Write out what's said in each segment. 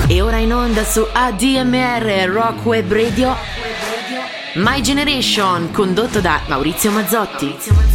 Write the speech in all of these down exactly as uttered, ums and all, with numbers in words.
E ora in onda su A D M R Rock Web Radio, My Generation, condotto da Maurizio Mazzotti.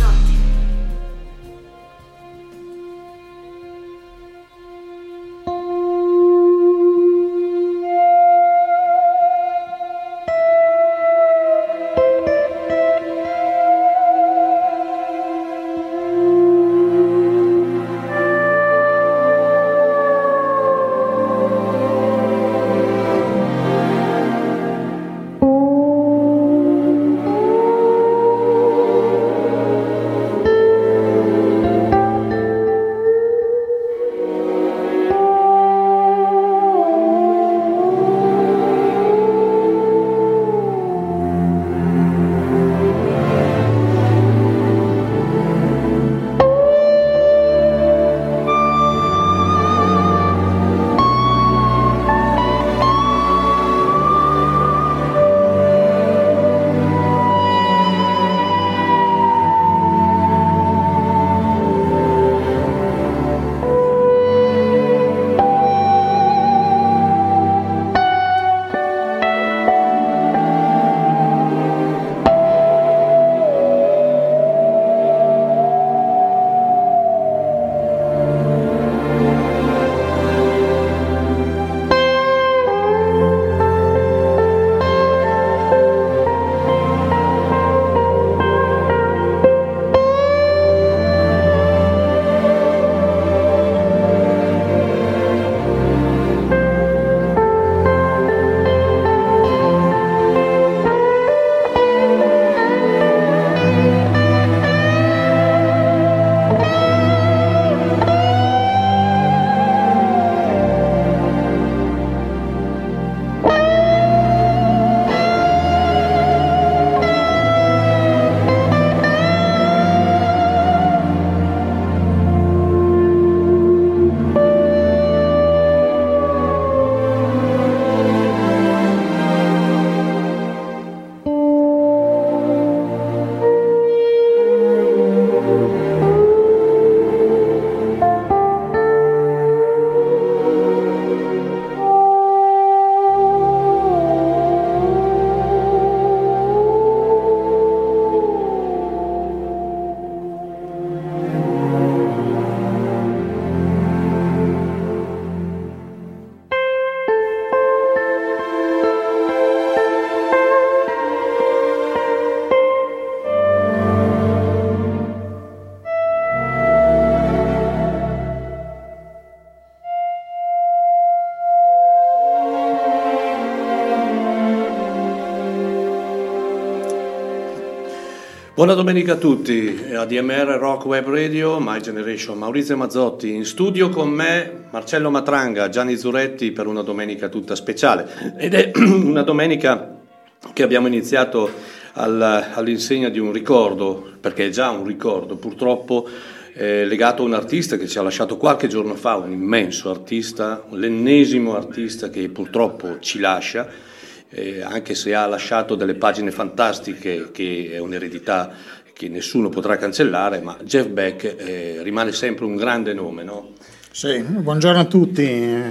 Buona domenica a tutti, A D M R Rock Web Radio, My Generation, Maurizio Mazzotti, in studio con me Marcello Matranga, Gianni Zuretti per una domenica tutta speciale, ed è una domenica che abbiamo iniziato al, all'insegna di un ricordo, perché è già un ricordo purtroppo eh, legato a un artista che ci ha lasciato qualche giorno fa, un immenso artista, l'ennesimo artista che purtroppo ci lascia. Eh, anche se ha lasciato delle pagine fantastiche, che è un'eredità che nessuno potrà cancellare, ma Jeff Beck eh, rimane sempre un grande nome, no? Sì, buongiorno a tutti,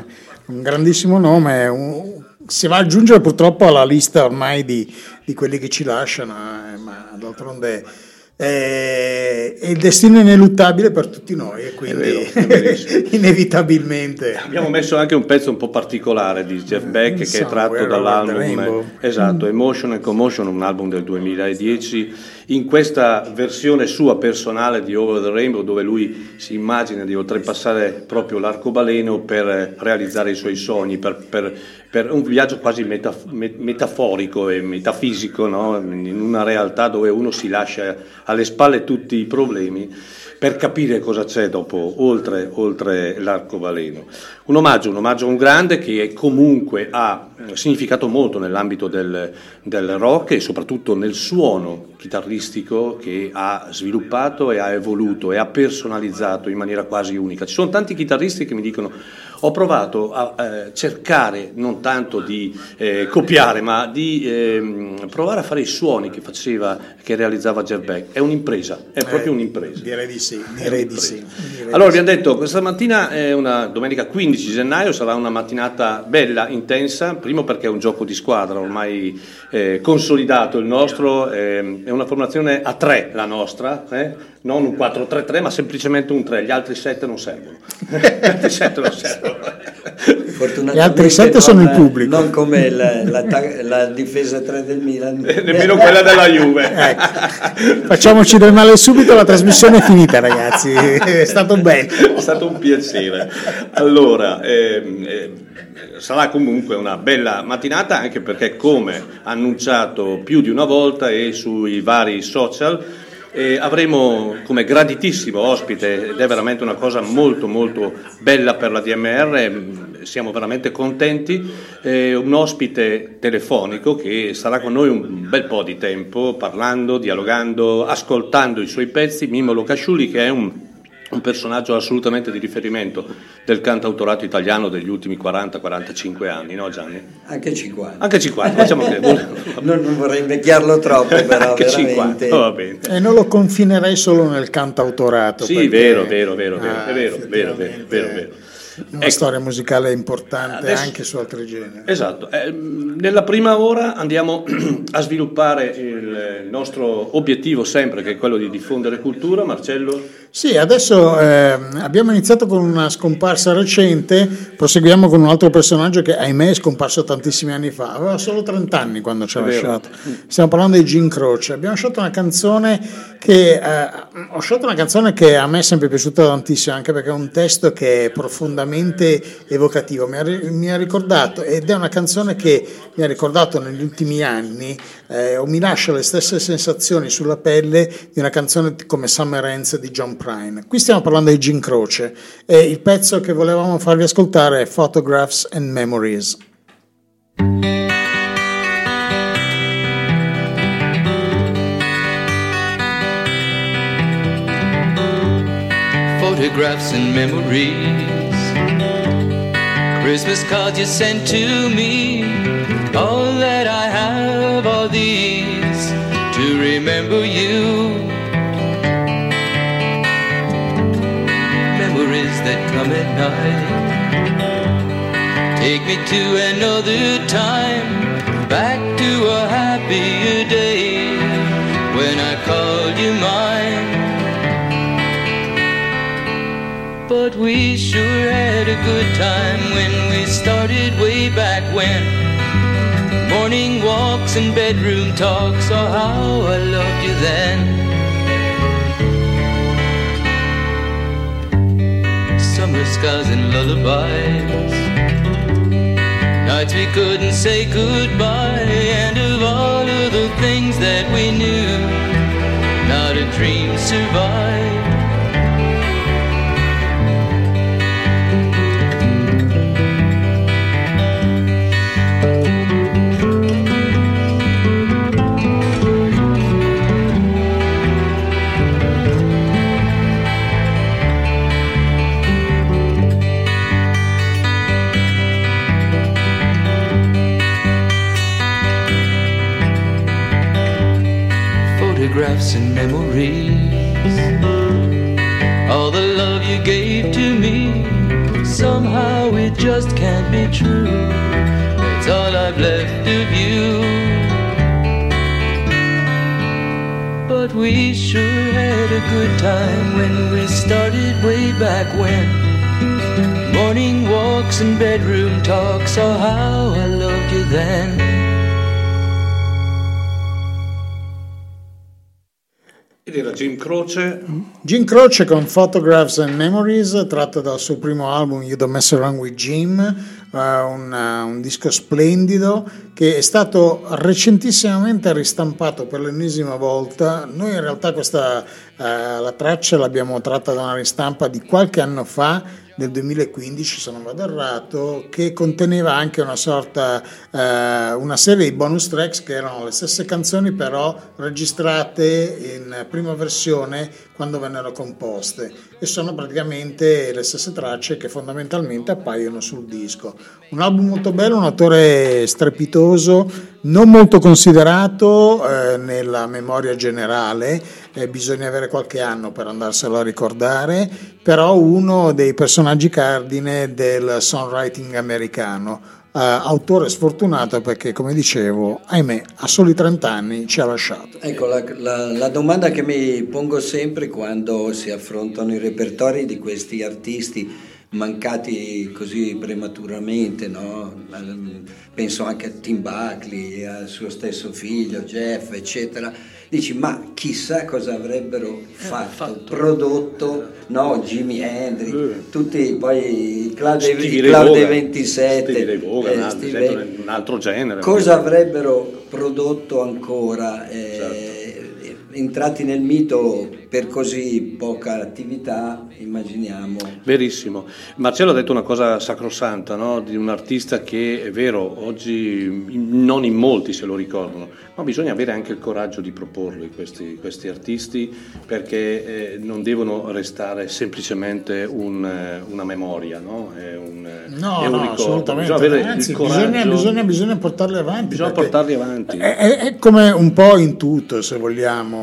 un grandissimo nome, un, si va ad aggiungere purtroppo alla lista ormai di, di quelli che ci lasciano, eh, ma d'altronde è, è il destino ineluttabile per tutti noi e quindi è vero, è inevitabilmente. Abbiamo messo anche un pezzo un po' particolare di Jeff Beck che è tratto dall'album esatto, Emotion and Commotion, un album del duemiladieci, in questa versione sua personale di Over the Rainbow, dove lui si immagina di oltrepassare proprio l'arcobaleno per realizzare i suoi sogni, per, per, per un viaggio quasi metaf- metaforico e metafisico, no? In una realtà dove uno si lascia alle spalle tutti i problemi per capire cosa c'è dopo, oltre, oltre l'arcobaleno. Un omaggio, un omaggio a un grande che comunque ha significato molto nell'ambito del, del rock e soprattutto nel suono chitarristico che ha sviluppato e ha evoluto e ha personalizzato in maniera quasi unica. Ci sono tanti chitarristi che mi dicono: ho provato a eh, cercare non tanto di eh, copiare, ma di eh, provare a fare i suoni che faceva, che realizzava Jeff Beck. È un'impresa, è eh, proprio un'impresa. Direi di sì, direi di sì. Direi allora, di abbiamo detto, questa mattina è una domenica quindici gennaio, sarà una mattinata bella, intensa, primo perché è un gioco di squadra ormai eh, consolidato il nostro, eh, è una formazione a tre la nostra, eh? Non un quattro tre tre, ma semplicemente un tre, gli altri sette non servono. Gli altri sette non servono. Gli altri sette sono il pubblico. Non come la, la, la difesa tre del Milan. E nemmeno quella della Juve. Ecco. Facciamoci del male subito, la trasmissione è finita, ragazzi. È stato bello. È stato un piacere. Allora, ehm, eh, sarà comunque una bella mattinata, anche perché, come annunciato più di una volta e sui vari social, Eh, avremo come graditissimo ospite, ed è veramente una cosa molto molto bella per la D M R, siamo veramente contenti, eh, un ospite telefonico che sarà con noi un bel po' di tempo, parlando, dialogando, ascoltando i suoi pezzi, Mimmo Locasciuli, che è un un personaggio assolutamente di riferimento del cantautorato italiano degli ultimi quaranta quarantacinque anni, no Gianni? Anche cinquanta. Anche cinquanta, facciamo che non, non vorrei invecchiarlo troppo, però anche veramente. cinquanta, va bene. E non lo confinerei solo nel cantautorato. Sì, perché... vero, vero, vero, vero, ah, è vero, vero, vero, vero, vero. Una ecco. storia musicale importante Adesso, anche su altri generi. Esatto, eh, nella prima ora andiamo a sviluppare il nostro obiettivo sempre, che è quello di diffondere cultura. Marcello? Sì, adesso eh, abbiamo iniziato con una scomparsa recente, proseguiamo con un altro personaggio che ahimè è scomparso tantissimi anni fa, aveva solo trenta anni quando ci ha lasciato. Stiamo parlando di Jim Croce. Abbiamo scelto una canzone che eh, ho scelto una canzone che a me è sempre piaciuta tantissimo, anche perché è un testo che è profondamente evocativo, mi ha, mi ha ricordato, ed è una canzone che mi ha ricordato negli ultimi anni eh, o mi lascia le stesse sensazioni sulla pelle di una canzone come Summer Ends di John Prine. Qui stiamo parlando di Jim Croce e il pezzo che volevamo farvi ascoltare è Photographs and Memories. Photographs and memories, Christmas cards you sent to me, all that I have are these to remember you. Memories that come at night, take me to another time, back to a happier day when I called you mine. But we sure had a good time when we started way back when. Morning walks and bedroom talks, oh how I loved you then. Summer skies and lullabies, nights we couldn't say goodbye, and of all of the things that we knew, not a dream survived. Photographs and memories, all the love you gave to me, somehow it just can't be true. That's all I've left of you. But we sure had a good time when we started way back when. Morning walks and bedroom talks, oh how I loved you then. Ed era Jim Croce. Jim Croce con Photographs and Memories, tratto dal suo primo album You Don't Mess Around With Jim, uh, un, uh, un disco splendido che è stato recentissimamente ristampato per l'ennesima volta. Noi in realtà questa uh, la traccia l'abbiamo tratta da una ristampa di qualche anno fa, del duemilaquindici se non vado errato, che conteneva anche una sorta eh, una serie di bonus tracks che erano le stesse canzoni però registrate in prima versione quando vennero composte, e sono praticamente le stesse tracce che fondamentalmente appaiono sul disco. Un album molto bello, un autore strepitoso, non molto considerato eh, nella memoria generale, eh, bisogna avere qualche anno per andarselo a ricordare, però uno dei personaggi cardine del songwriting americano. Uh, autore sfortunato perché, come dicevo, ahimè, a soli trenta anni ci ha lasciato. Ecco, la, la, la domanda che mi pongo sempre quando si affrontano i repertori di questi artisti mancati così prematuramente, no? Penso anche a Tim Buckley, al suo stesso figlio Jeff, eccetera. Dici, ma chissà cosa avrebbero fatto, fatto. prodotto, no? Jimi Hendrix, uh. tutti poi il Club dei ventisette, Stevie Ray Vaughan, eh, Stevie... un altro genere. Cosa avrebbero prodotto ancora? Eh, certo. Entrati nel mito per così poca attività, immaginiamo. Verissimo. Marcello ha detto una cosa sacrosanta, no? Di un artista che è vero, oggi non in molti se lo ricordano, ma bisogna avere anche il coraggio di proporli questi, questi artisti, perché eh, non devono restare semplicemente un, una memoria, no? È un, no, è un no, ricordo. assolutamente. Bisogna avere Anzi, il coraggio. Bisogna, bisogna, bisogna portarli avanti. Bisogna portarli avanti. È, è, è come un po' in tutto, se vogliamo.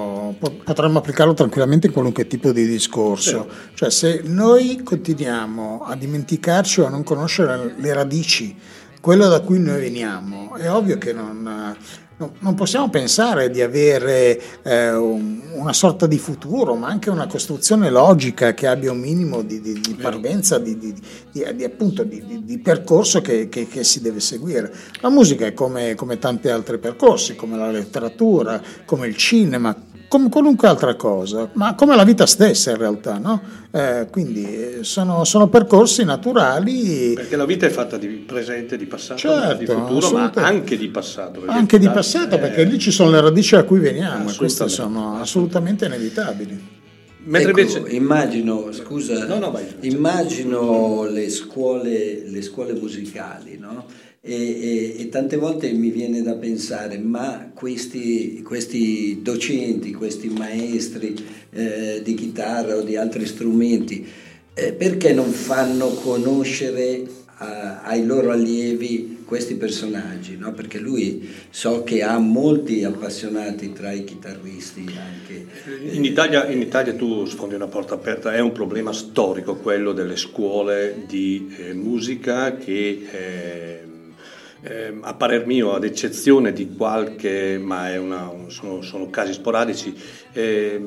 Potremmo applicarlo tranquillamente in qualunque tipo di discorso. Sì. Cioè, se noi continuiamo a dimenticarci o a non conoscere le radici, quello da cui noi veniamo, è ovvio che non, non possiamo pensare di avere eh, una sorta di futuro, ma anche una costruzione logica che abbia un minimo di, di, di parvenza, di, di, di, di, appunto, di, di, di percorso che, che, che si deve seguire. La musica è come, come tanti altri percorsi, come la letteratura, come il cinema, come qualunque altra cosa, ma come la vita stessa in realtà, no? Eh, quindi sono, sono percorsi naturali. Perché la vita è fatta di presente, di passato, certo, di futuro, ma anche di passato. Anche di passato, è... perché lì ci sono le radici a cui veniamo, e queste sono assolutamente inevitabili. Mentre ecco, invece... immagino, scusa, no, no, vai, immagino le scuole, le scuole musicali, no? E, e, e tante volte mi viene da pensare, ma questi, questi docenti, questi maestri eh, di chitarra o di altri strumenti, eh, perché non fanno conoscere a, ai loro allievi questi personaggi, no? Perché lui so che ha molti appassionati tra i chitarristi anche. In Italia, in Italia tu sfondi una porta aperta, è un problema storico quello delle scuole di eh, musica che eh, Eh, a parer mio, ad eccezione di qualche, ma è una, sono, sono casi sporadici, eh,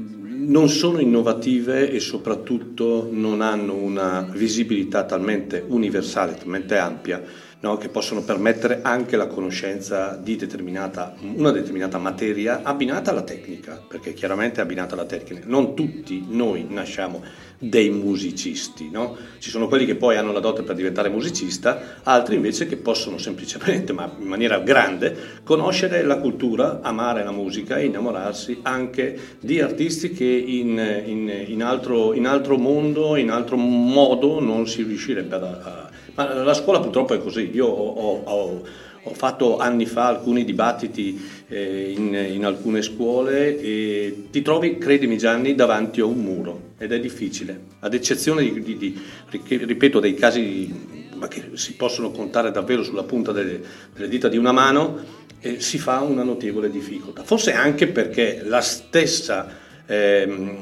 non sono innovative e soprattutto non hanno una visibilità talmente universale, talmente ampia, no, che possono permettere anche la conoscenza di determinata, una determinata materia abbinata alla tecnica, perché chiaramente è abbinata alla tecnica. Non tutti noi nasciamo dei musicisti, no? Ci sono quelli che poi hanno la dote per diventare musicista, altri invece che possono semplicemente, ma in maniera grande, conoscere la cultura, amare la musica e innamorarsi anche di artisti che in, in, in, altro, in altro mondo, in altro modo non si riuscirebbe a... a ma la scuola purtroppo è così. Io ho, ho, ho fatto anni fa alcuni dibattiti eh, in, in alcune scuole e ti trovi, credimi Gianni, davanti a un muro ed è difficile, ad eccezione di, di, di ripeto, dei casi ma che si possono contare davvero sulla punta delle, delle dita di una mano, eh, si fa una notevole difficoltà, forse anche perché la stessa eh,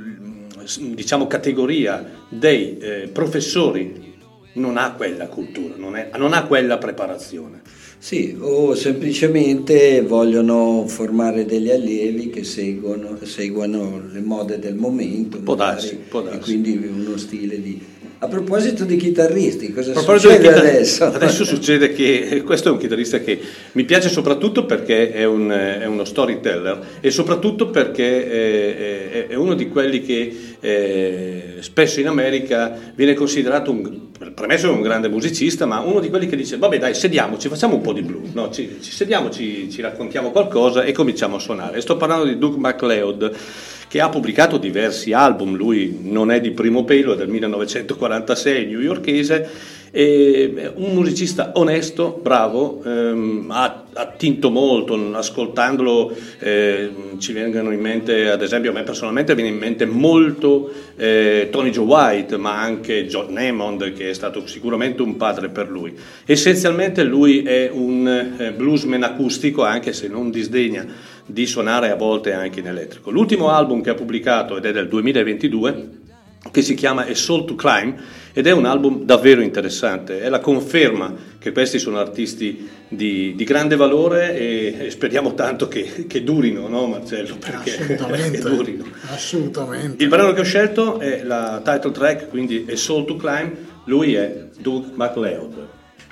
diciamo categoria dei eh, professori non ha quella cultura, non, è, non ha quella preparazione. Sì, o semplicemente vogliono formare degli allievi che seguono, seguano le mode del momento, può magari, darsi, può darsi. E quindi uno stile di... A proposito di chitarristi, cosa succede chitar- adesso? Adesso succede che questo è un chitarrista che mi piace soprattutto perché è, un, è uno storyteller e soprattutto perché è, è, è uno di quelli che eh, spesso in America viene considerato un, premesso che è un grande musicista, ma uno di quelli che dice vabbè dai, sediamoci, facciamo un po' di blues, no? ci, ci sediamoci, ci raccontiamo qualcosa e cominciamo a suonare. E sto parlando di Doug MacLeod, che ha pubblicato diversi album, lui non è di primo pelo, è del millenovecentoquarantasei, newyorkese, E un musicista onesto, bravo, ehm, ha attinto molto, ascoltandolo eh, ci vengono in mente, ad esempio a me personalmente viene in mente molto eh, Tony Joe White, ma anche John Hammond, che è stato sicuramente un padre per lui. Essenzialmente lui è un eh, bluesman acustico, anche se non disdegna di suonare a volte anche in elettrico. L'ultimo album che ha pubblicato, ed è del duemilaventidue, che si chiama A Soul to Climb, ed è un album davvero interessante, è la conferma che questi sono artisti di, di grande valore e, e speriamo tanto che, che durino, no Marcello? Perché assolutamente, che durino. Assolutamente. Il brano che ho scelto è la title track, quindi A Soul to Climb, lui è Doug MacLeod.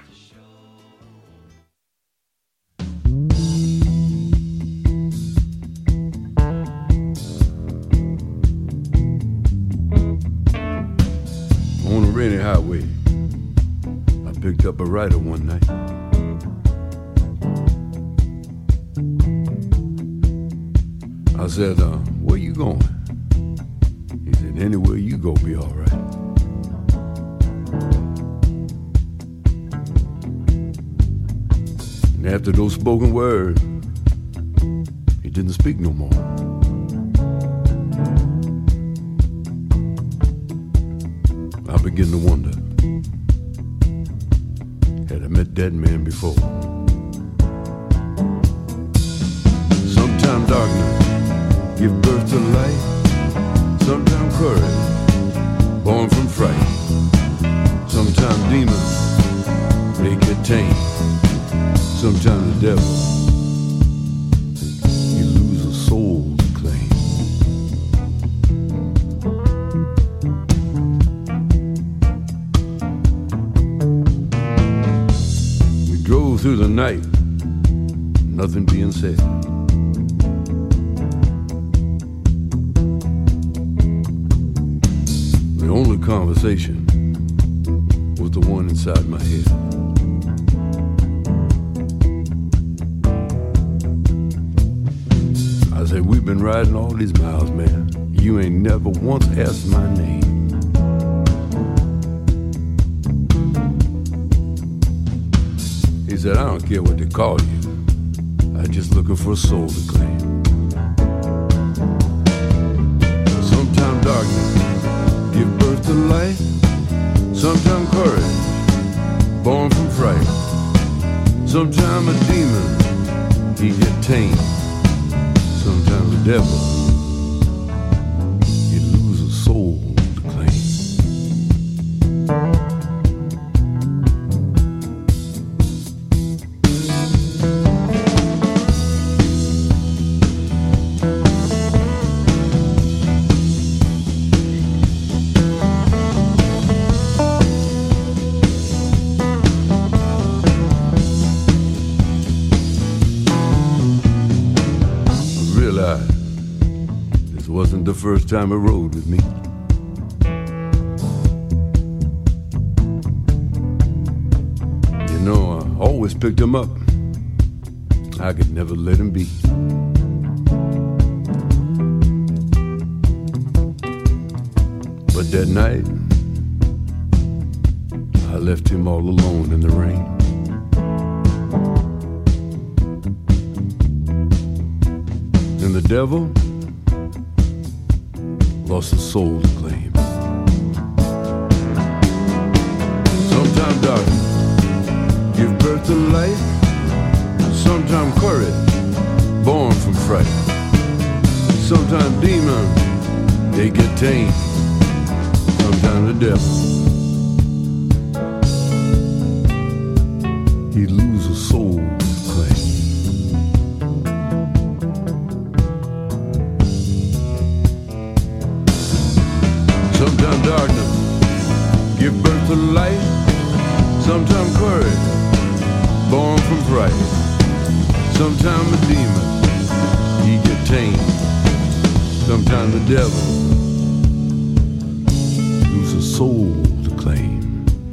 On a rainy highway, I picked up a rider one night. I said, uh, where you going? He said, anywhere you go be all right. And after those spoken words, he didn't speak no more. I begin to wonder, had I met that man before? Sometime darkness give birth to light, sometime courage born from fright, sometime demons they get tame, sometime the devil you lose a soul to claim. Through the night, nothing being said. The only conversation was the one inside my head. I said, we've been riding all these miles, man. You ain't never once asked my name. He said, I don't care what they call you, I'm just looking for a soul to claim. Sometime darkness give birth to light, sometime courage born from fright, sometime a demon he get tamed, sometime the devil he lose a soul to claim. The first time he rode with me, you know, I always picked him up. I could never let him be. But that night I left him all alone in the rain. And the devil lost a soul to claim. Sometime darkness give birth to light, sometime courage born from fright, sometime demons they get tamed, sometime the devil he lose a soul to claim. Sometime darkness give birth to light, sometime courage born from fright, sometime a demon he get tamed, sometime the devil lose a soul to claim.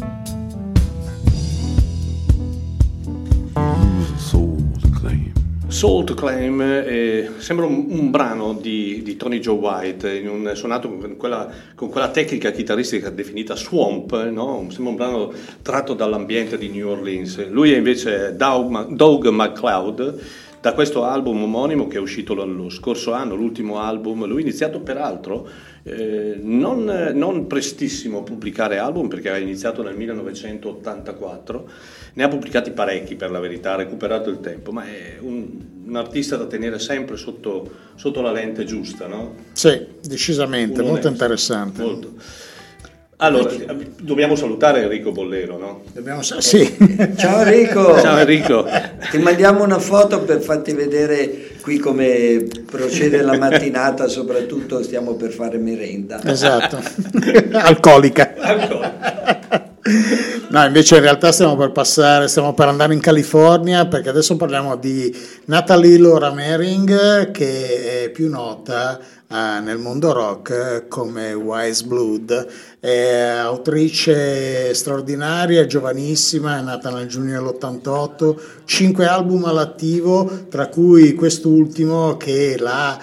Lose a soul to claim. Soul to Claim eh, sembra un, un brano di, di Tony Joe White, in un, suonato con quella, con quella tecnica chitarristica definita swamp, no? Sembra un brano tratto dall'ambiente di New Orleans. Lui è invece Doug, Doug MacLeod, da questo album omonimo che è uscito lo scorso anno, l'ultimo album. Lui ha iniziato peraltro eh, non, non prestissimo a pubblicare album, perché ha iniziato nel millenovecentottantaquattro, ne ha pubblicati parecchi per la verità, ha recuperato il tempo, ma è un, un artista da tenere sempre sotto, sotto la lente giusta, no? Sì, decisamente, Un molto onesto, interessante. Molto. Allora, dobbiamo salutare Enrico Bollero, no? Dobbiamo, sì. Ciao Enrico! Ciao Enrico! Ti mandiamo una foto per farti vedere qui come procede la mattinata, soprattutto stiamo per fare merenda. Esatto, alcolica. Alcolica. No, invece in realtà stiamo per passare, stiamo per andare in California, perché adesso parliamo di Natalie Laura Merring, che è più nota eh, nel mondo rock come Wise Blood. È autrice straordinaria, giovanissima, è nata nel giugno dell'ottantotto, cinque album all'attivo, tra cui quest'ultimo che l'ha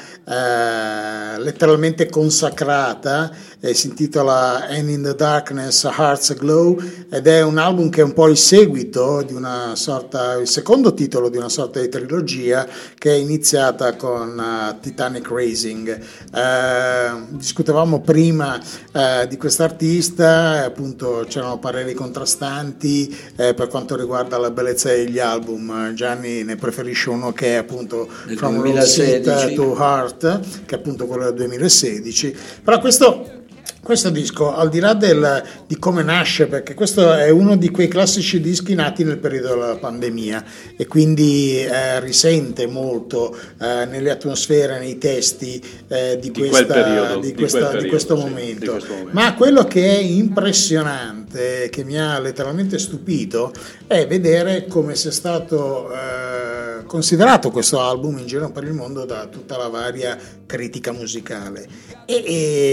eh, letteralmente consacrata, eh, si intitola And in the Darkness Hearts Aglow, ed è un album che è un po' il seguito di una sorta, il secondo titolo di una sorta di trilogia che è iniziata con uh, Titanic Rising. Eh, discutevamo prima eh, di questa artista, appunto c'erano pareri contrastanti eh, per quanto riguarda la bellezza degli album. Gianni ne preferisce uno che è appunto del From duemilasedici. Rosetta to Heart, che è appunto quello del duemilasedici, però questo Questo disco, al di là del, di come nasce, perché questo è uno di quei classici dischi nati nel periodo della pandemia e quindi eh, risente molto eh, nelle atmosfere, nei testi eh, di, di, questa, quel periodo, di, di, questa, quel periodo, di, questo sì, momento. di questo momento. Ma quello che è impressionante, che mi ha letteralmente stupito, è vedere come sia stato eh, considerato questo album in giro per il mondo da tutta la varia critica musicale. E,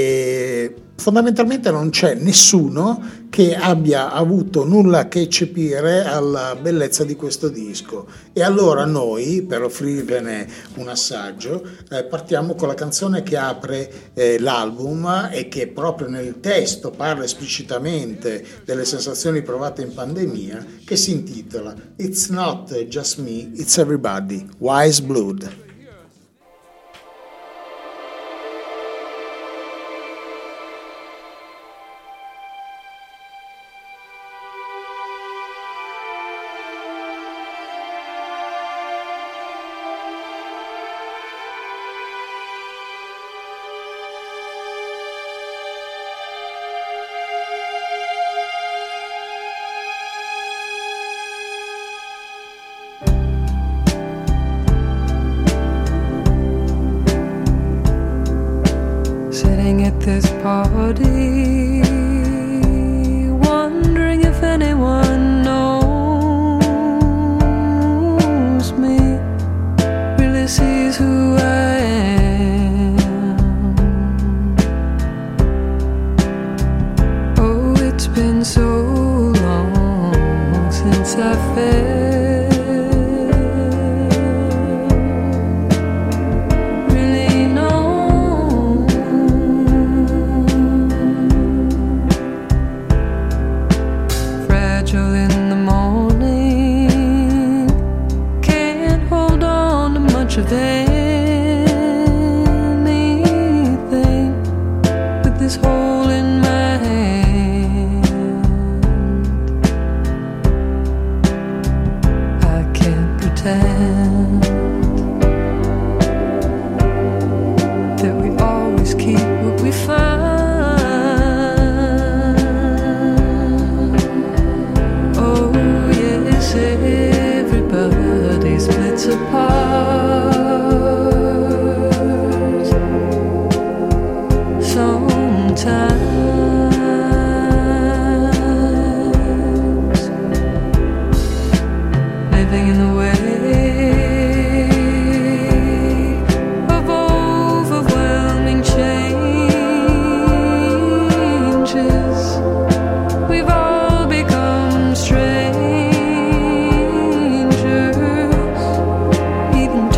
e fondamentalmente non c'è nessuno che abbia avuto nulla che eccepire alla bellezza di questo disco. E allora noi, per offrirvene un assaggio, eh, partiamo con la canzone che apre eh, l'album e che proprio nel testo parla esplicitamente delle sensazioni provate in pandemia, che si intitola It's Not Just Me, It's Everybody, Wise Blood. This party, wondering if anyone knows me, really sees who I am. Oh, it's been so long since I felt of anything with this hole in my hand. I can't pretend that we always keep what we find. Oh yes, everybody splits apart. Even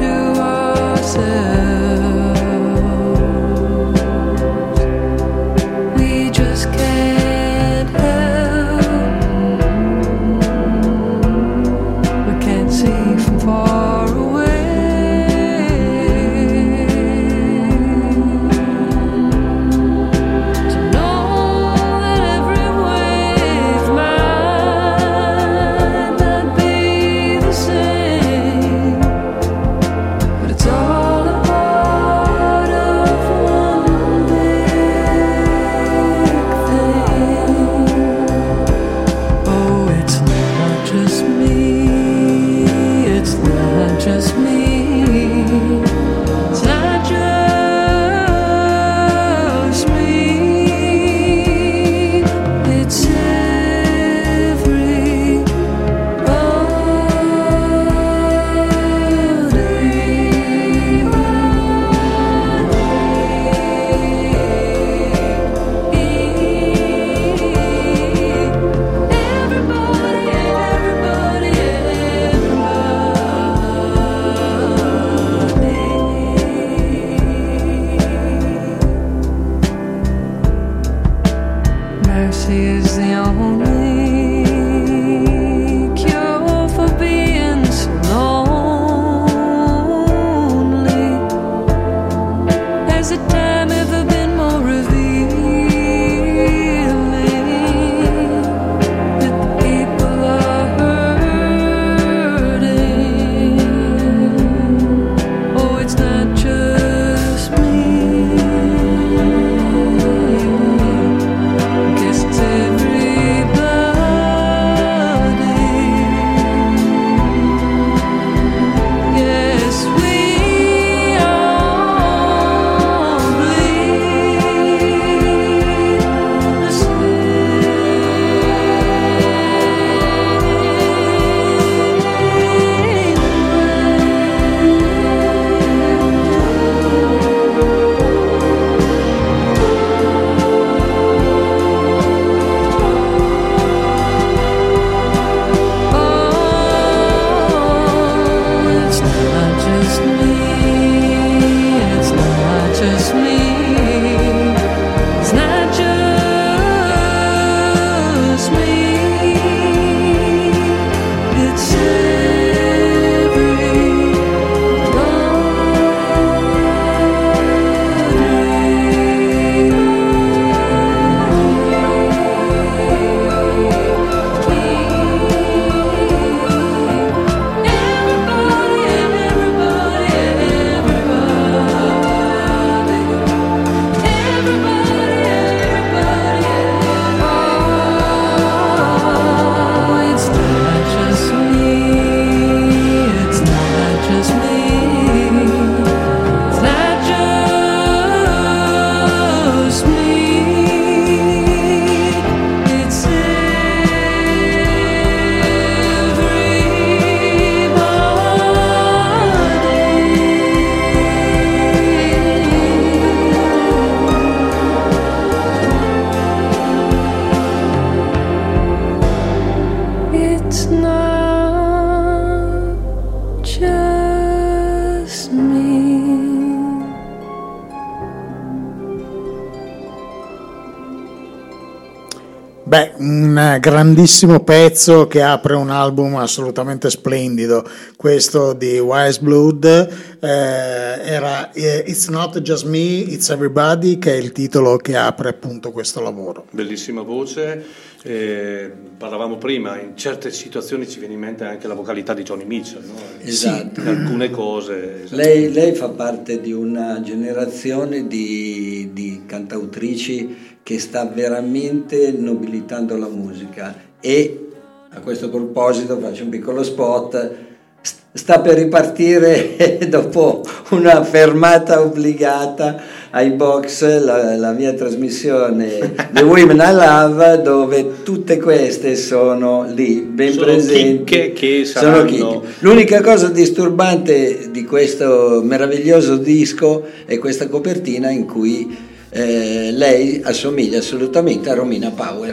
Beh, un grandissimo pezzo che apre un album assolutamente splendido, questo di Wise Blood, eh, era It's Not Just Me, It's Everybody, che è il titolo che apre appunto questo lavoro. Bellissima voce, eh, parlavamo prima, in certe situazioni ci viene in mente anche la vocalità di Joni Mitchell, no? Esatto. In alcune cose. Esatto. Lei, lei fa parte di una generazione di, di cantautrici che sta veramente nobilitando la musica, e a questo proposito faccio un piccolo spot. Sta per ripartire dopo una fermata obbligata ai box la, la mia trasmissione The Women I Love, dove tutte queste sono lì ben sono presenti, chicche che saranno... sono chicche. L'unica cosa disturbante di questo meraviglioso disco è questa copertina in cui Eh, lei assomiglia assolutamente a Romina Power.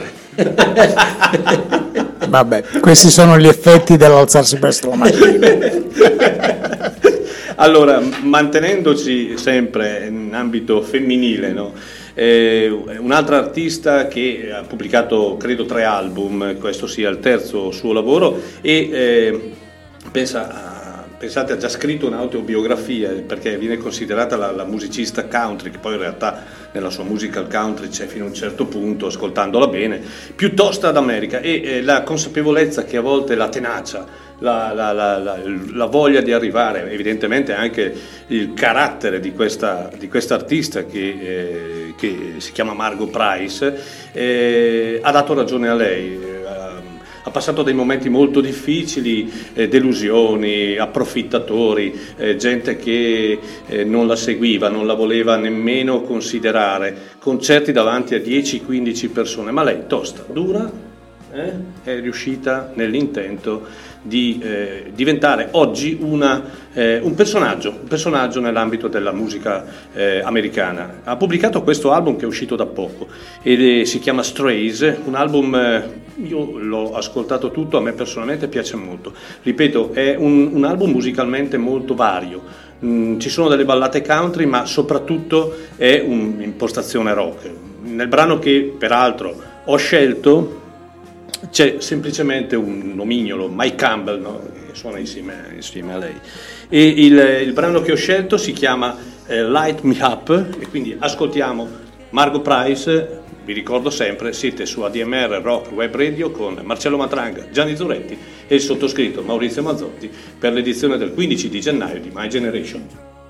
Vabbè, questi sono gli effetti dell'alzarsi presto la mattina. Allora, mantenendoci sempre in ambito femminile, no? Eh, un'altra artista che ha pubblicato credo tre album, questo sia il terzo suo lavoro, e eh, pensa a Pensate, ha già scritto un'autobiografia, perché viene considerata la, la musicista country, che poi in realtà nella sua musica il country c'è fino a un certo punto, ascoltandola bene, piuttosto d'America, e eh, la consapevolezza che a volte la tenacia, la, la, la, la, la voglia di arrivare, evidentemente anche il carattere di questa, di questa artista che, eh, che si chiama Margo Price, eh, ha dato ragione a lei. Ha passato dei momenti molto difficili, eh, delusioni, approfittatori, eh, gente che eh, non la seguiva, non la voleva nemmeno considerare, concerti davanti a dieci quindici persone, ma lei, tosta, dura, eh, è riuscita nell'intento di eh, diventare oggi una, eh, un personaggio, un personaggio nell'ambito della musica eh, americana. Ha pubblicato questo album che è uscito da poco ed è, si chiama Strays, un album, eh, io l'ho ascoltato tutto, a me personalmente piace molto. Ripeto, è un, un album musicalmente molto vario, mm, ci sono delle ballate country, ma soprattutto è un'impostazione rock. Nel brano che peraltro ho scelto c'è semplicemente un nomignolo, Mike Campbell, no? Che suona insieme, insieme a lei, e il, il brano che ho scelto si chiama eh, Light Me Up, e quindi ascoltiamo Margo Price. Vi ricordo sempre, siete su A D M R Rock Web Radio con Marcello Matranga, Gianni Zuretti e il sottoscritto Maurizio Mazzotti per l'edizione del quindici di gennaio di My Generation.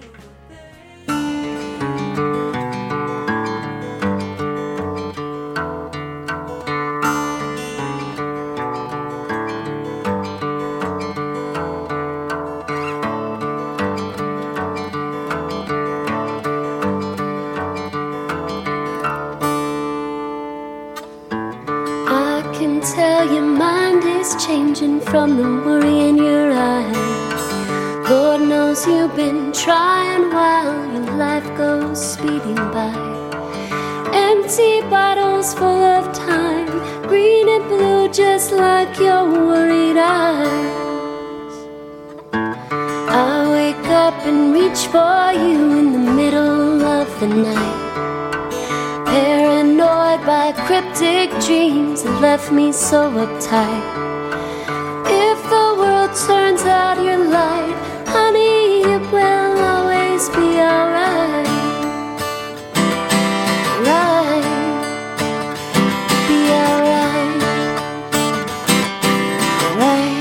Changing from the worry in your eyes. Lord knows you've been trying while your life goes speeding by. Empty bottles full of time, green and blue just like your worried eyes. I wake up and reach for you in the middle of the night, paranoid by cryptic dreams that left me so uptight. If the world turns out your light, honey, it will always be alright. Right, be alright. Right.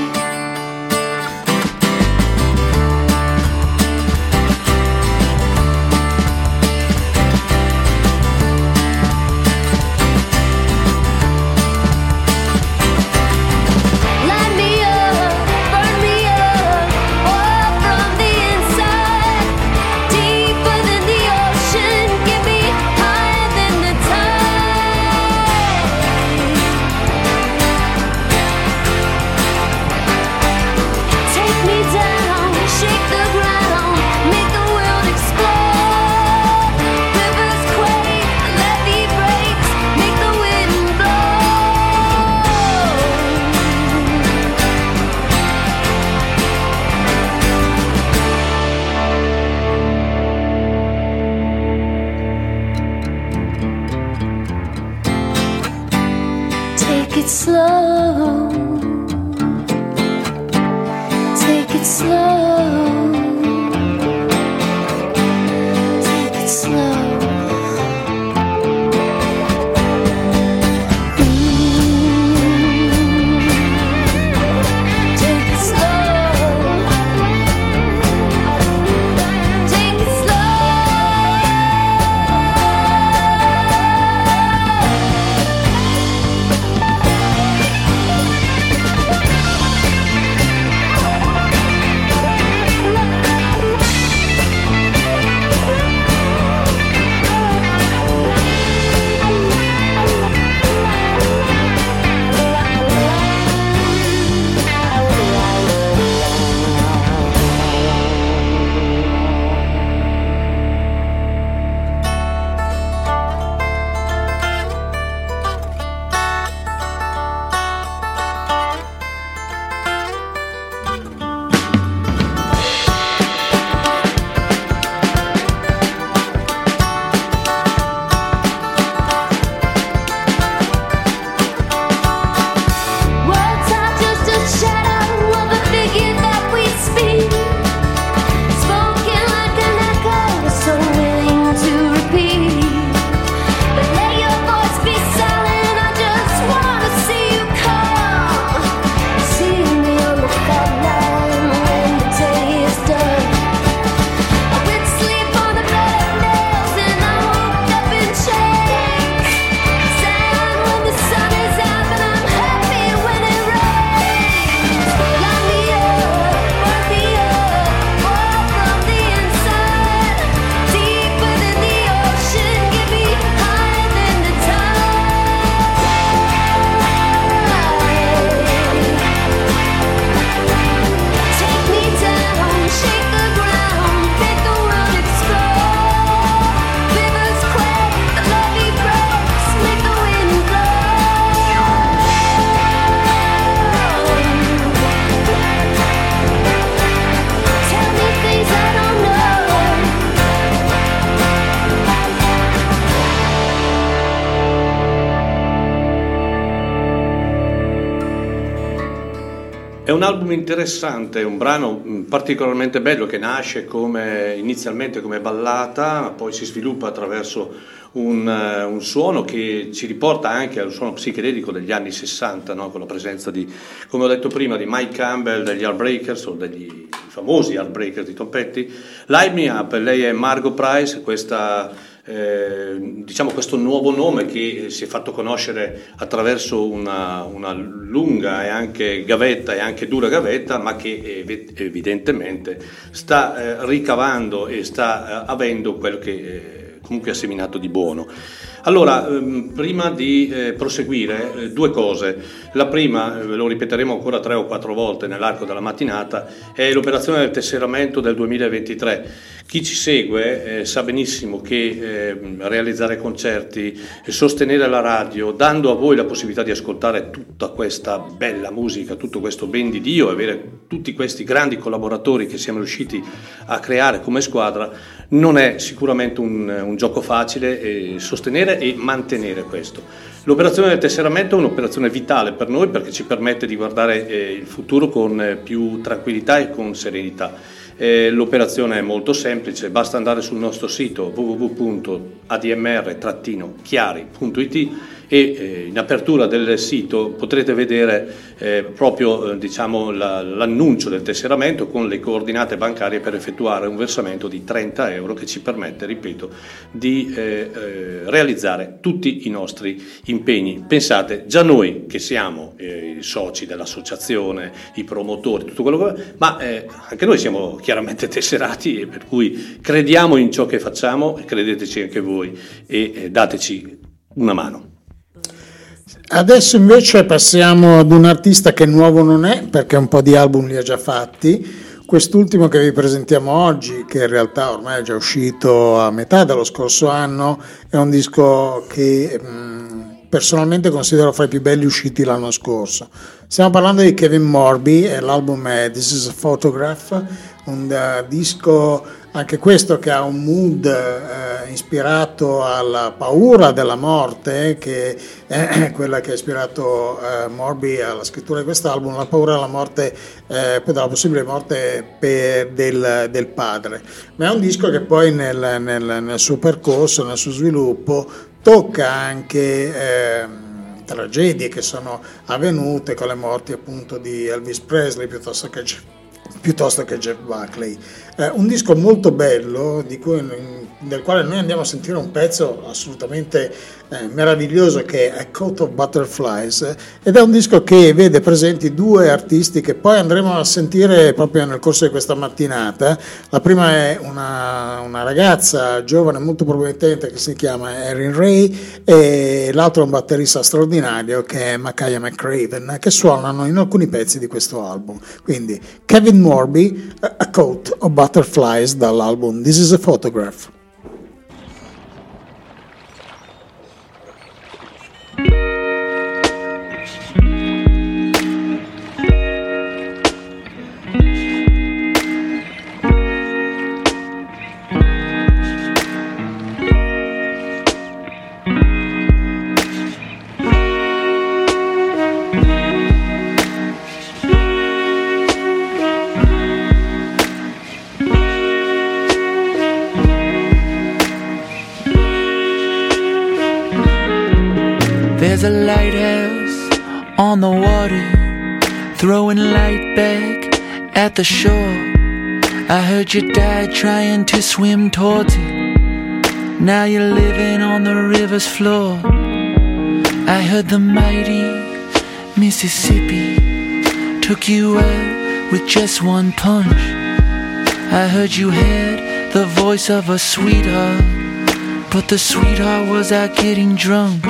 Light me up, burn me up. È un album interessante, un brano particolarmente bello che nasce come, inizialmente come ballata, ma poi si sviluppa attraverso un, un suono che ci riporta anche al suono psichedelico degli anni sessanta, no? Con la presenza di, come ho detto prima, di Mike Campbell, degli Heartbreakers o degli famosi Heartbreakers di Tom Petty. Light Me Up, lei è Margo Price, questa... Eh, diciamo questo nuovo nome che si è fatto conoscere attraverso una, una lunga e anche gavetta e anche dura gavetta, ma che ev- evidentemente sta eh, ricavando e sta eh, avendo quello che eh, comunque ha seminato di buono. Allora, ehm, prima di eh, proseguire, eh, due cose. La prima, eh, lo ripeteremo ancora tre o quattro volte nell'arco della mattinata, è l'operazione del tesseramento del duemilaventitré. Chi ci segue eh, sa benissimo che eh, realizzare concerti, eh, sostenere la radio, dando a voi la possibilità di ascoltare tutta questa bella musica, tutto questo ben di Dio, avere tutti questi grandi collaboratori che siamo riusciti a creare come squadra, non è sicuramente un, un gioco facile, eh, sostenere e mantenere questo. L'operazione del tesseramento è un'operazione vitale per noi perché ci permette di guardare eh, il futuro con eh, più tranquillità e con serenità. Eh, l'operazione è molto semplice, basta andare sul nostro sito w w w punto a d m r chiari punto i t e eh, in apertura del sito potrete vedere eh, proprio eh, diciamo la, l'annuncio del tesseramento con le coordinate bancarie per effettuare un versamento di trenta euro che ci permette, ripeto, di eh, eh, realizzare tutti i nostri impegni. Pensate, già noi che siamo eh, i soci dell'associazione, i promotori, tutto quello che ma eh, anche noi siamo chiaramente tesserati e per cui crediamo in ciò che facciamo e credeteci anche voi e eh, dateci una mano. Adesso invece passiamo ad un artista che nuovo non è, perché un po' di album li ha già fatti. Quest'ultimo che vi presentiamo oggi, che in realtà ormai è già uscito a metà dello scorso anno, è un disco che mh, personalmente considero fra i più belli usciti l'anno scorso. Stiamo parlando di Kevin Morby e l'album è This Is a Photograph, un uh, disco anche questo che ha un mood eh, ispirato alla paura della morte, che è quella che ha ispirato eh, Morby alla scrittura di quest'album, la paura della morte, eh, della possibile morte per, del, del padre. Ma è un disco che poi nel, nel, nel suo percorso, nel suo sviluppo, tocca anche eh, tragedie che sono avvenute con le morti appunto di Elvis Presley piuttosto che piuttosto che Jeff Buckley. Eh, un disco molto bello di cui, del quale noi andiamo a sentire un pezzo assolutamente eh, meraviglioso che è A Coat of Butterflies, ed è un disco che vede presenti due artisti che poi andremo a sentire proprio nel corso di questa mattinata. La prima è una, una ragazza giovane molto promettente che si chiama Erin Ray e l'altro è un batterista straordinario che è Makaya McCraven, che suonano in alcuni pezzi di questo album. Quindi Kevin Morby, A Coat of Butterflies dall'album This Is a Photograph. There's a lighthouse on the water, throwing light back at the shore. I heard you died trying to swim towards it. Now you're living on the river's floor. I heard the mighty Mississippi took you out with just one punch. I heard you had the voice of a sweetheart, but the sweetheart was out getting drunk.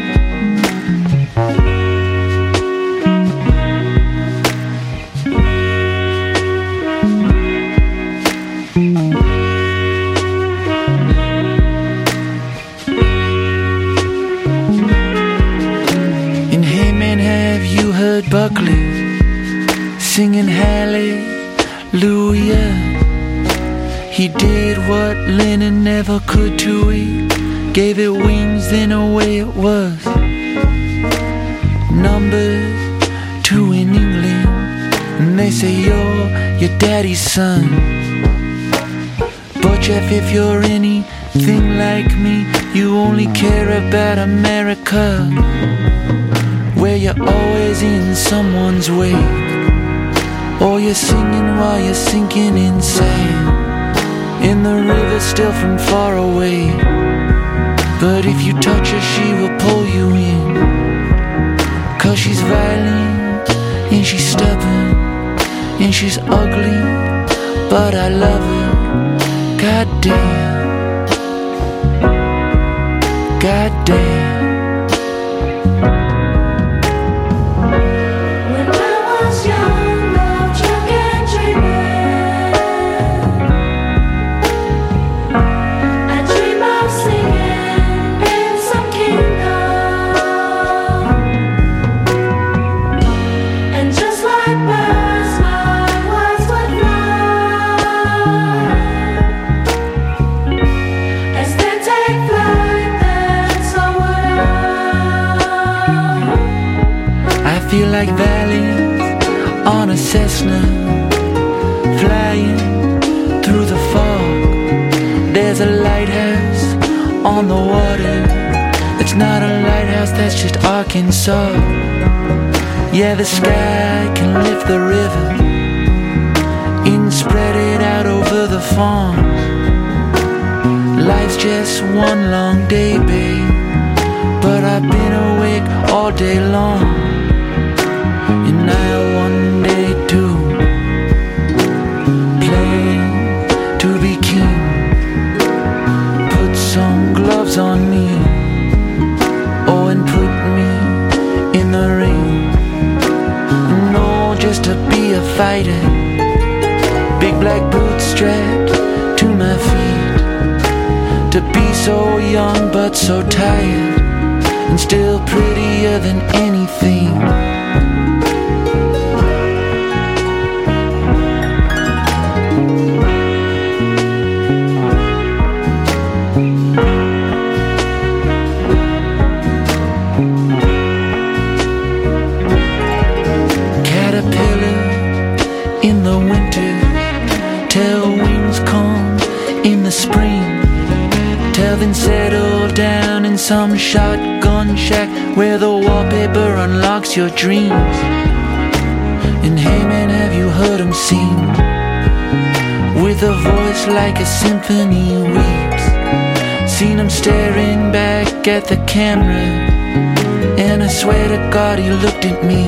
Buckley singing hallelujah. He did what Lennon never could to it, gave it wings, then away it was. Number two in England, And they say you're your daddy's son. But Jeff, if you're anything like me, you only care about America, where you're always in someone's wake, or you're singing while you're sinking in sand, in the river still from far away. But if you touch her, she will pull you in, 'cause she's violent and she's stubborn and she's ugly, but I love her. God damn, God damn. Like valleys on a Cessna, flying through the fog. There's a lighthouse on the water. It's not a lighthouse, that's just Arkansas. Yeah, the sky can lift the river and spread it out over the farms. Life's just one long day, babe, but I've been awake all day long. And I one day too plan to be king. Put some gloves on me, oh, and put me in the ring. No, just to be a fighter, big black boots strapped to my feet. To be so young but so tired, and still prettier than anything. In the winter, till wings come in the spring, till then settle down in some shotgun shack where the wallpaper unlocks your dreams. And hey man, have you heard him sing? With a voice like a symphony weeps. Seen him staring back at the camera, and I swear to God he looked at me.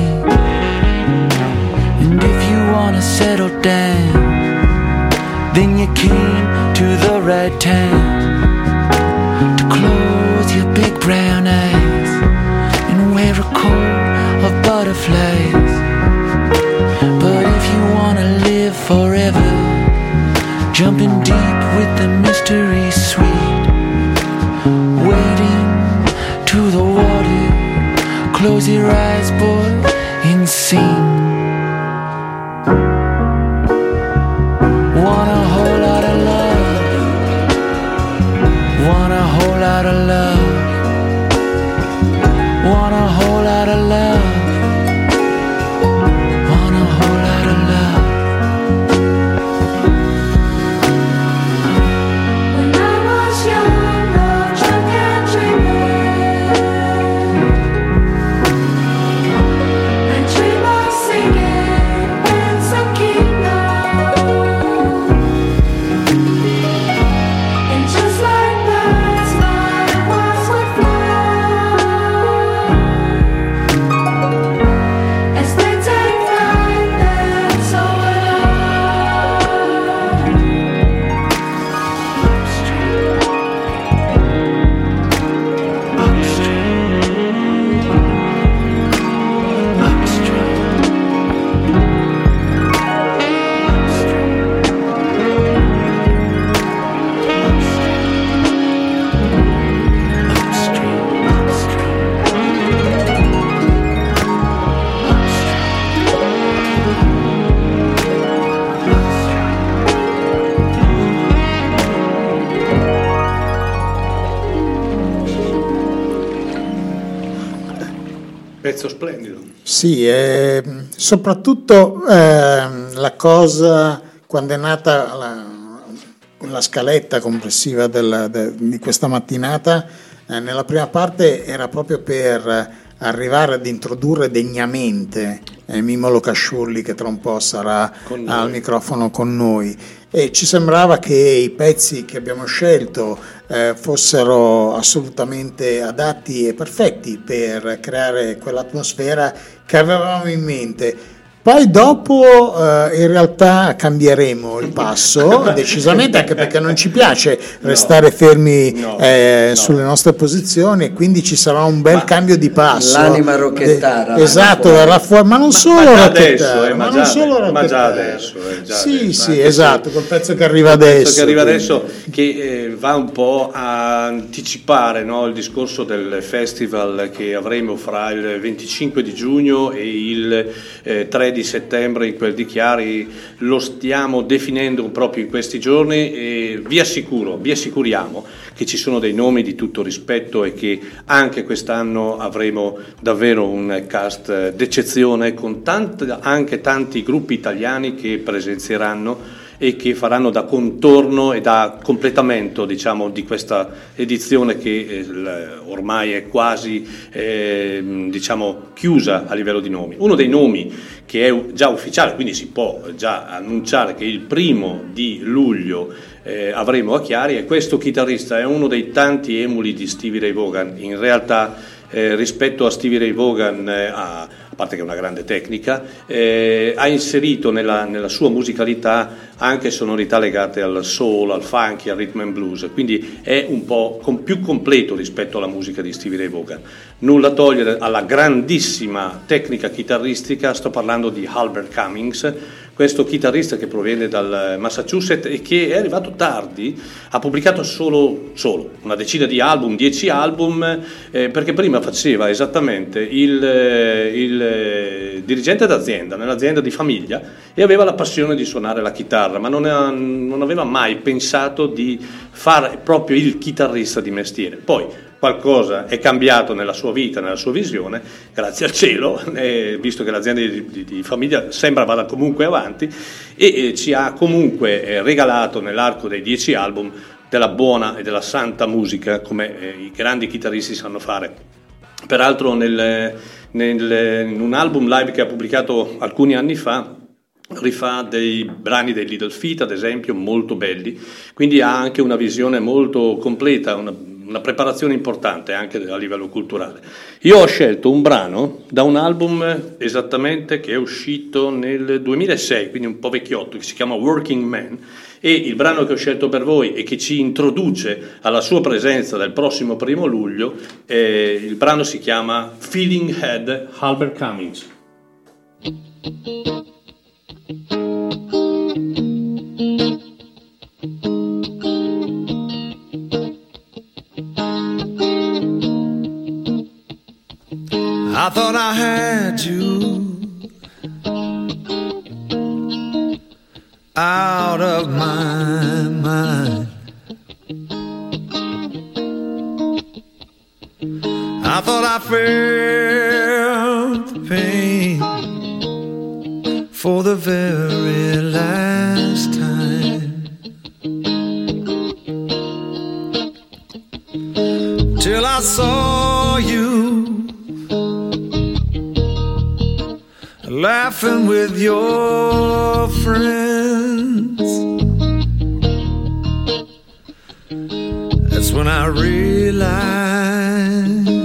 And if you wanna settle down, then you came to the right time to close your big brown eyes and wear a coat of butterflies. But if you wanna live forever, jumping deep with the mystery sweet, wading to the water, close your eyes, boy, and sing. Want a whole lot of love, want a whole lot of love, want a whole lot of love, want a whole lot of love. When I was young, drunk and dreaming, I dreamed of singing in some kingdom. And just like birds, my words would fly as they take flight. Then so would I. Pezzo splendido. Sì, eh, soprattutto eh, la cosa, quando è nata la, la scaletta complessiva del, de, di questa mattinata, eh, nella prima parte era proprio per arrivare ad introdurre degnamente eh, Mimmo Locasciulli, che tra un po' sarà al microfono con noi, e ci sembrava che i pezzi che abbiamo scelto eh, fossero assolutamente adatti e perfetti per creare quell'atmosfera che avevamo in mente. Poi dopo eh, in realtà cambieremo il passo decisamente, anche perché non ci piace restare no, fermi no, eh, no. sulle nostre posizioni, e quindi ci sarà un bel ma cambio di passo. L'anima rocchettara. Eh, esatto, verrà fuori, ma non ma, solo ma rocchettara, eh, ma, ma, già, non solo ma già rocchettara. adesso. Eh, già sì, adesso, sì, esatto, col pezzo che arriva adesso. Pezzo che arriva adesso, che eh, va un po' a anticipare, no, il discorso del festival che avremo fra il venticinque di giugno e il eh, tre di settembre in quel di Chiari. Lo stiamo definendo proprio in questi giorni e vi assicuro, vi assicuriamo che ci sono dei nomi di tutto rispetto e che anche quest'anno avremo davvero un cast d'eccezione, con tanti, anche tanti gruppi italiani che presenzieranno e che faranno da contorno e da completamento, diciamo, di questa edizione che eh, ormai è quasi eh, diciamo chiusa a livello di nomi. Uno dei nomi che è già ufficiale, quindi si può già annunciare che il primo di luglio eh, avremo a Chiari, e questo chitarrista è uno dei tanti emuli di Stevie Ray Vaughan. In realtà eh, rispetto a Stevie Ray Vaughan eh, ha a parte che è una grande tecnica, eh, ha inserito nella, nella sua musicalità anche sonorità legate al soul, al funky, al rhythm and blues, quindi è un po' con, più completo rispetto alla musica di Stevie Ray Vaughan. Nulla togliere alla grandissima tecnica chitarristica, sto parlando di Albert Cummings, questo chitarrista che proviene dal Massachusetts e che è arrivato tardi, ha pubblicato solo, solo una decina di album, dieci album, eh, perché prima faceva esattamente il, il dirigente d'azienda, nell'azienda di famiglia, e aveva la passione di suonare la chitarra, ma non, è, non aveva mai pensato di fare proprio il chitarrista di mestiere. Poi qualcosa è cambiato nella sua vita, nella sua visione, grazie al cielo, eh, visto che l'azienda di, di, di famiglia sembra vada comunque avanti, e eh, ci ha comunque eh, regalato nell'arco dei dieci album della buona e della santa musica, come eh, i grandi chitarristi sanno fare. Peraltro nel, nel, in un album live che ha pubblicato alcuni anni fa rifà dei brani dei Little Feat, ad esempio, molto belli, quindi ha anche una visione molto completa, una, una preparazione importante anche a livello culturale. Io ho scelto un brano da un album esattamente che è uscito nel duemilasei, quindi un po' vecchiotto, che si chiama Working Man, e il brano che ho scelto per voi e che ci introduce alla sua presenza del prossimo primo luglio, eh, il brano si chiama Feeling Head, Albert Cummings. I thought I had you out of my mind. I thought I felt the pain for the very last time, till I saw you laughing with your friends. That's when I realized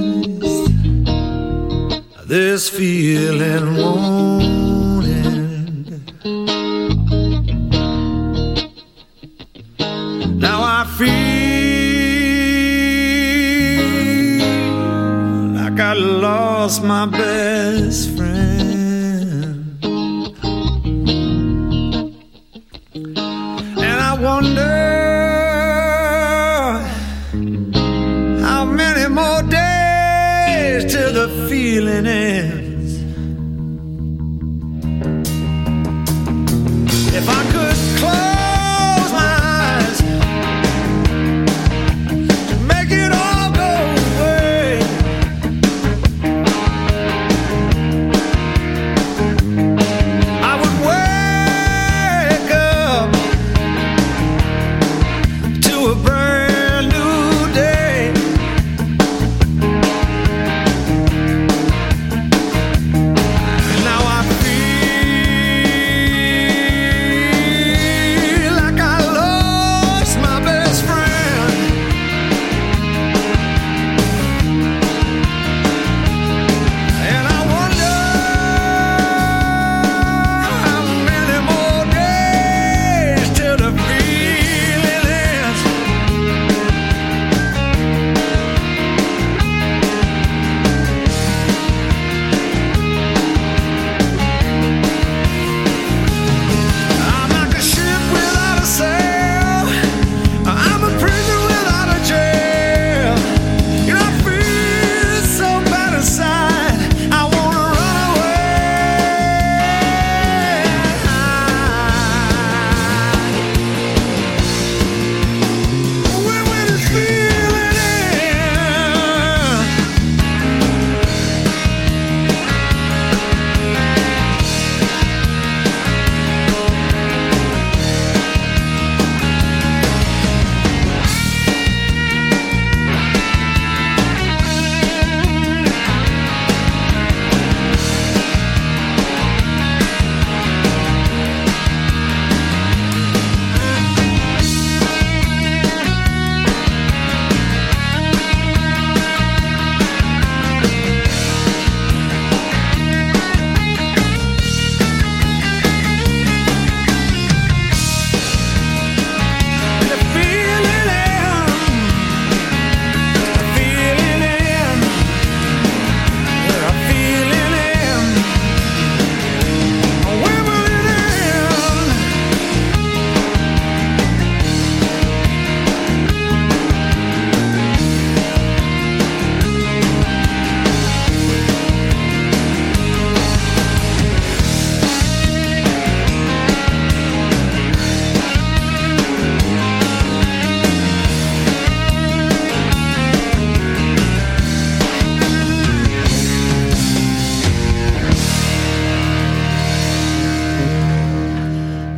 this feeling won't end. Now I feel like I lost my best friend. Wonder how many more days till the feeling ends. If I could close my eyes to make it all go away,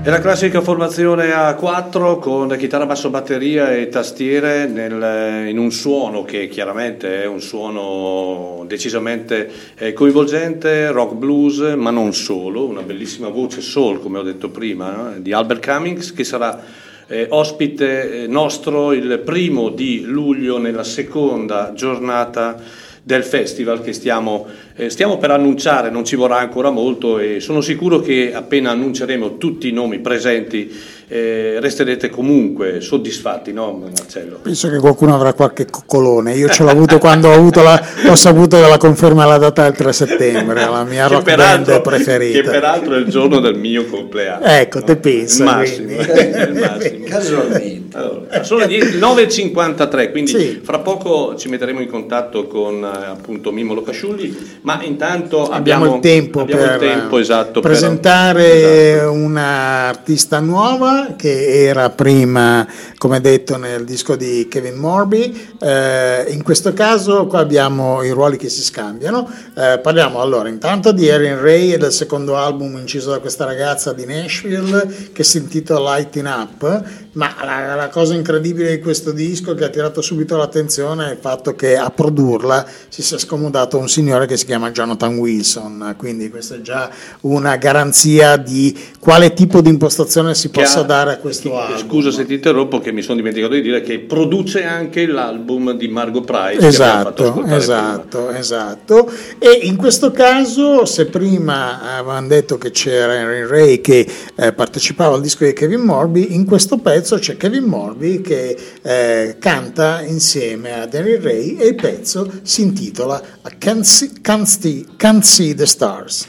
È la classica formazione a quattro con chitarra, basso, batteria e tastiere nel, in un suono che chiaramente è un suono decisamente eh, coinvolgente, rock blues, ma non solo, una bellissima voce soul, come ho detto prima, no? Di Albert Cummings, che sarà eh, ospite nostro il primo di luglio nella seconda giornata del festival che stiamo, eh, stiamo per annunciare. Non ci vorrà ancora molto e sono sicuro che appena annunceremo tutti i nomi presenti eh, resterete comunque soddisfatti, no Marcello? Penso che qualcuno avrà qualche coccolone. Io ce l'ho avuto quando ho, avuto la, ho saputo della conferma alla data del tre settembre, la mia che rock band preferita, che peraltro è il giorno del mio compleanno. Ecco, no? Te pensa, il massimo, il massimo. Casualmente. Allora, sono le nove e cinquantatré, quindi sì. Fra poco ci metteremo in contatto con appunto Mimmo Locasciulli, ma intanto abbiamo, abbiamo il tempo abbiamo per il tempo, esatto, presentare per, esatto. un'artista nuova che era prima, come detto, nel disco di Kevin Morby. Eh, in questo caso qua abbiamo i ruoli che si scambiano. Eh, parliamo allora intanto di Erin Ray e del secondo album inciso da questa ragazza di Nashville che si intitola Lighting Up, ma la, la cosa incredibile di questo disco che ha tirato subito l'attenzione è il fatto che a produrla si sia scomodato un signore che si chiama Jonathan Wilson, quindi questa è già una garanzia di quale tipo di impostazione si possa ha, dare a questo album. Scusa se ti interrompo, che mi sono dimenticato di dire che produce anche l'album di Margot Price. Esatto, esatto, prima. esatto. E in questo caso, se prima avevamo detto che c'era Erin Ray che eh, partecipava al disco di Kevin Morby, in questo pezzo c'è Kevin Morby che eh, canta insieme ad Erin Ray e il pezzo si intitola I Can't See, Can't See, Can't See the Stars.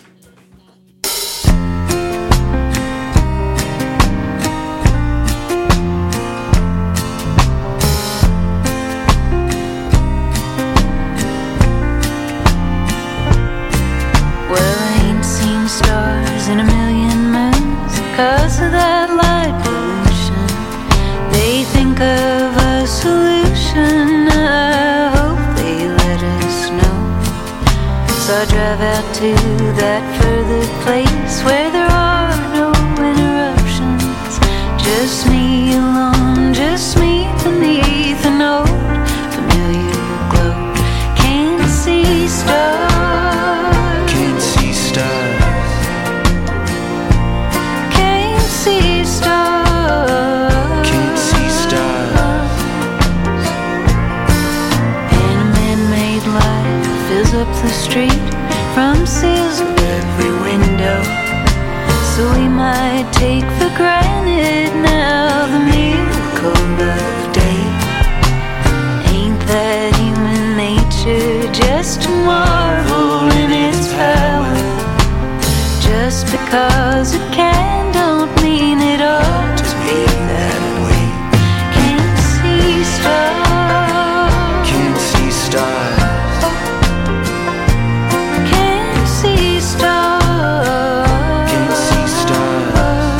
Because of that light pollution, they think of a solution. I hope they let us know. So I drive out to that further place where there are no interruptions. Just me alone, just me beneath an old familiar globe. Can't see stars. Can't see stars. See stars. Can't see stars. And a man-made light fills up the street from sills of every window. So we might take for granted now the miracle of day. Ain't that human nature just a marvel in its power? Just because it can don't mean it ought to be that way. Can't see stars. Can't see stars. Can't see stars. Can't see stars.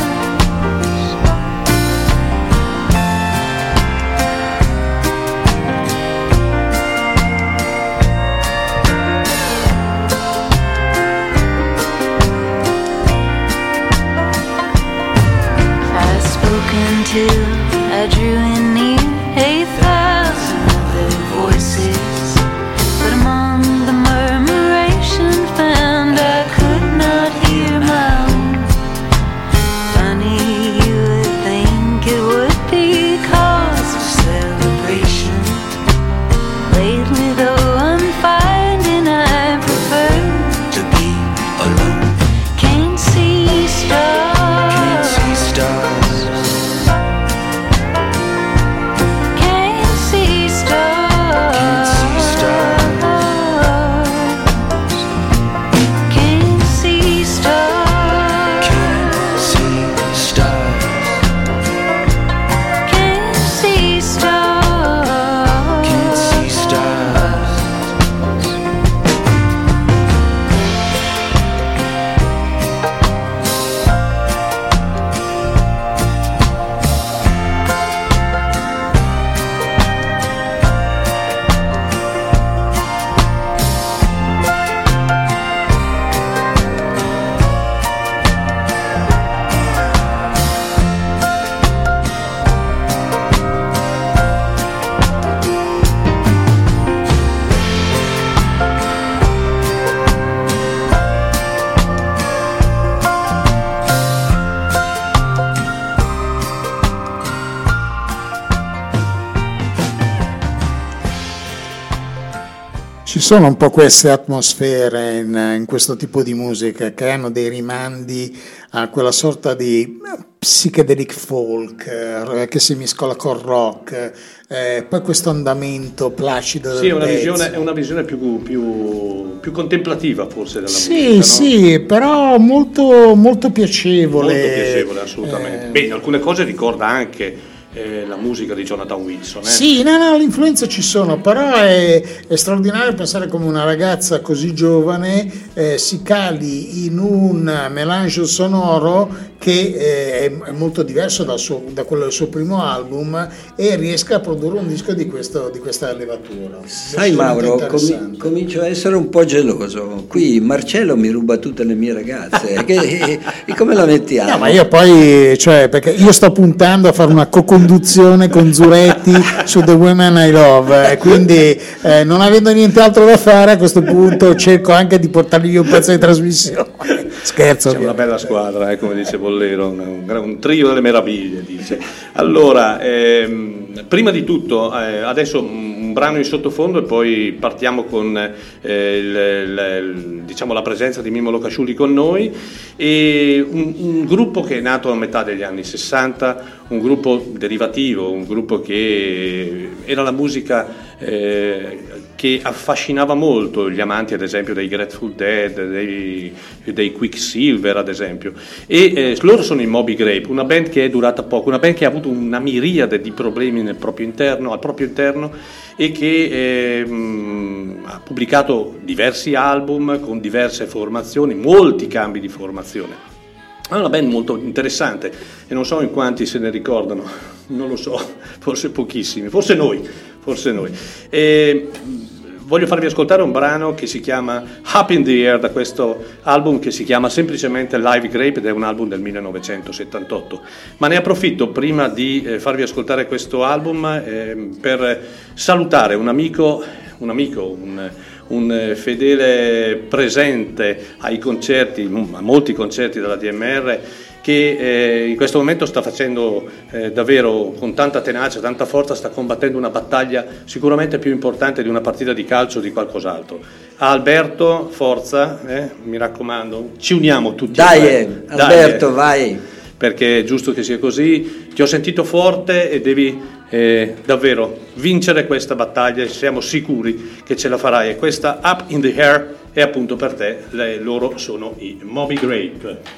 Until I drew in near a thousand other voices, but among the murmuration found I could not hear my own. Funny, you would think it would be cause of celebration. Lately though I'm finding I prefer to be alone. Can't see stars. Can't see stars. sono un po' queste atmosfere in, in questo tipo di musica che hanno dei rimandi a quella sorta di psychedelic folk eh, che si mescola col rock, eh, poi questo andamento placido del sì, è una pezzo. visione, è una visione più, più, più contemplativa forse della sì, musica, no? Sì, però molto, molto piacevole. Molto piacevole, assolutamente. Eh, Beh, in alcune cose ricorda anche eh, la musica di Jonathan Wilson. Eh? Sì, no, no, l'influenza ci sono, però è, è straordinario pensare come una ragazza così giovane eh, si cali in un melange sonoro che eh, è molto diverso dal suo, da quello del suo primo album e riesca a produrre un disco di, questo, di questa levatura. Sai Mauro, com- comincio a essere un po' geloso. Qui Marcello mi ruba tutte le mie ragazze. che, e come la mettiamo? No, ma io poi, cioè, perché io sto puntando a fare una co-conduzione con Zuretti su The Women I Love, eh, quindi eh, non avendo niente altro da fare a questo punto cerco anche di portargli via un pezzo di trasmissione. Scherzo. C'è una bella squadra, eh, come dice Bollero, un, un trio delle meraviglie, dice. Allora, ehm, prima di tutto, eh, adesso un brano in sottofondo e poi partiamo con eh, il, il, diciamo, la presenza di Mimmo Locasciuli con noi, e un, un gruppo che è nato a metà degli anni sessanta, un gruppo derivativo, un gruppo che era la musica eh, che affascinava molto gli amanti, ad esempio, dei Grateful Dead, dei, dei Quicksilver, ad esempio, e eh, loro sono i Moby Grape, una band che è durata poco, una band che ha avuto una miriade di problemi nel proprio interno, al proprio interno, e che eh, mh, ha pubblicato diversi album con diverse formazioni, molti cambi di formazione. È una band molto interessante e non so in quanti se ne ricordano, non lo so, forse pochissimi, forse noi, forse noi. E voglio farvi ascoltare un brano che si chiama Up in the Air, da questo album che si chiama semplicemente Live Grape ed è un album del millenovecentosettantotto. Ma ne approfitto prima di eh, farvi ascoltare questo album eh, per salutare un amico, un amico, un un fedele presente ai concerti, a molti concerti della D M R, che eh, in questo momento sta facendo eh, davvero con tanta tenacia, tanta forza, sta combattendo una battaglia sicuramente più importante di una partita di calcio o di qualcos'altro. Alberto, forza, eh, mi raccomando, ci uniamo tutti. Dai, eh, Alberto, Dai, vai. Perché è giusto che sia così, ti ho sentito forte e devi eh, davvero vincere questa battaglia, siamo sicuri che ce la farai, e questa Up in the Air è appunto per te. Le, loro sono i Moby Grape.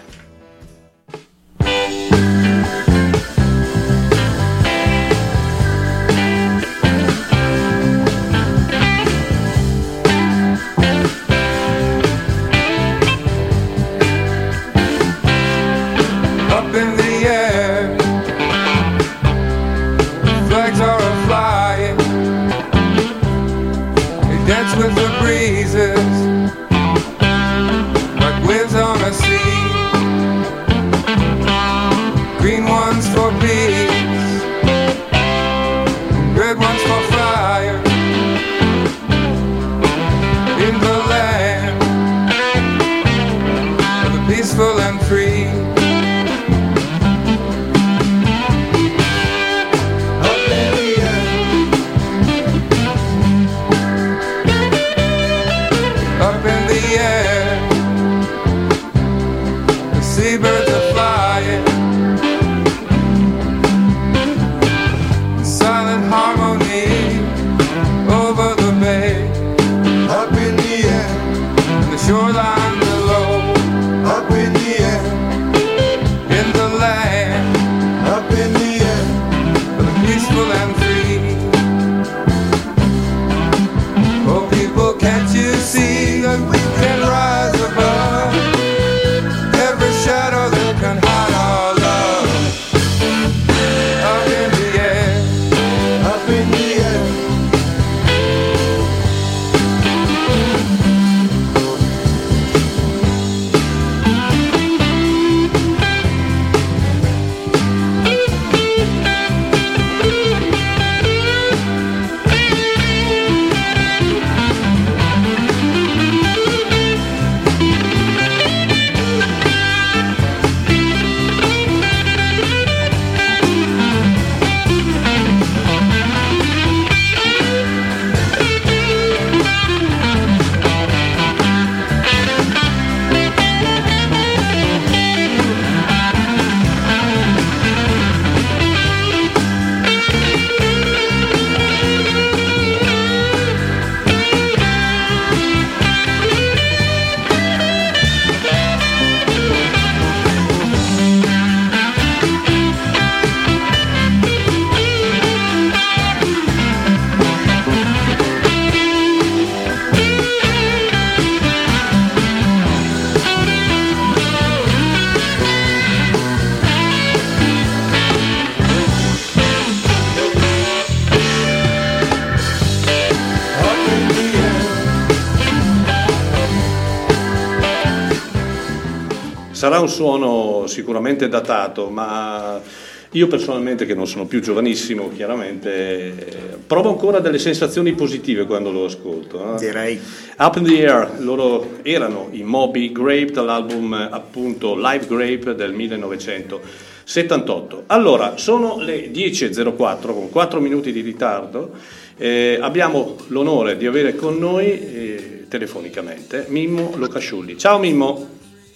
sarà un suono sicuramente datato, ma io personalmente, che non sono più giovanissimo, chiaramente provo ancora delle sensazioni positive quando lo ascolto. Eh? Direi. Up in the Air, loro erano i Moby Grape dall'album appunto Live Grape del millenovecentosettantotto. Allora, sono le dieci e zero quattro con quattro minuti di ritardo. Eh, abbiamo l'onore di avere con noi eh, telefonicamente Mimmo Locasciulli. Ciao Mimmo.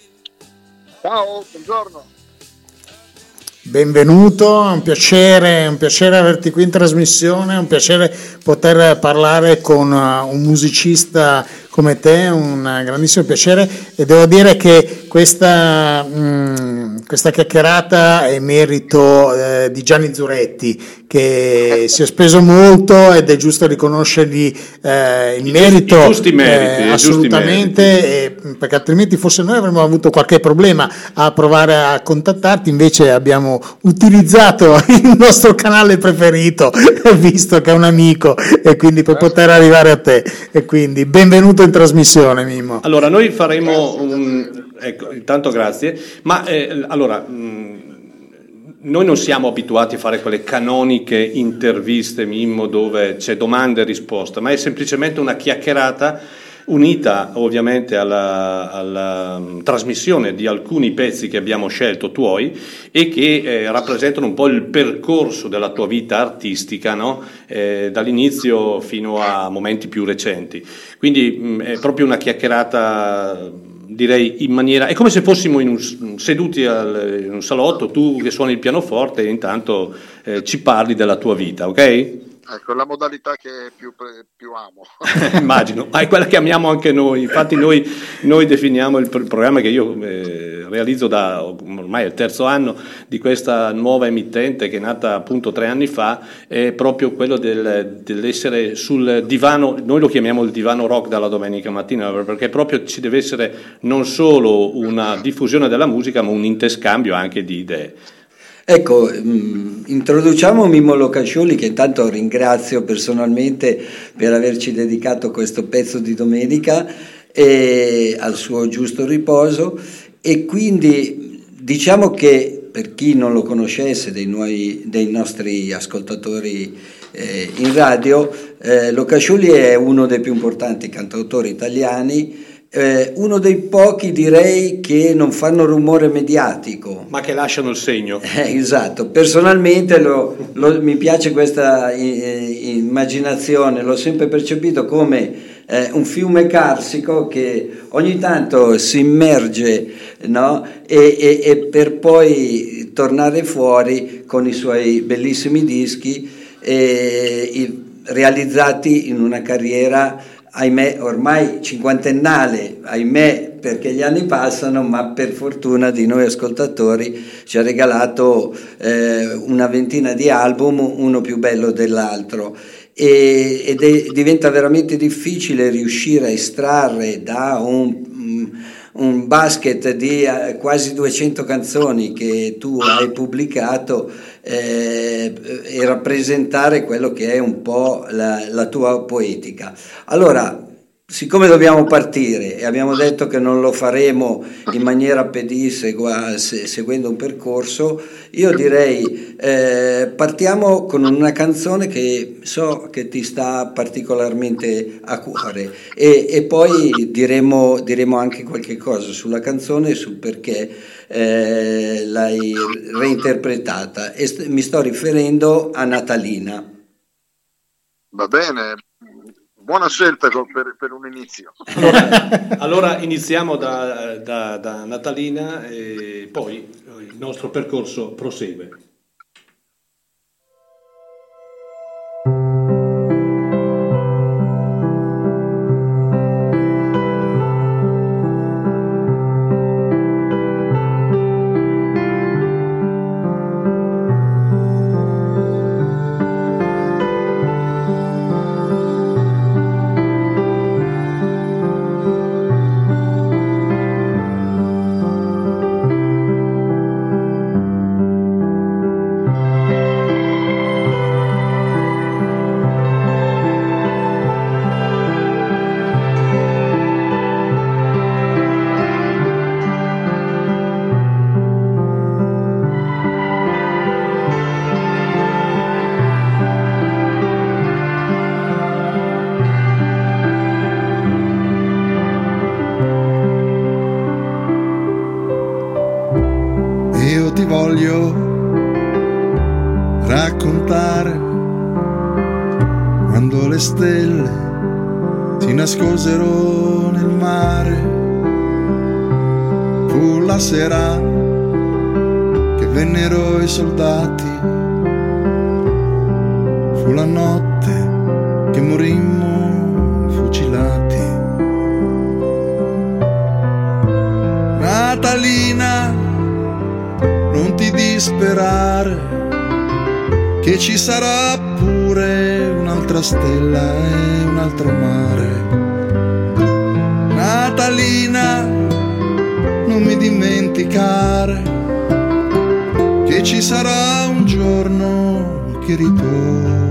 Ciao, buongiorno. Benvenuto, è un piacere, è un piacere averti qui in trasmissione, è un piacere poter parlare con un musicista come te, un grandissimo piacere, e devo dire che questa, mh, questa chiacchierata è merito eh, di Gianni Zuretti, che si è speso molto ed è giusto riconoscergli eh, il merito, i giusti meriti, eh, i assolutamente, giusti meriti. E, perché altrimenti forse noi avremmo avuto qualche problema a provare a contattarti, invece abbiamo utilizzato il nostro canale preferito, visto che è un amico, e quindi per poter arrivare a te, e quindi benvenuto in trasmissione, Mimmo. Allora, noi faremo un... ecco, intanto grazie, ma eh, allora mh, noi non siamo abituati a fare quelle canoniche interviste, Mimmo, dove c'è domanda e risposta, ma è semplicemente una chiacchierata unita ovviamente alla, alla um, trasmissione di alcuni pezzi che abbiamo scelto tuoi e che eh, rappresentano un po' il percorso della tua vita artistica, no? Eh, dall'inizio fino a momenti più recenti. Quindi mh, è proprio una chiacchierata, direi, in maniera... è come se fossimo in un, seduti al, in un salotto, tu che suoni il pianoforte e intanto eh, ci parli della tua vita, ok? Ecco, la modalità che più, più amo. Immagino, ma è quella che amiamo anche noi. Infatti noi, noi definiamo il, il programma che io eh, realizzo da ormai il terzo anno di questa nuova emittente, che è nata appunto tre anni fa, è proprio quello del, dell'essere sul divano. Noi lo chiamiamo il divano rock dalla domenica mattina, perché proprio ci deve essere non solo una diffusione della musica, ma un interscambio anche di idee. Ecco, mh, introduciamo Mimmo Locasciulli, che intanto ringrazio personalmente per averci dedicato questo pezzo di domenica e al suo giusto riposo, e quindi diciamo che per chi non lo conoscesse dei, nuovi, dei nostri ascoltatori eh, in radio, eh, Locasciulli è uno dei più importanti cantautori italiani. Eh, uno dei pochi, direi, che non fanno rumore mediatico, ma che lasciano il segno. Eh, esatto, personalmente lo, lo, mi piace questa eh, immaginazione, l'ho sempre percepito come eh, un fiume carsico che ogni tanto si immerge, no? e, e, e per poi tornare fuori con i suoi bellissimi dischi eh, i, realizzati in una carriera, ahimè, ormai cinquantennale, ahimè, perché gli anni passano, ma per fortuna di noi ascoltatori ci ha regalato eh, una ventina di album, uno più bello dell'altro, e, ed è, diventa veramente difficile riuscire a estrarre da un, un basket di eh, quasi duecento canzoni che tu hai pubblicato Eh, e rappresentare quello che è un po' la, la tua poetica. Allora, siccome dobbiamo partire e abbiamo detto che non lo faremo in maniera pedissequa, se, seguendo un percorso, io direi eh, partiamo con una canzone che so che ti sta particolarmente a cuore, e, e poi diremo, diremo anche qualche cosa sulla canzone e sul perché Eh, l'hai reinterpretata, e st- mi sto riferendo a Natalina. Va bene, buona scelta per, per un inizio. Allora, allora iniziamo da, da, da Natalina e poi il nostro percorso prosegue. raccontare quando le stelle si nascosero nel mare. Fu la sera che vennero i soldati, fu la notte che morimmo fucilati. Natalina, non ti disperare, che ci sarà pure un'altra stella e un altro mare. Natalina, non mi dimenticare, che ci sarà un giorno che ritorno.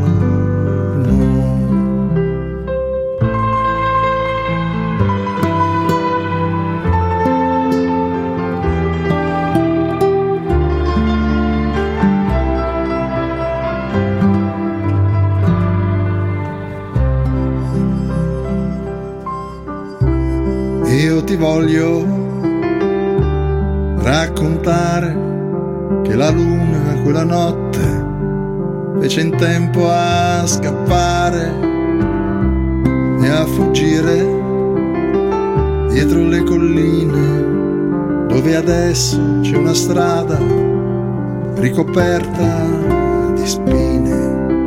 Io ti voglio raccontare che la luna quella notte fece in tempo a scappare e a fuggire dietro le colline, dove adesso c'è una strada ricoperta di spine.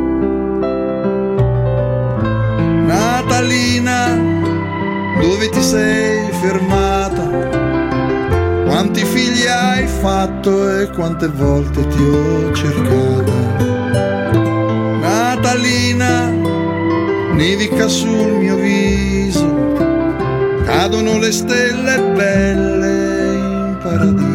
Natalina, dove ti sei fermata? Quanti figli hai fatto e quante volte ti ho cercata? Natalina, nevica sul mio viso, cadono le stelle belle in paradiso.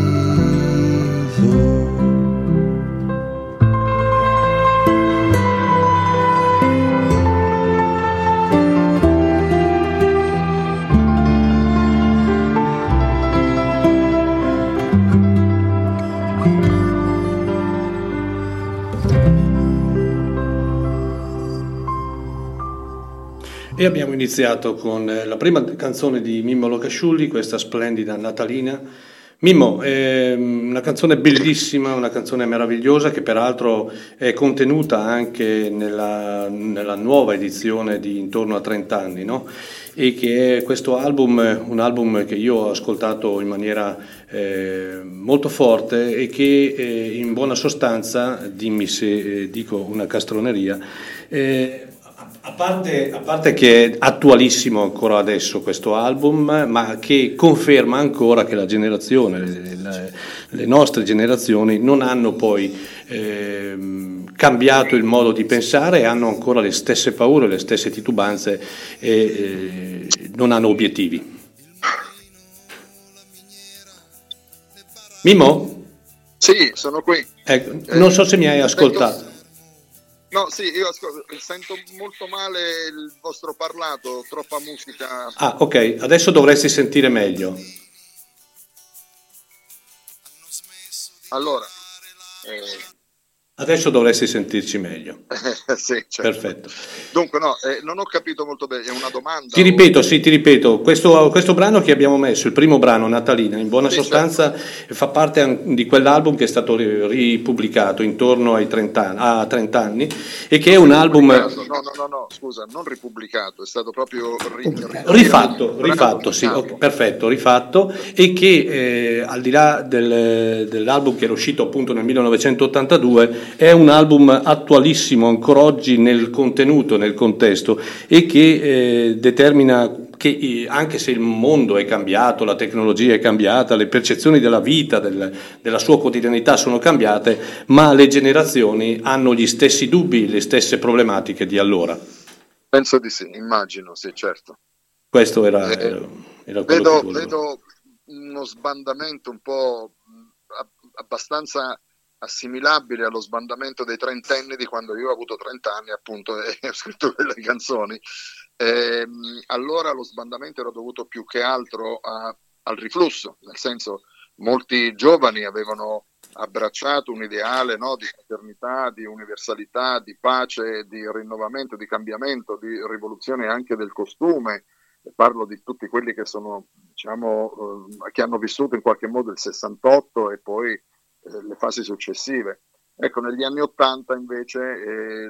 E abbiamo iniziato con la prima canzone di Mimmo Locasciulli, questa splendida Natalina. Mimmo, è una canzone bellissima, una canzone meravigliosa che peraltro è contenuta anche nella, nella nuova edizione di Intorno a trenta anni, no? E che è questo album, un album che io ho ascoltato in maniera eh, molto forte e che eh, in buona sostanza, dimmi se eh, dico una castroneria, eh, A parte, a parte che è attualissimo ancora adesso questo album, ma che conferma ancora che la generazione, le, le nostre generazioni non hanno poi eh, cambiato il modo di pensare e hanno ancora le stesse paure, le stesse titubanze e eh, non hanno obiettivi. Mimmo? Sì, sono qui. Ecco, non so se mi hai ascoltato. No, sì, io ascolto, sento molto male il vostro parlato, troppa musica. Ah, ok, adesso dovresti sentire meglio. Allora, eh... adesso dovresti sentirci meglio. Sì, certo. Perfetto. Dunque, no, eh, non ho capito molto bene, è una domanda? Ti ripeto, o... sì, ti ripeto, questo, questo brano che abbiamo messo, il primo brano, Natalina, in buona sì, sostanza certo. Fa parte di quell'album che è stato ripubblicato intorno ai trenta anni, a trenta anni e che è un album... No, no, no, no, scusa, non ripubblicato, è stato proprio ri... rifatto, rifatto, sì, okay, perfetto, rifatto e che eh, al di là del, dell'album che era uscito appunto nel millenovecentottantadue è un album attualissimo ancora oggi nel contenuto, nel contesto e che eh, determina che eh, anche se il mondo è cambiato, la tecnologia è cambiata, le percezioni della vita, del, della sua quotidianità sono cambiate, ma le generazioni hanno gli stessi dubbi, le stesse problematiche di allora. Penso di sì, immagino, sì, certo. Questo era, eh, era, era quello vedo, che vedo uno sbandamento un po' abbastanza assimilabile allo sbandamento dei trentenni di quando io ho avuto trenta anni appunto e ho scritto quelle canzoni. E, allora lo sbandamento era dovuto più che altro a, al riflusso, nel senso molti giovani avevano abbracciato un ideale, no, di fraternità, di universalità, di pace, di rinnovamento, di cambiamento, di rivoluzione anche del costume. Parlo di tutti quelli che sono, diciamo, eh, che hanno vissuto in qualche modo il sessantotto e poi le fasi successive. Ecco, negli anni Ottanta invece eh,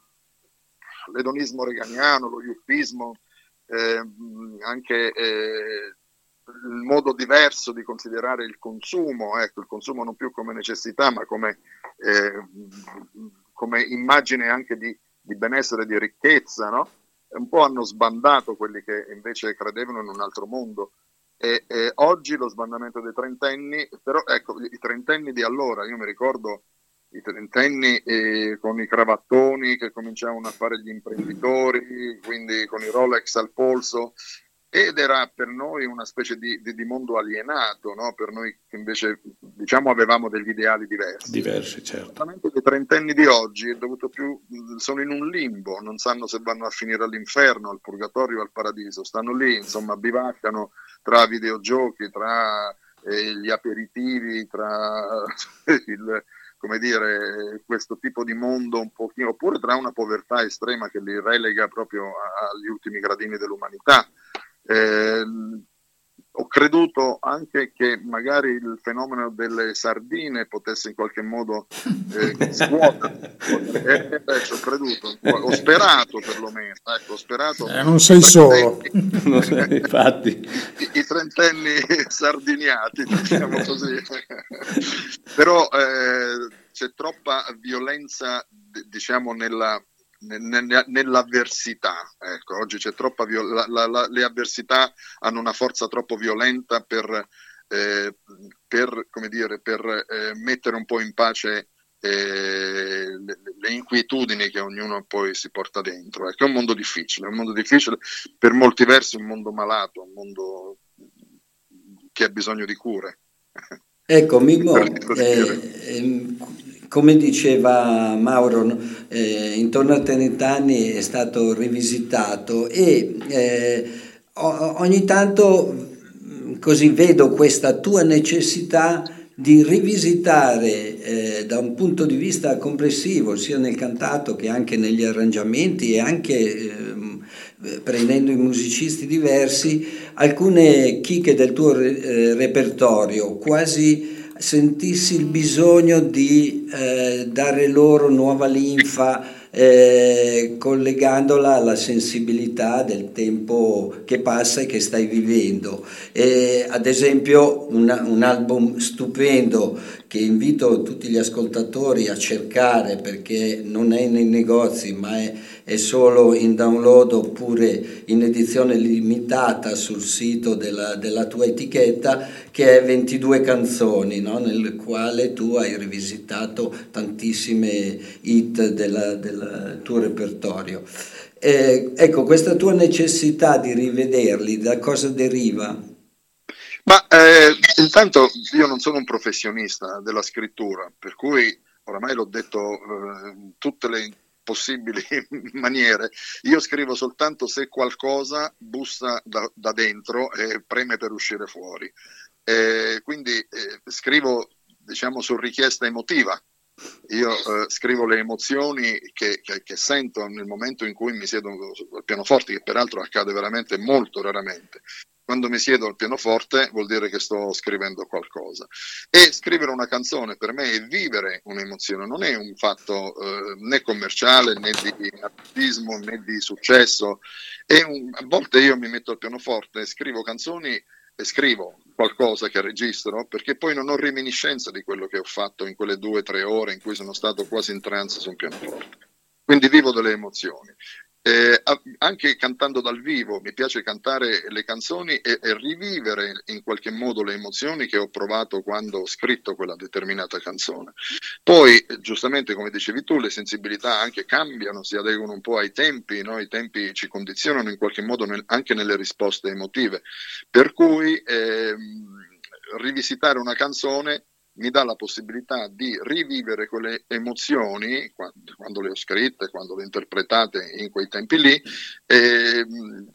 l'edonismo reganiano, lo yuppismo, eh, anche eh, il modo diverso di considerare il consumo, ecco, il consumo non più come necessità ma come, eh, come immagine anche di, di benessere, di ricchezza, no? Un po' hanno sbandato quelli che invece credevano in un altro mondo. E, e oggi lo sbandamento dei trentenni, però ecco, i trentenni di allora, io mi ricordo i trentenni eh, con i cravattoni che cominciavano a fare gli imprenditori, quindi con i Rolex al polso, ed era per noi una specie di, di, di mondo alienato, no? Per noi che invece diciamo avevamo degli ideali diversi. Diversi, certo. I trentenni di oggi è dovuto più, sono in un limbo, non sanno se vanno a finire all'inferno, al purgatorio o al paradiso, stanno lì, insomma, bivaccano tra videogiochi, tra eh, gli aperitivi, tra il, come dire, questo tipo di mondo un pochino, oppure tra una povertà estrema che li relega proprio agli ultimi gradini dell'umanità. Eh, ho creduto anche che magari il fenomeno delle sardine potesse in qualche modo eh, scuotere, eh, eh, ci ho creduto, ho sperato perlomeno, ecco, ho sperato. Eh, non sei solo. Infatti. I, i trentenni sardiniati, diciamo così. Però eh, c'è troppa violenza, diciamo, nella nell'avversità, ecco, oggi c'è troppa viol- la, la, la, le avversità hanno una forza troppo violenta per, eh, per come dire, per eh, mettere un po' in pace eh, le, le inquietudini che ognuno poi si porta dentro. Ecco, è un mondo difficile, è un mondo difficile per molti versi, un mondo malato, un mondo che ha bisogno di cure. Ecco, Mimmo, eh, eh, come diceva Mauro, eh, intorno a trenta anni è stato rivisitato e eh, ogni tanto così vedo questa tua necessità di rivisitare eh, da un punto di vista complessivo, sia nel cantato che anche negli arrangiamenti e anche eh, prendendo i musicisti diversi, alcune chicche del tuo eh, repertorio, quasi sentissi il bisogno di eh, dare loro nuova linfa, eh, collegandola alla sensibilità del tempo che passa e che stai vivendo. E, ad esempio una, un album stupendo che invito tutti gli ascoltatori a cercare, perché non è nei negozi ma è, è solo in download oppure in edizione limitata sul sito della, della tua etichetta, che è ventidue canzoni, no? Nel quale tu hai rivisitato tantissime hit della, del tuo repertorio. Eh, ecco, questa tua necessità di rivederli, da cosa deriva? Ma eh, intanto io non sono un professionista della scrittura, per cui oramai l'ho detto eh, in tutte le possibili maniere, io scrivo soltanto se qualcosa bussa da, da dentro e preme per uscire fuori. Eh, quindi eh, scrivo, diciamo, su richiesta emotiva. Io eh, scrivo le emozioni che, che, che sento nel momento in cui mi siedo al pianoforte, che peraltro accade veramente molto raramente. Quando mi siedo al pianoforte vuol dire che sto scrivendo qualcosa. E scrivere una canzone per me è vivere un'emozione, non è un fatto eh, né commerciale né di artismo né di successo. È un, a volte io mi metto al pianoforte, scrivo canzoni e scrivo qualcosa che registro, perché poi non ho reminiscenza di quello che ho fatto in quelle due o tre ore in cui sono stato quasi in trance su un pianoforte. Quindi vivo delle emozioni. Eh, anche cantando dal vivo mi piace cantare le canzoni e, e rivivere in qualche modo le emozioni che ho provato quando ho scritto quella determinata canzone. Poi giustamente, come dicevi tu, le sensibilità anche cambiano, si adeguano un po' ai tempi, no? I tempi ci condizionano in qualche modo nel, anche nelle risposte emotive, per cui ehm, rivisitare una canzone mi dà la possibilità di rivivere quelle emozioni quando, quando le ho scritte, quando le ho interpretate in quei tempi lì, eh,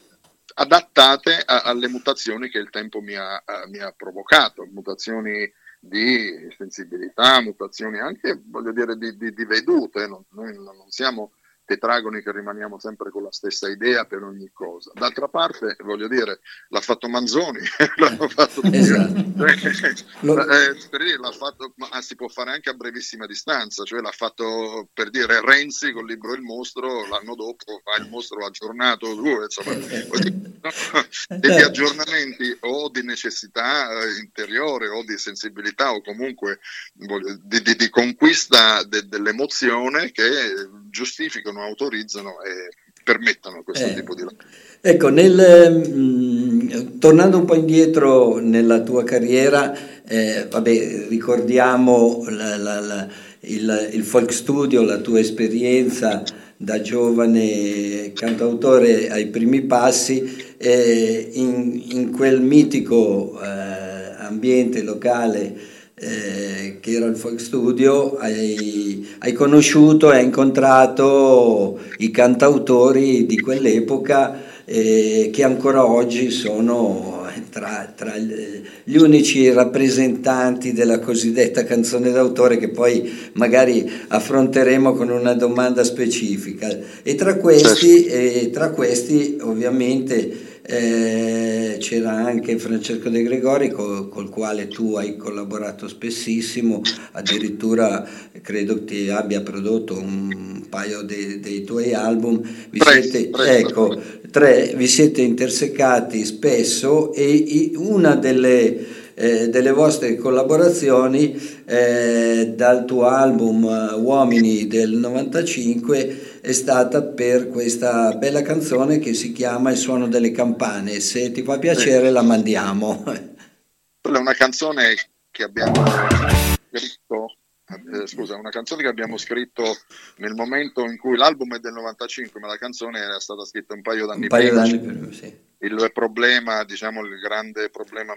adattate a, alle mutazioni che il tempo mi ha, uh, mi ha provocato, mutazioni di sensibilità, mutazioni anche, voglio dire, di, di, di vedute. Non, noi non siamo tetragoni che rimaniamo sempre con la stessa idea per ogni cosa. D'altra parte, voglio dire, l'ha fatto Manzoni, l'hanno fatto esatto. eh, per dire, l'ha fatto, ma si può fare anche a brevissima distanza, cioè l'ha fatto, per dire, Renzi col libro Il mostro, l'anno dopo fa Il mostro aggiornato, due, insomma, degli aggiornamenti o di necessità interiore o di sensibilità o comunque di, di, di conquista de, dell'emozione che giustificano, autorizzano e permettono questo eh, tipo di lavoro. Ecco, nel, mh, tornando un po' indietro nella tua carriera, eh, vabbè, ricordiamo la, la, la, il, il folk studio, la tua esperienza da giovane cantautore ai primi passi, eh, in, in quel mitico eh, ambiente locale Eh, che era il folk studio, hai, hai conosciuto e hai incontrato i cantautori di quell'epoca eh, che ancora oggi sono tra, tra gli unici rappresentanti della cosiddetta canzone d'autore, che poi magari affronteremo con una domanda specifica, e tra questi, e tra questi ovviamente Eh, c'era anche Francesco De Gregori col, col quale tu hai collaborato spessissimo, addirittura credo che abbia prodotto un paio de, dei tuoi album. Vi tre, siete, tre, ecco, tre, vi siete intersecati spesso, e una delle Eh, delle vostre collaborazioni eh, dal tuo album uh, Uomini del novantacinque è stata per questa bella canzone che si chiama Il suono delle campane. Se ti fa piacere, la mandiamo. Quella è una canzone che abbiamo scritto eh, scusa, una canzone che abbiamo scritto nel momento in cui l'album è del novantacinque, ma la canzone era stata scritta un paio d'anni un paio prima. D'anni prima sì. Il problema, diciamo, il grande problema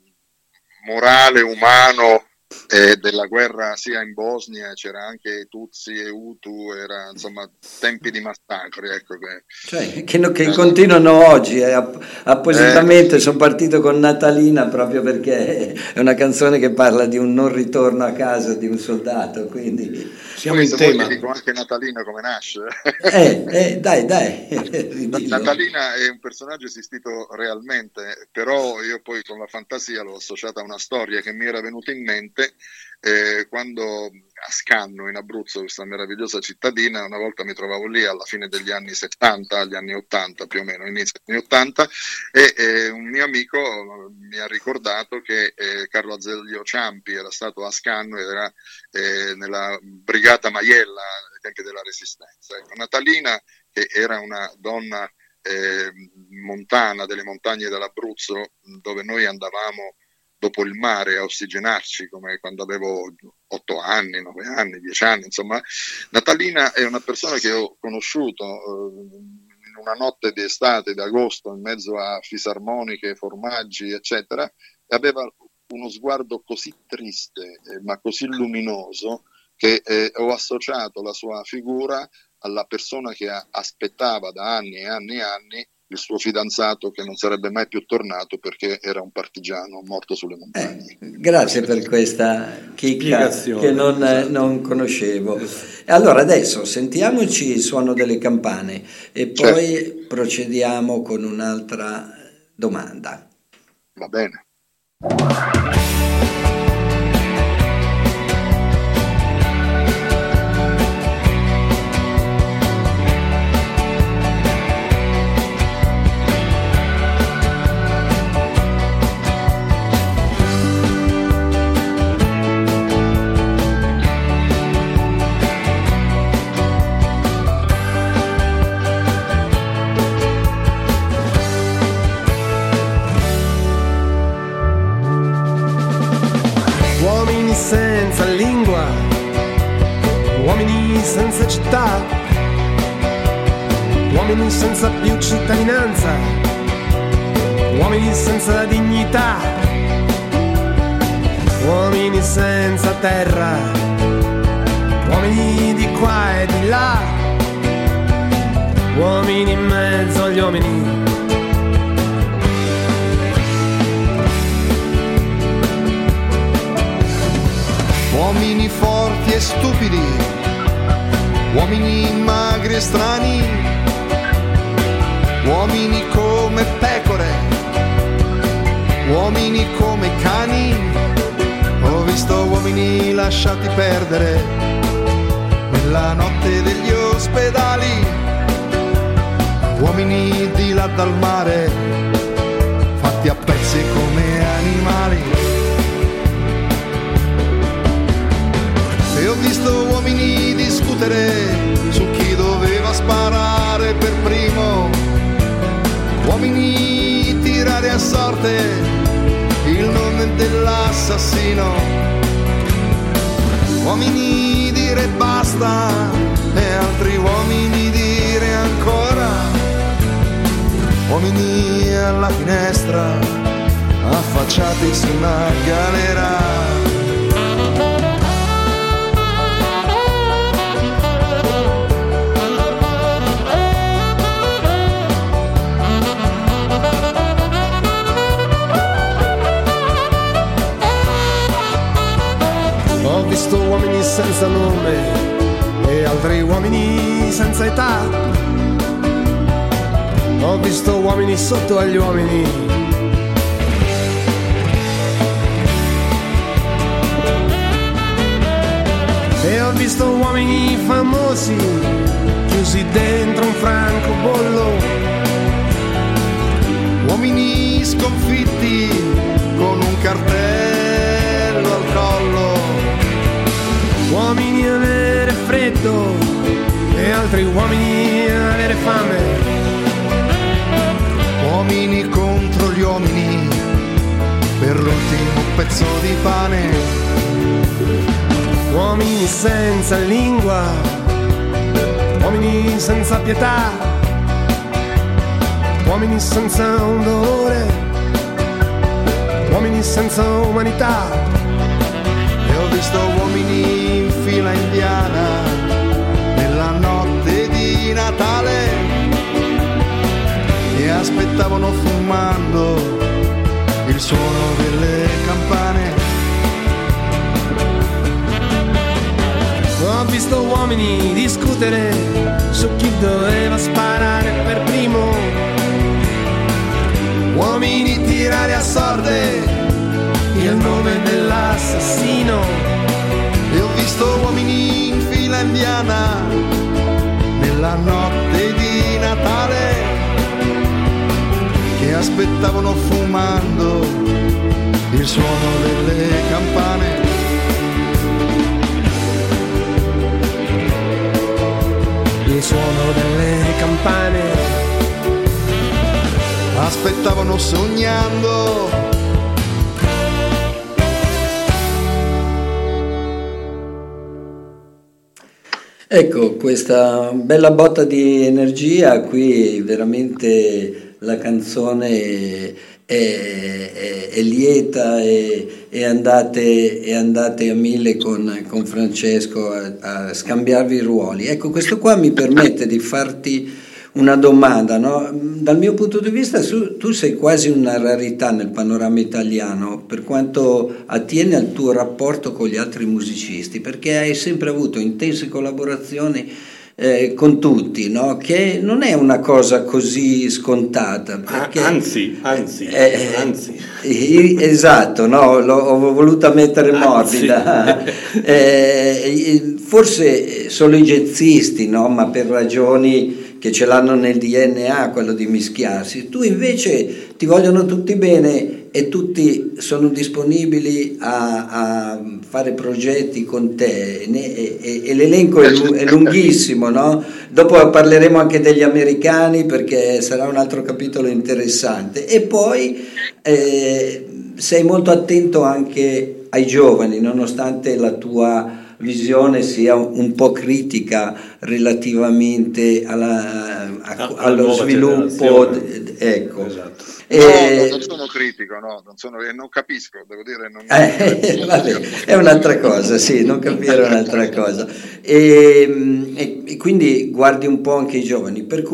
morale, umano eh, della guerra sia in Bosnia, c'era anche Tutsi e Hutu, era insomma tempi di massacri, ecco che, cioè, che, no, che eh, continuano oggi, eh, appositamente eh, sono partito con Natalina proprio perché è una canzone che parla di un non ritorno a casa di un soldato, quindi siamo in tema. Dico anche Natalina come nasce. Eh, eh, dai, dai. Natalina è un personaggio esistito realmente, però io poi con la fantasia l'ho associata a una storia che mi era venuta in mente eh, quando a Scanno in Abruzzo, questa meravigliosa cittadina, una volta mi trovavo lì alla fine degli anni settanta, agli anni ottanta più o meno, inizio degli anni ottanta, e eh, un mio amico mi ha ricordato che eh, Carlo Azeglio Ciampi era stato a Scanno ed era eh, nella brigata Maiella ai tempi della Resistenza. Ecco, Natalina, che era una donna eh, montana delle montagne dell'Abruzzo, dove noi andavamo dopo il mare a ossigenarci, come quando avevo otto anni, nove anni, dieci anni, insomma. Natalina è una persona che ho conosciuto eh, in una notte di estate, d'agosto, in mezzo a fisarmoniche, formaggi, eccetera, e aveva uno sguardo così triste, eh, ma così luminoso, che eh, ho associato la sua figura alla persona che a- aspettava da anni e anni e anni il suo fidanzato, che non sarebbe mai più tornato perché era un partigiano morto sulle montagne. Eh, grazie per questa chicca che non, esatto. non conoscevo. Allora adesso sentiamoci Il suono delle campane e poi certo. procediamo con un'altra domanda. Va bene. Senza lingua, uomini senza città, uomini senza più cittadinanza, uomini senza dignità, uomini senza terra, uomini di qua e di là, uomini in mezzo agli uomini. Uomini forti e stupidi, uomini magri uomini strani, uomini come pecore, uomini come cani. Ho visto uomini lasciati perdere nella notte degli ospedali, uomini di là dal mare, fatti a pezzi come animali. E ho visto uomini discutere su chi doveva sparare per primo, uomini tirare a sorte il nome dell'assassino, uomini dire basta e altri uomini dire ancora, uomini alla finestra affacciati su una galera. Ho visto uomini senza nome e altri uomini senza età. Ho visto uomini sotto agli uomini. E ho visto uomini famosi chiusi dentro un francobollo. Uomini sconfitti con un cartello al collo. Uomini avere freddo e altri uomini avere fame. Uomini contro gli uomini per l'ultimo pezzo di pane. Uomini senza lingua, uomini senza pietà, uomini senza un dolore, uomini senza umanità. Ho visto uomini in fila indiana nella notte di Natale e aspettavano fumando il suono delle campane. Ho visto uomini discutere su chi doveva sparare per primo, uomini tirare a sorte il nome dell'assassino. E ho visto uomini in fila indiana nella notte di Natale che aspettavano fumando il suono delle campane. Il suono delle campane. Aspettavano sognando. Ecco, questa bella botta di energia, qui veramente la canzone è, è, è lieta e, e, andate, e andate a mille con, con Francesco a, a scambiarvi i ruoli. Ecco, questo qua mi permette di farti una domanda, no? Dal mio punto di vista su, tu sei quasi una rarità nel panorama italiano per quanto attiene al tuo rapporto con gli altri musicisti, perché hai sempre avuto intense collaborazioni eh, con tutti, no? Che non è una cosa così scontata, perché, anzi, anzi, eh, anzi. Eh, esatto, no? L'ho voluta mettere morbida. eh, forse solo i jazzisti, no? Ma per ragioni che ce l'hanno nel D N A, quello di mischiarsi. Tu invece ti vogliono tutti bene e tutti sono disponibili a, a fare progetti con te e, e, e l'elenco è, è lunghissimo, no? Dopo parleremo anche degli americani perché sarà un altro capitolo interessante. E poi eh, sei molto attento anche ai giovani, nonostante la tua visione sia un po' critica relativamente alla, a, allo sviluppo, ecco. Esatto. E, no, non sono critico, no, non, sono, non capisco, devo dire. Non, eh, vabbè, è un'altra cosa, sì, non capire è un'altra cosa. E, e, e quindi guardi un po' anche i giovani, per cui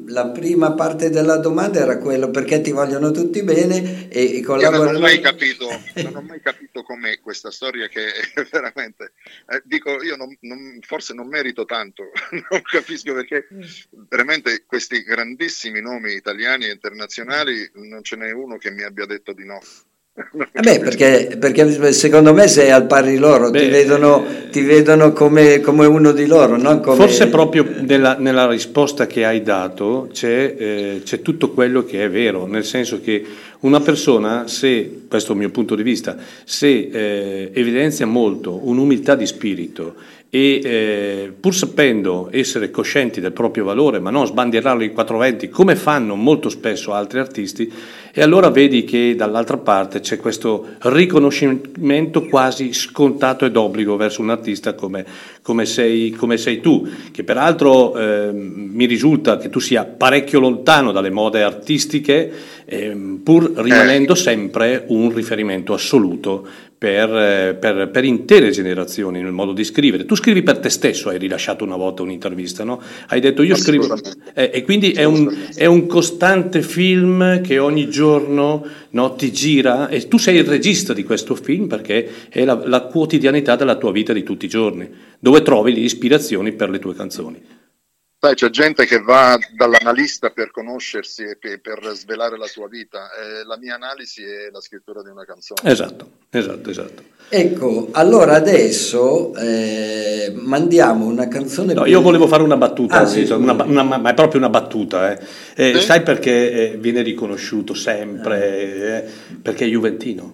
la prima parte della domanda era quello perché ti vogliono tutti bene e, e collaborano. Io non ho mai capito, non ho mai capito com'è questa storia che è veramente, eh, dico io non, non, forse non merito tanto, non capisco perché veramente questi grandissimi nomi italiani e internazionali non ce n'è uno che mi abbia detto di no. Beh, perché, perché secondo me sei al pari loro. Beh, ti vedono, ti vedono come, come uno di loro, no? Come... Forse proprio nella, nella risposta che hai dato c'è, eh, c'è tutto quello che è vero, nel senso che una persona, se, questo è il mio punto di vista, se eh, evidenzia molto un'umiltà di spirito e eh, pur sapendo essere coscienti del proprio valore, ma non sbandierarlo in quattro venti come fanno molto spesso altri artisti, e allora vedi che dall'altra parte c'è questo riconoscimento quasi scontato ed obbligo verso un artista come, come, sei, come sei tu, che peraltro eh, mi risulta che tu sia parecchio lontano dalle mode artistiche, eh, pur rimanendo sempre un riferimento assoluto Per, per, per intere generazioni nel modo di scrivere. Tu scrivi per te stesso, hai rilasciato una volta un'intervista, no? Hai detto io scrivo, eh, e quindi è un, è un costante film che ogni giorno, no, ti gira, e tu sei il regista di questo film perché è la, la quotidianità della tua vita di tutti i giorni, dove trovi le ispirazioni per le tue canzoni. Sai, c'è gente che va dall'analista per conoscersi e per, per svelare la sua vita. Eh, la mia analisi è la scrittura di una canzone. Esatto, esatto, esatto. Ecco, allora adesso eh, mandiamo una canzone. No, io volevo fare una battuta, ah, sì, una, una, ma è proprio una battuta. Eh. Eh, sì? Sai perché eh, viene riconosciuto sempre? Eh, perché è juventino.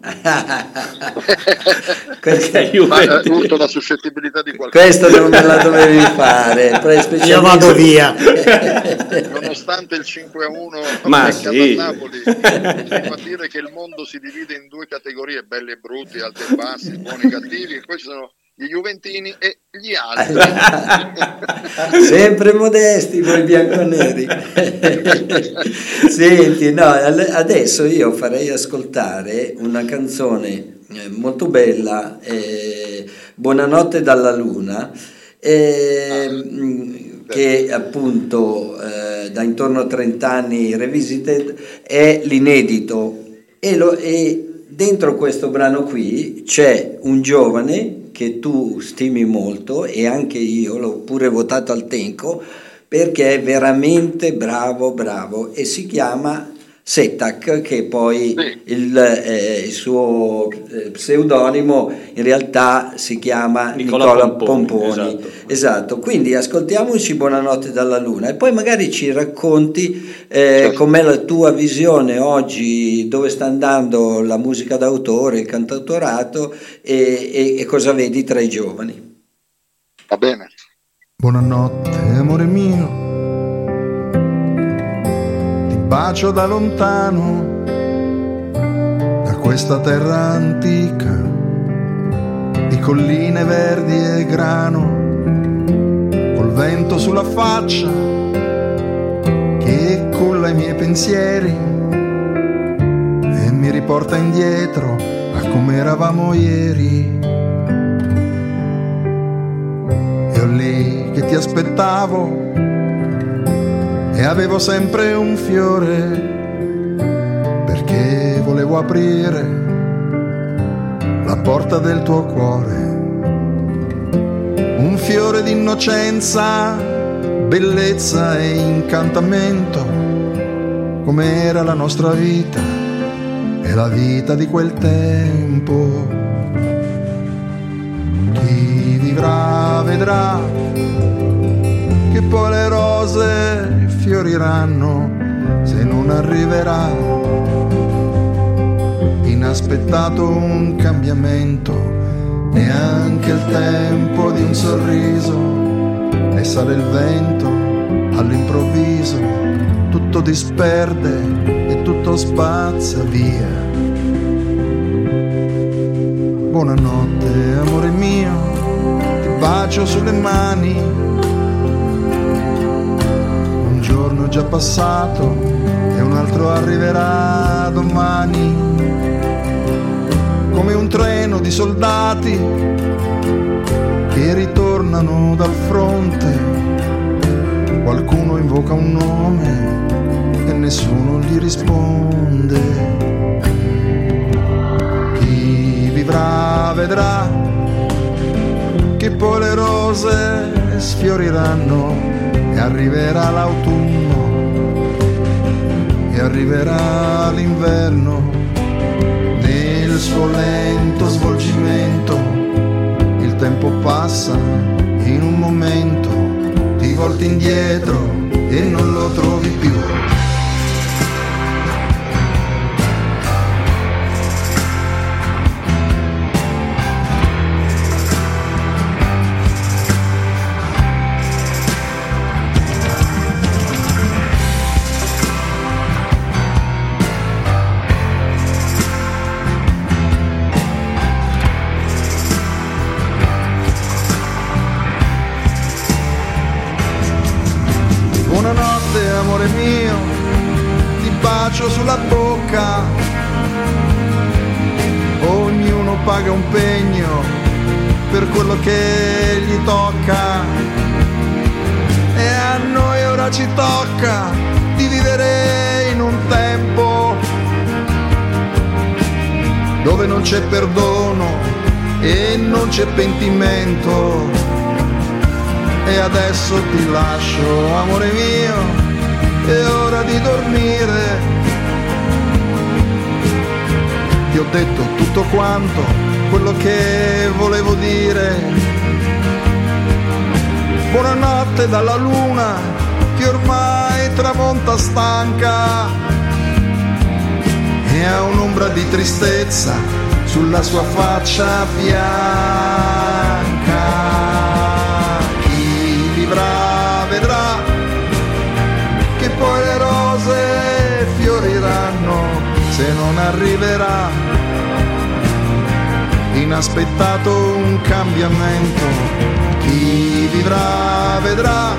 perché è juventino. Ma, uh, la suscettibilità di qualcuno. Questo non me la dovevi fare. Io vado via. Nonostante il cinque a uno ma sì. a Napoli, bisogna dire che il mondo si divide in due categorie, belli e brutti, alti e bassi, buoni e cattivi, e poi ci sono gli juventini e gli altri. Sempre modesti voi bianconeri. Senti, no, adesso io farei ascoltare una canzone molto bella, eh, Buonanotte dalla Luna, eh, ah. che appunto eh, da intorno a trenta anni Revisited è l'inedito, e, lo, e dentro questo brano qui c'è un giovane che tu stimi molto, e anche io l'ho pure votato al Tenco perché è veramente bravo bravo, e si chiama Setak, che poi sì. il, eh, il suo eh, pseudonimo in realtà si chiama Nicola, Nicola Pomponi, Pomponi. Esatto. esatto, quindi ascoltiamoci Buonanotte dalla Luna e poi magari ci racconti eh, certo. com'è la tua visione oggi, dove sta andando la musica d'autore, il cantautorato, e, e, e cosa vedi tra i giovani. Va bene. Buonanotte amore mio, bacio da lontano, da questa terra antica, di colline verdi e grano, col vento sulla faccia che culla i miei pensieri e mi riporta indietro a come eravamo ieri. Io lì che ti aspettavo e avevo sempre un fiore, perché volevo aprire la porta del tuo cuore. Un fiore di innocenza, bellezza e incantamento, come era la nostra vita e la vita di quel tempo. Chi vivrà vedrà che poi le rose fioriranno se non arriverà inaspettato un cambiamento, neanche il tempo di un sorriso, e sale il vento all'improvviso, tutto disperde e tutto spazza via. Buonanotte amore mio, ti bacio sulle mani, giorno già passato e un altro arriverà domani, come un treno di soldati che ritornano dal fronte qualcuno invoca un nome e nessuno gli risponde. Chi vivrà vedrà che poi le rose sfioriranno e arriverà l'autunno e arriverà l'inverno. Nel suo lento svolgimento il tempo passa in un momento, ti volti indietro e non lo trovi più. Buonanotte amore mio, ti bacio sulla bocca, ognuno paga un pegno per quello che gli tocca e a noi ora ci tocca di vivere in un tempo dove non c'è perdono e non c'è pentimento. E adesso ti lascio, amore mio, è ora di dormire. Ti ho detto tutto quanto, quello che volevo dire. Buonanotte dalla luna, che ormai tramonta stanca e ha un'ombra di tristezza sulla sua faccia bianca. Vedrà che poi le rose fioriranno se non arriverà inaspettato un cambiamento. Chi vivrà vedrà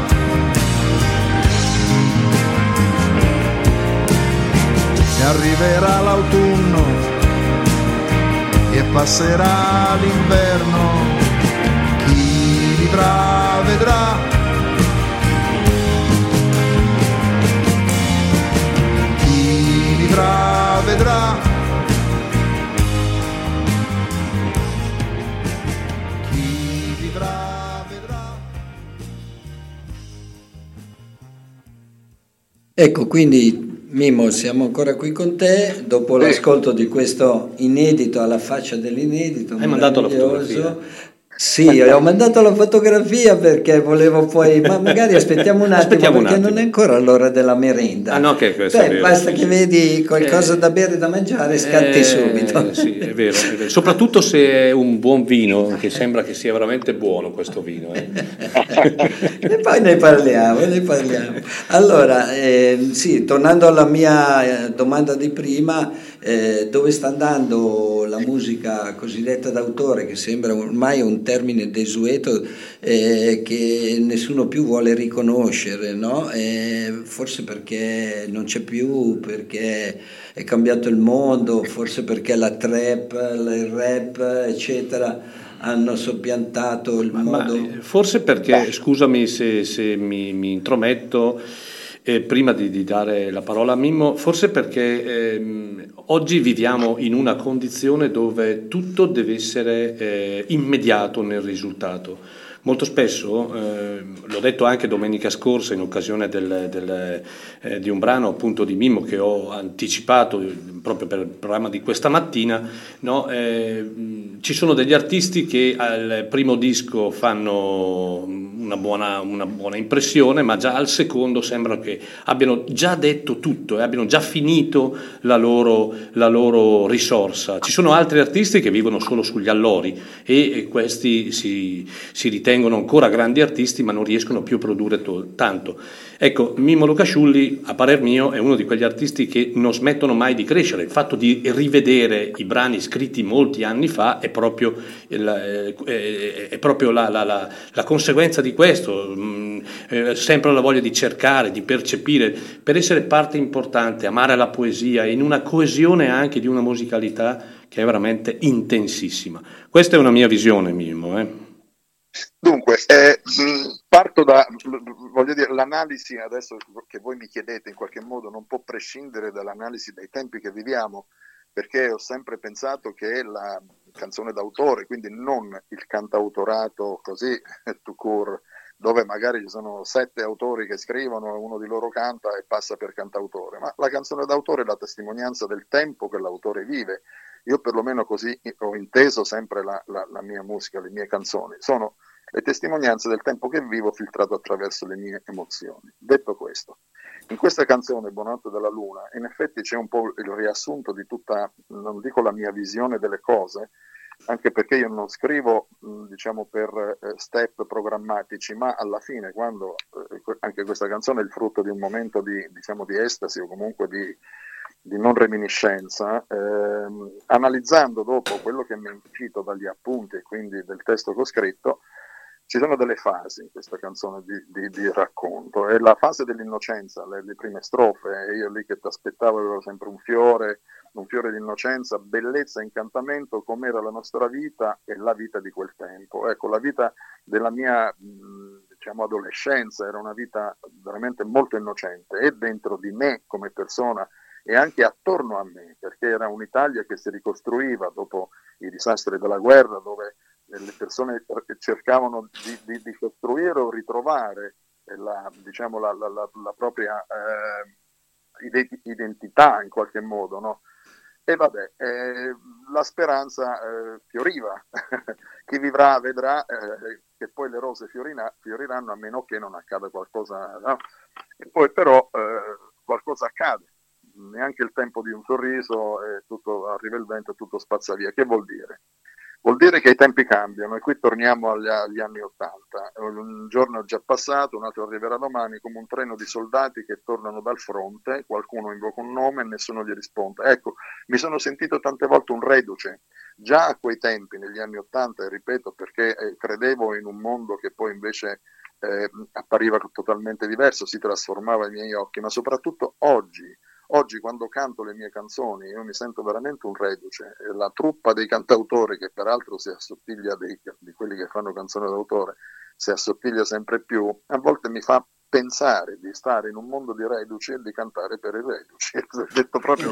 e arriverà l'autunno e passerà l'inverno. Chi vivrà vedrà vedrà, vedrà. Chi vivrà, vedrà. Ecco, quindi Mimmo, siamo ancora qui con te dopo l'ascolto di questo inedito alla faccia dell'inedito. Hai mandato la fotografia? Sì, ho mandato la fotografia perché volevo poi, ma magari aspettiamo un attimo aspettiamo perché un attimo. Non è ancora l'ora della merenda. Ah no, che questo Beh, è vero, basta sì, che sì. vedi qualcosa eh, da bere e da mangiare, scatti eh, subito. Sì, è vero, è vero. Soprattutto se è un buon vino, che sembra che sia veramente buono questo vino. Eh. E poi ne parliamo, ne parliamo. Allora, eh, sì, tornando alla mia domanda di prima, eh, dove sta andando la musica cosiddetta d'autore, che sembra ormai un termine desueto, eh, che nessuno più vuole riconoscere, no? Eh, forse perché non c'è più, perché è cambiato il mondo, forse perché la trap, il rap, eccetera, hanno soppiantato il ma, modo. Ma forse perché, scusami se, se mi, mi intrometto, eh, prima di, di dare la parola a Mimmo, forse perché ehm, oggi viviamo in una condizione dove tutto deve essere eh, immediato nel risultato. Molto spesso, eh, l'ho detto anche domenica scorsa in occasione del, del, eh, di un brano appunto di Mimmo che ho anticipato proprio per il programma di questa mattina, no? eh, ci sono degli artisti che al primo disco fanno una buona, una buona impressione, ma già al secondo sembra che abbiano già detto tutto e eh, abbiano già finito la loro, la loro risorsa. Ci sono altri artisti che vivono solo sugli allori e, e questi si, si ritengono ancora grandi artisti ma non riescono più a produrre to- tanto. Ecco, Mimmo Lucasciulli, a parer mio, è uno di quegli artisti che non smettono mai di crescere. Il fatto di rivedere i brani scritti molti anni fa è proprio, il, è, è proprio la, la, la, la conseguenza di questo, mm, eh, sempre la voglia di cercare, di percepire, per essere parte importante, amare la poesia in una coesione anche di una musicalità che è veramente intensissima. Questa è una mia visione, Mimmo, eh. Dunque, eh, Parto da, voglio dire, l'analisi adesso che voi mi chiedete in qualche modo non può prescindere dall'analisi dei tempi che viviamo, perché ho sempre pensato che la canzone d'autore, quindi non il cantautorato così, tout court, dove magari ci sono sette autori che scrivono, uno di loro canta e passa per cantautore, ma la canzone d'autore è la testimonianza del tempo che l'autore vive. Io perlomeno così ho inteso sempre la, la, la mia musica, le mie canzoni, sono le testimonianze del tempo che vivo filtrato attraverso le mie emozioni. Detto questo, in questa canzone Buonanotte dalla Luna in effetti c'è un po' il riassunto di tutta, non dico la mia visione delle cose, anche perché io non scrivo diciamo per eh, step programmatici, ma alla fine quando eh, anche questa canzone è il frutto di un momento di, diciamo, di estasi o comunque di, di non reminiscenza, ehm, analizzando dopo quello che mi è uscito dagli appunti e quindi del testo che ho scritto, ci sono delle fasi in questa canzone di, di, di racconto. È la fase dell'innocenza, le, le prime strofe, e io lì che ti aspettavo avevo sempre un fiore, un fiore di innocenza, bellezza, incantamento, com'era la nostra vita e la vita di quel tempo. Ecco, la vita della mia diciamo adolescenza era una vita veramente molto innocente, e dentro di me come persona e anche attorno a me, perché era un'Italia che si ricostruiva dopo i disastri della guerra, dove le persone cercavano di, di, di costruire o ritrovare la, diciamo, la, la, la, la propria eh, identità in qualche modo, no? E vabbè, eh, la speranza eh, fioriva, chi vivrà vedrà eh, che poi le rose fiorina, fioriranno, a meno che non accada qualcosa, no? E poi però eh, qualcosa accade, neanche il tempo di un sorriso, e tutto, arriva il vento e tutto spazza via. Che vuol dire? Vuol dire che i tempi cambiano, e qui torniamo agli, agli anni Ottanta. Un giorno è già passato, un altro arriverà domani, come un treno di soldati che tornano dal fronte, qualcuno invoca un nome e nessuno gli risponde. Ecco, mi sono sentito tante volte un reduce, già a quei tempi, negli anni Ottanta, e ripeto perché eh, credevo in un mondo che poi invece eh, appariva totalmente diverso, si trasformava ai miei occhi, ma soprattutto oggi. Oggi quando canto le mie canzoni io mi sento veramente un reduce, la truppa dei cantautori, che peraltro si assottiglia dei, di quelli che fanno canzoni d'autore, si assottiglia sempre più, a volte mi fa pensare di stare in un mondo di reduci e di cantare per i reduci. Ho detto proprio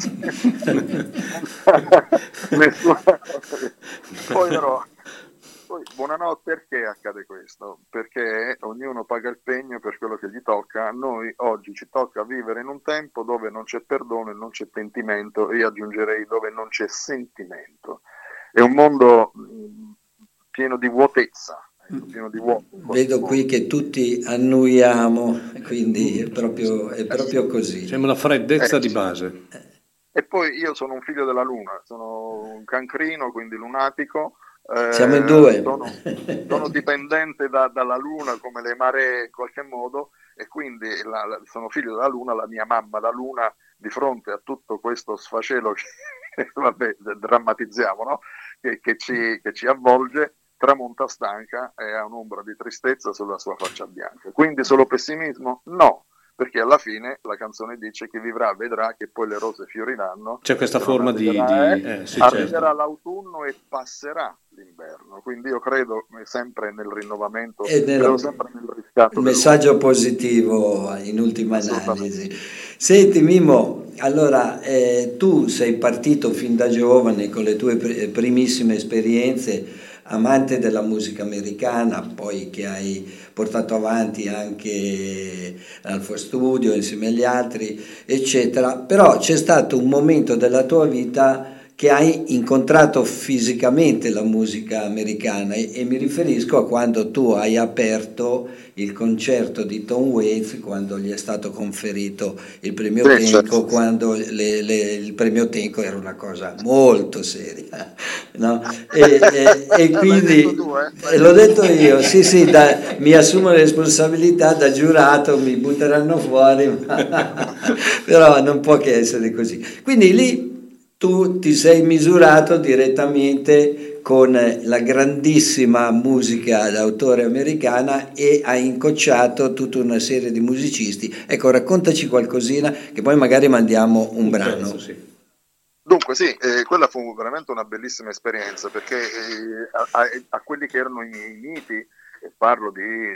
poi però poi, buonanotte, perché accade questo? Perché ognuno paga il pegno per quello che gli tocca. A noi oggi ci tocca vivere in un tempo dove non c'è perdono e non c'è pentimento, e io aggiungerei dove non c'è sentimento. È un mondo mh, pieno di vuotezza, pieno di vuoto. Vedo qui che tutti annuiamo, quindi è proprio, è proprio così. C'è una freddezza eh, di base. E poi io sono un figlio della luna, sono un cancrino, quindi lunatico. Eh, Siamo in due. Sono, sono dipendente da, dalla luna come le maree in qualche modo, e quindi la, la, sono figlio della luna. La mia mamma, la luna, di fronte a tutto questo sfacelo che vabbè, drammatizziamo, no? che, che, ci, che ci avvolge, tramonta stanca e ha un'ombra di tristezza sulla sua faccia bianca. Quindi solo pessimismo? No, perché alla fine la canzone dice: chi vivrà vedrà che poi le rose fioriranno. C'è questa forma di, di eh, sì, arriverà certo. l'autunno e passerà l'inverno. Quindi io credo sempre nel rinnovamento e nel, credo sempre nel riscatto. Il messaggio positivo in ultima analisi. Senti Mimmo, allora eh, tu sei partito fin da giovane con le tue primissime esperienze, amante della musica americana, poi che hai portato avanti anche al Studio insieme agli altri, eccetera. Però c'è stato un momento della tua vita che hai incontrato fisicamente la musica americana, e, e mi riferisco a quando tu hai aperto il concerto di Tom Waits, quando gli è stato conferito il premio Tenco, quando le, le, il premio Tenco era una cosa molto seria, no? e, e, e quindi e l'ho detto io, sì sì, da, mi assumo le responsabilità da giurato, mi butteranno fuori, ma, però non può che essere così. Quindi lì tu ti sei misurato direttamente con la grandissima musica d'autore americana e hai incocciato tutta una serie di musicisti. Ecco, raccontaci qualcosina, che poi magari mandiamo un brano. Penso, sì. Dunque sì, eh, quella fu veramente una bellissima esperienza, perché eh, a, a, a quelli che erano i miei miti, e parlo di Bob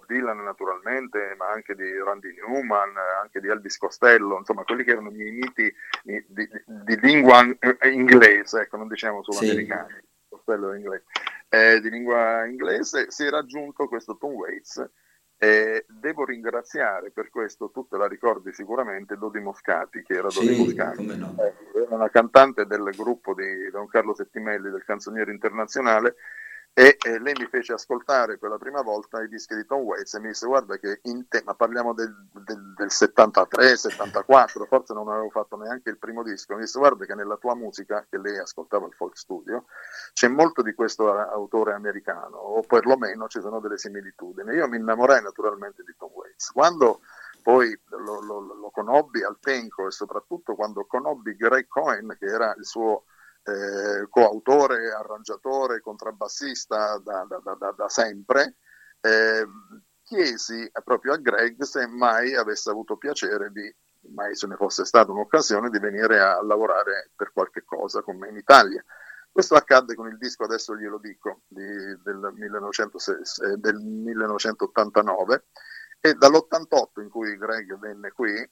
Bob Dylan naturalmente, ma anche di Randy Newman, anche di Elvis Costello, insomma quelli che erano i miei miti di, di, di lingua inglese, ecco, non diciamo solo sì. americani, Costello è inglese, eh, di lingua inglese, si è raggiunto questo Tom Waits. Eh, devo ringraziare per questo, tu te la ricordi sicuramente, Dodi Moscati, che era Dodi Sì, Moscati, come no. eh, era una cantante del gruppo di Don Carlo Settimelli, del Canzoniere Internazionale, e eh, lei mi fece ascoltare per la prima volta i dischi di Tom Waits e mi disse: guarda che in te, ma parliamo del, del, del settantatré settantaquattro, forse non avevo fatto neanche il primo disco, mi disse: guarda che nella tua musica, che lei ascoltava il folk studio, c'è molto di questo autore americano, o perlomeno ci sono delle similitudini. Io mi innamorai naturalmente di Tom Waits. Quando poi lo, lo, lo conobbi al Tenco, e soprattutto quando conobbi Greg Cohen, che era il suo Eh, coautore, arrangiatore, contrabbassista da, da, da, da sempre, eh, chiesi proprio a Greg se mai avesse avuto piacere di, mai se ne fosse stata un'occasione, di venire a lavorare per qualche cosa con me in Italia. Questo accadde con il disco, adesso glielo dico, di, del, millenovecentosei, eh, del millenovecentottantanove, e dall'ottantotto, in cui Greg venne qui,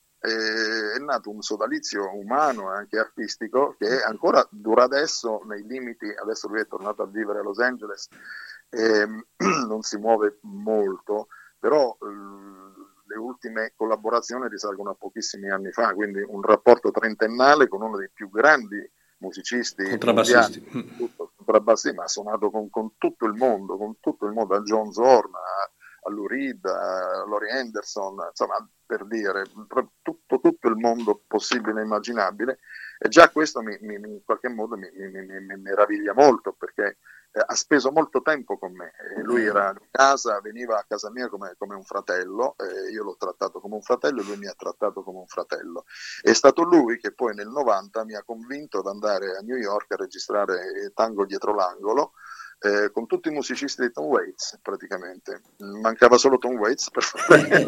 è nato un sodalizio umano e anche artistico che ancora dura adesso nei limiti. Adesso lui è tornato a vivere a Los Angeles e non si muove molto, però eh, le ultime collaborazioni risalgono a pochissimi anni fa, quindi un rapporto trentennale con uno dei più grandi musicisti contrabbassisti mondiali, tutto, contrabbassi, ma ha suonato con, con tutto il mondo, con tutto il mondo, a John Zorn, a, a Lou Reed, a Laurie Anderson, insomma, per dire, tutto, tutto il mondo possibile e immaginabile, e già questo mi, mi, in qualche modo mi, mi, mi, mi meraviglia molto, perché eh, ha speso molto tempo con me. E lui era in casa, veniva a casa mia come, come un fratello, eh, io l'ho trattato come un fratello e lui mi ha trattato come un fratello. È stato lui che poi nel novanta mi ha convinto ad andare a New York a registrare Tango dietro l'angolo, Eh, con tutti i musicisti di Tom Waits, praticamente. Mancava solo Tom Waits per fare.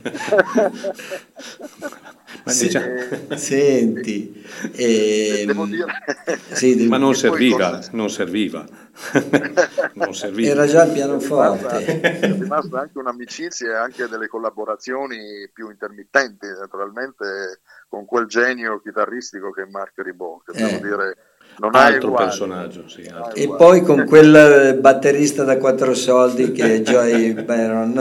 Ma diciamo... Senti, eh, devo dire... sì, devo... ma non serviva, cosa... non serviva. non serviva. Era già il pianoforte. È rimasta anche un'amicizia e anche delle collaborazioni più intermittenti, naturalmente, con quel genio chitarristico che è Mark Ribot, che devo eh. dire... Non altro personaggio, sì, altro. E poi con quel batterista da quattro soldi che è Joy Baron.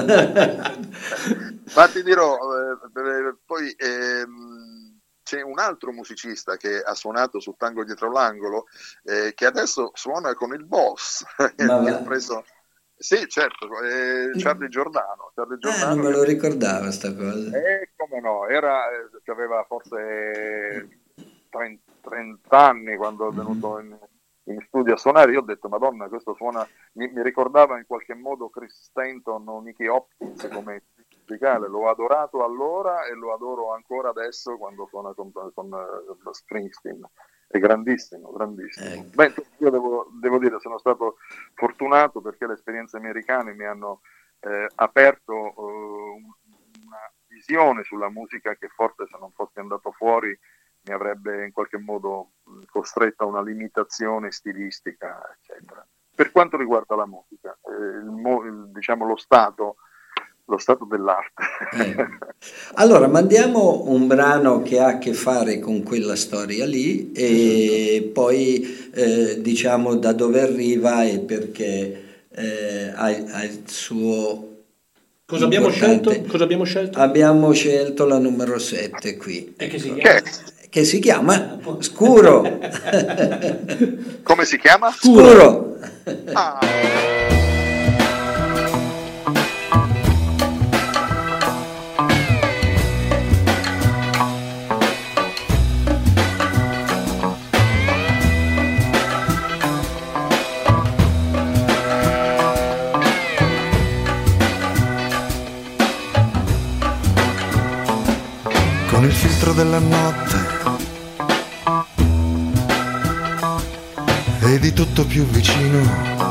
Ma ti dirò, eh, poi ehm, c'è un altro musicista che ha suonato su Tango dietro l'angolo, eh, che adesso suona con il boss. Ma ha preso... Sì, certo, eh, Charlie Giordano. Charlie Giordano ah, non me lo che... ricordavo sta cosa. Eh, come no, era, eh, aveva forse trenta anni quando è venuto in, in studio a suonare. Io ho detto: Madonna, questo suona, mi, mi ricordava in qualche modo Chris Stanton o Nicky Hopkins come musicale. L'ho adorato allora e lo adoro ancora adesso quando suona con, con uh, Springsteen. È grandissimo, grandissimo. Eh. Beh, io devo, devo dire, sono stato fortunato perché le esperienze americane mi hanno eh, aperto uh, una visione sulla musica che forse, se non fossi andato fuori, mi avrebbe in qualche modo costretto a una limitazione stilistica, eccetera. Per quanto riguarda la musica, eh, il, il, diciamo lo stato, lo stato dell'arte. Eh. Allora, mandiamo un brano che ha a che fare con quella storia lì e esatto. Poi eh, diciamo da dove arriva e perché eh, ha, ha il suo... Cosa abbiamo scelto? Cosa abbiamo scelto? Abbiamo scelto la numero sette qui. E che si chiama? Che? Che si chiama Scuro. Come si chiama? Scuro. Ah. Con il filtro della notte vedi tutto più vicino,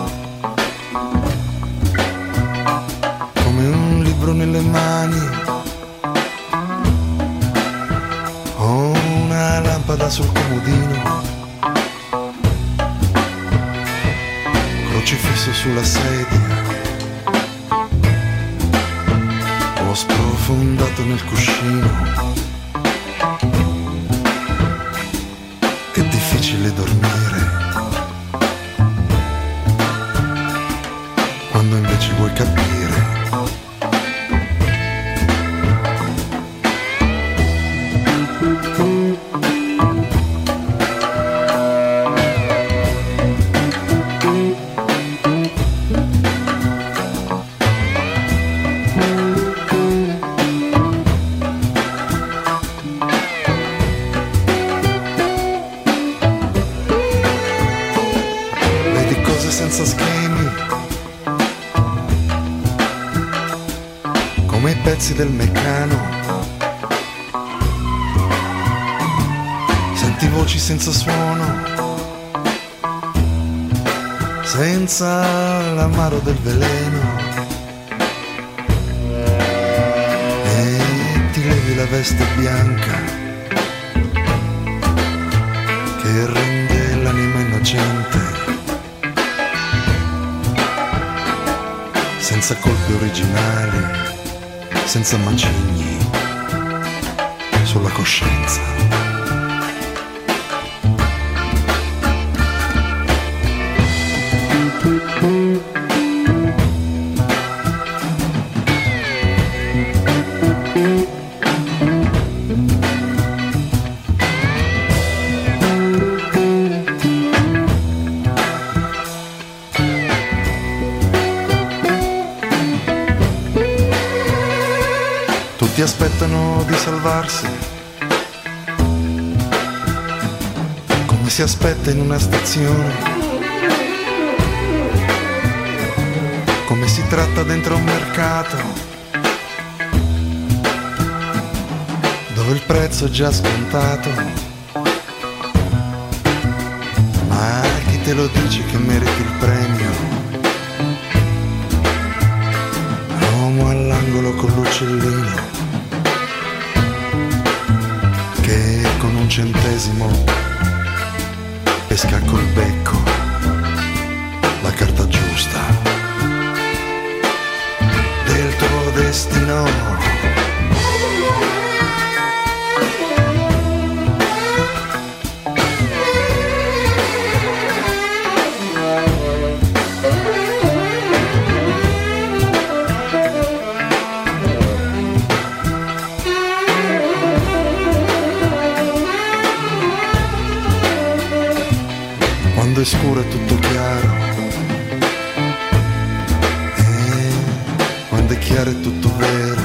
come un libro nelle mani o una lampada sul comodino, crocifisso sulla sedia, avvolto nel cuscino. È difficile dormire quando invece vuoi capire. Senza schemi, come i pezzi del meccano. Senti voci senza suono, senza l'amaro del veleno, e ti levi la veste bianca che rende l'anima innocente, senza colpi originali, senza macigni sulla coscienza. Ti aspettano di salvarsi, come si aspetta in una stazione, come si tratta dentro un mercato, dove il prezzo è già scontato, ma chi te lo dice che meriti il premio? L'uomo all'angolo con l'uccellino, che con un centesimo pesca col becco la carta giusta del tuo destino. Quando è scuro è tutto chiaro, e quando è chiaro è tutto vero,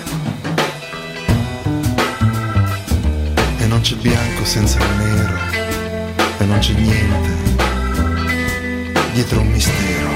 e non c'è bianco senza il nero, e non c'è niente dietro un mistero.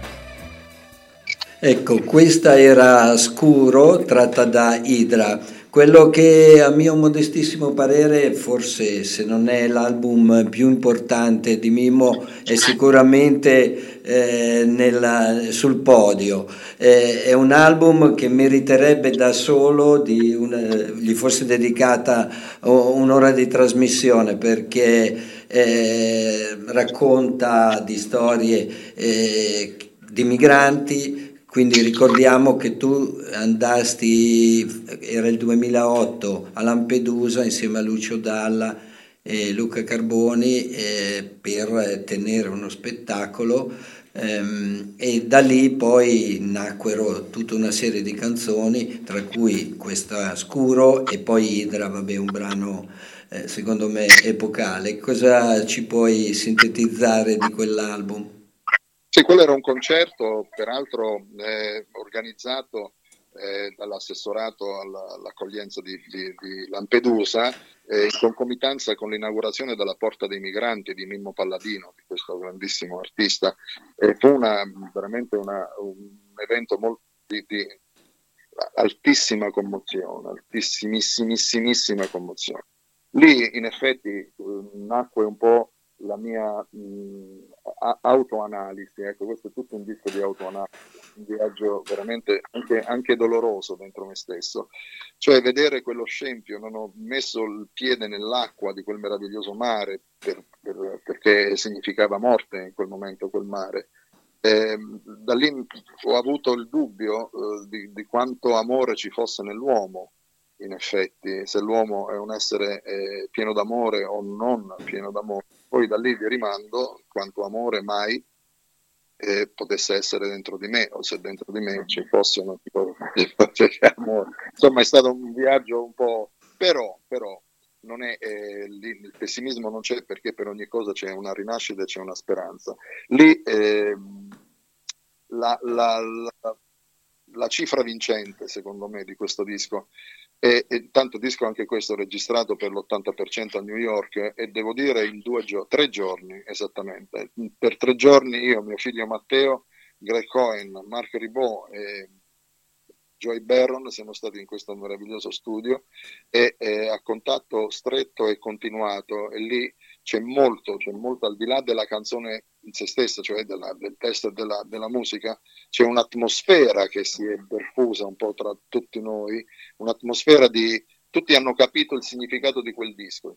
Ecco, questa era Scuro, tratta da Idra. quello che a mio modestissimo parere, forse se non è l'album più importante di Mimmo, è sicuramente eh, nella, sul podio. Eh, è un album che meriterebbe da solo di una, gli fosse dedicata un'ora di trasmissione, perché eh, racconta di storie eh, di migranti. Quindi ricordiamo che tu andasti, era il duemilaotto, a Lampedusa insieme a Lucio Dalla e Luca Carboni eh, per tenere uno spettacolo ehm, e da lì poi nacquero tutta una serie di canzoni, tra cui questa Scuro e poi Idra, vabbè, un brano eh, secondo me epocale. Cosa ci puoi sintetizzare di quell'album? Sì, quello era un concerto, peraltro eh, organizzato eh, dall'assessorato alla, all'accoglienza di, di, di Lampedusa, eh, in concomitanza con l'inaugurazione della Porta dei Migranti di Mimmo Palladino, di questo grandissimo artista. E fu una, veramente una, un evento molto di, di altissima commozione, altissimissimissima commozione. Lì in effetti eh, nacque un po' la mia mh, autoanalisi, ecco, questo è tutto un disco di autoanalisi, un viaggio veramente anche, anche doloroso dentro me stesso, cioè vedere quello scempio. Non ho messo il piede nell'acqua di quel meraviglioso mare per, per, perché significava morte in quel momento quel mare. Eh, da lì ho avuto il dubbio eh, di, di quanto amore ci fosse nell'uomo. In effetti, se l'uomo è un essere eh, pieno d'amore o non pieno d'amore, poi da lì vi rimando quanto amore mai eh, potesse essere dentro di me, o se dentro di me ci fosse un tipo di amore. Insomma, è stato un viaggio un po', però, però non è, eh, lì, il pessimismo non c'è, perché per ogni cosa c'è una rinascita e c'è una speranza. Lì eh, la, la, la, la cifra vincente, secondo me, di questo disco, e, e tanto disco anche questo registrato per l'ottanta per cento a New York, e devo dire in due gio- tre giorni esattamente. Per tre giorni io, mio figlio Matteo, Greg Cohen, Mark Ribot e Joy Barron siamo stati in questo meraviglioso studio e, e a contatto stretto e continuato, e lì c'è molto, c'è molto al di là della canzone in se stessa, cioè della, del testo e della, della musica, c'è un'atmosfera che si è diffusa un po' tra tutti noi, un'atmosfera di tutti hanno capito il significato di quel disco.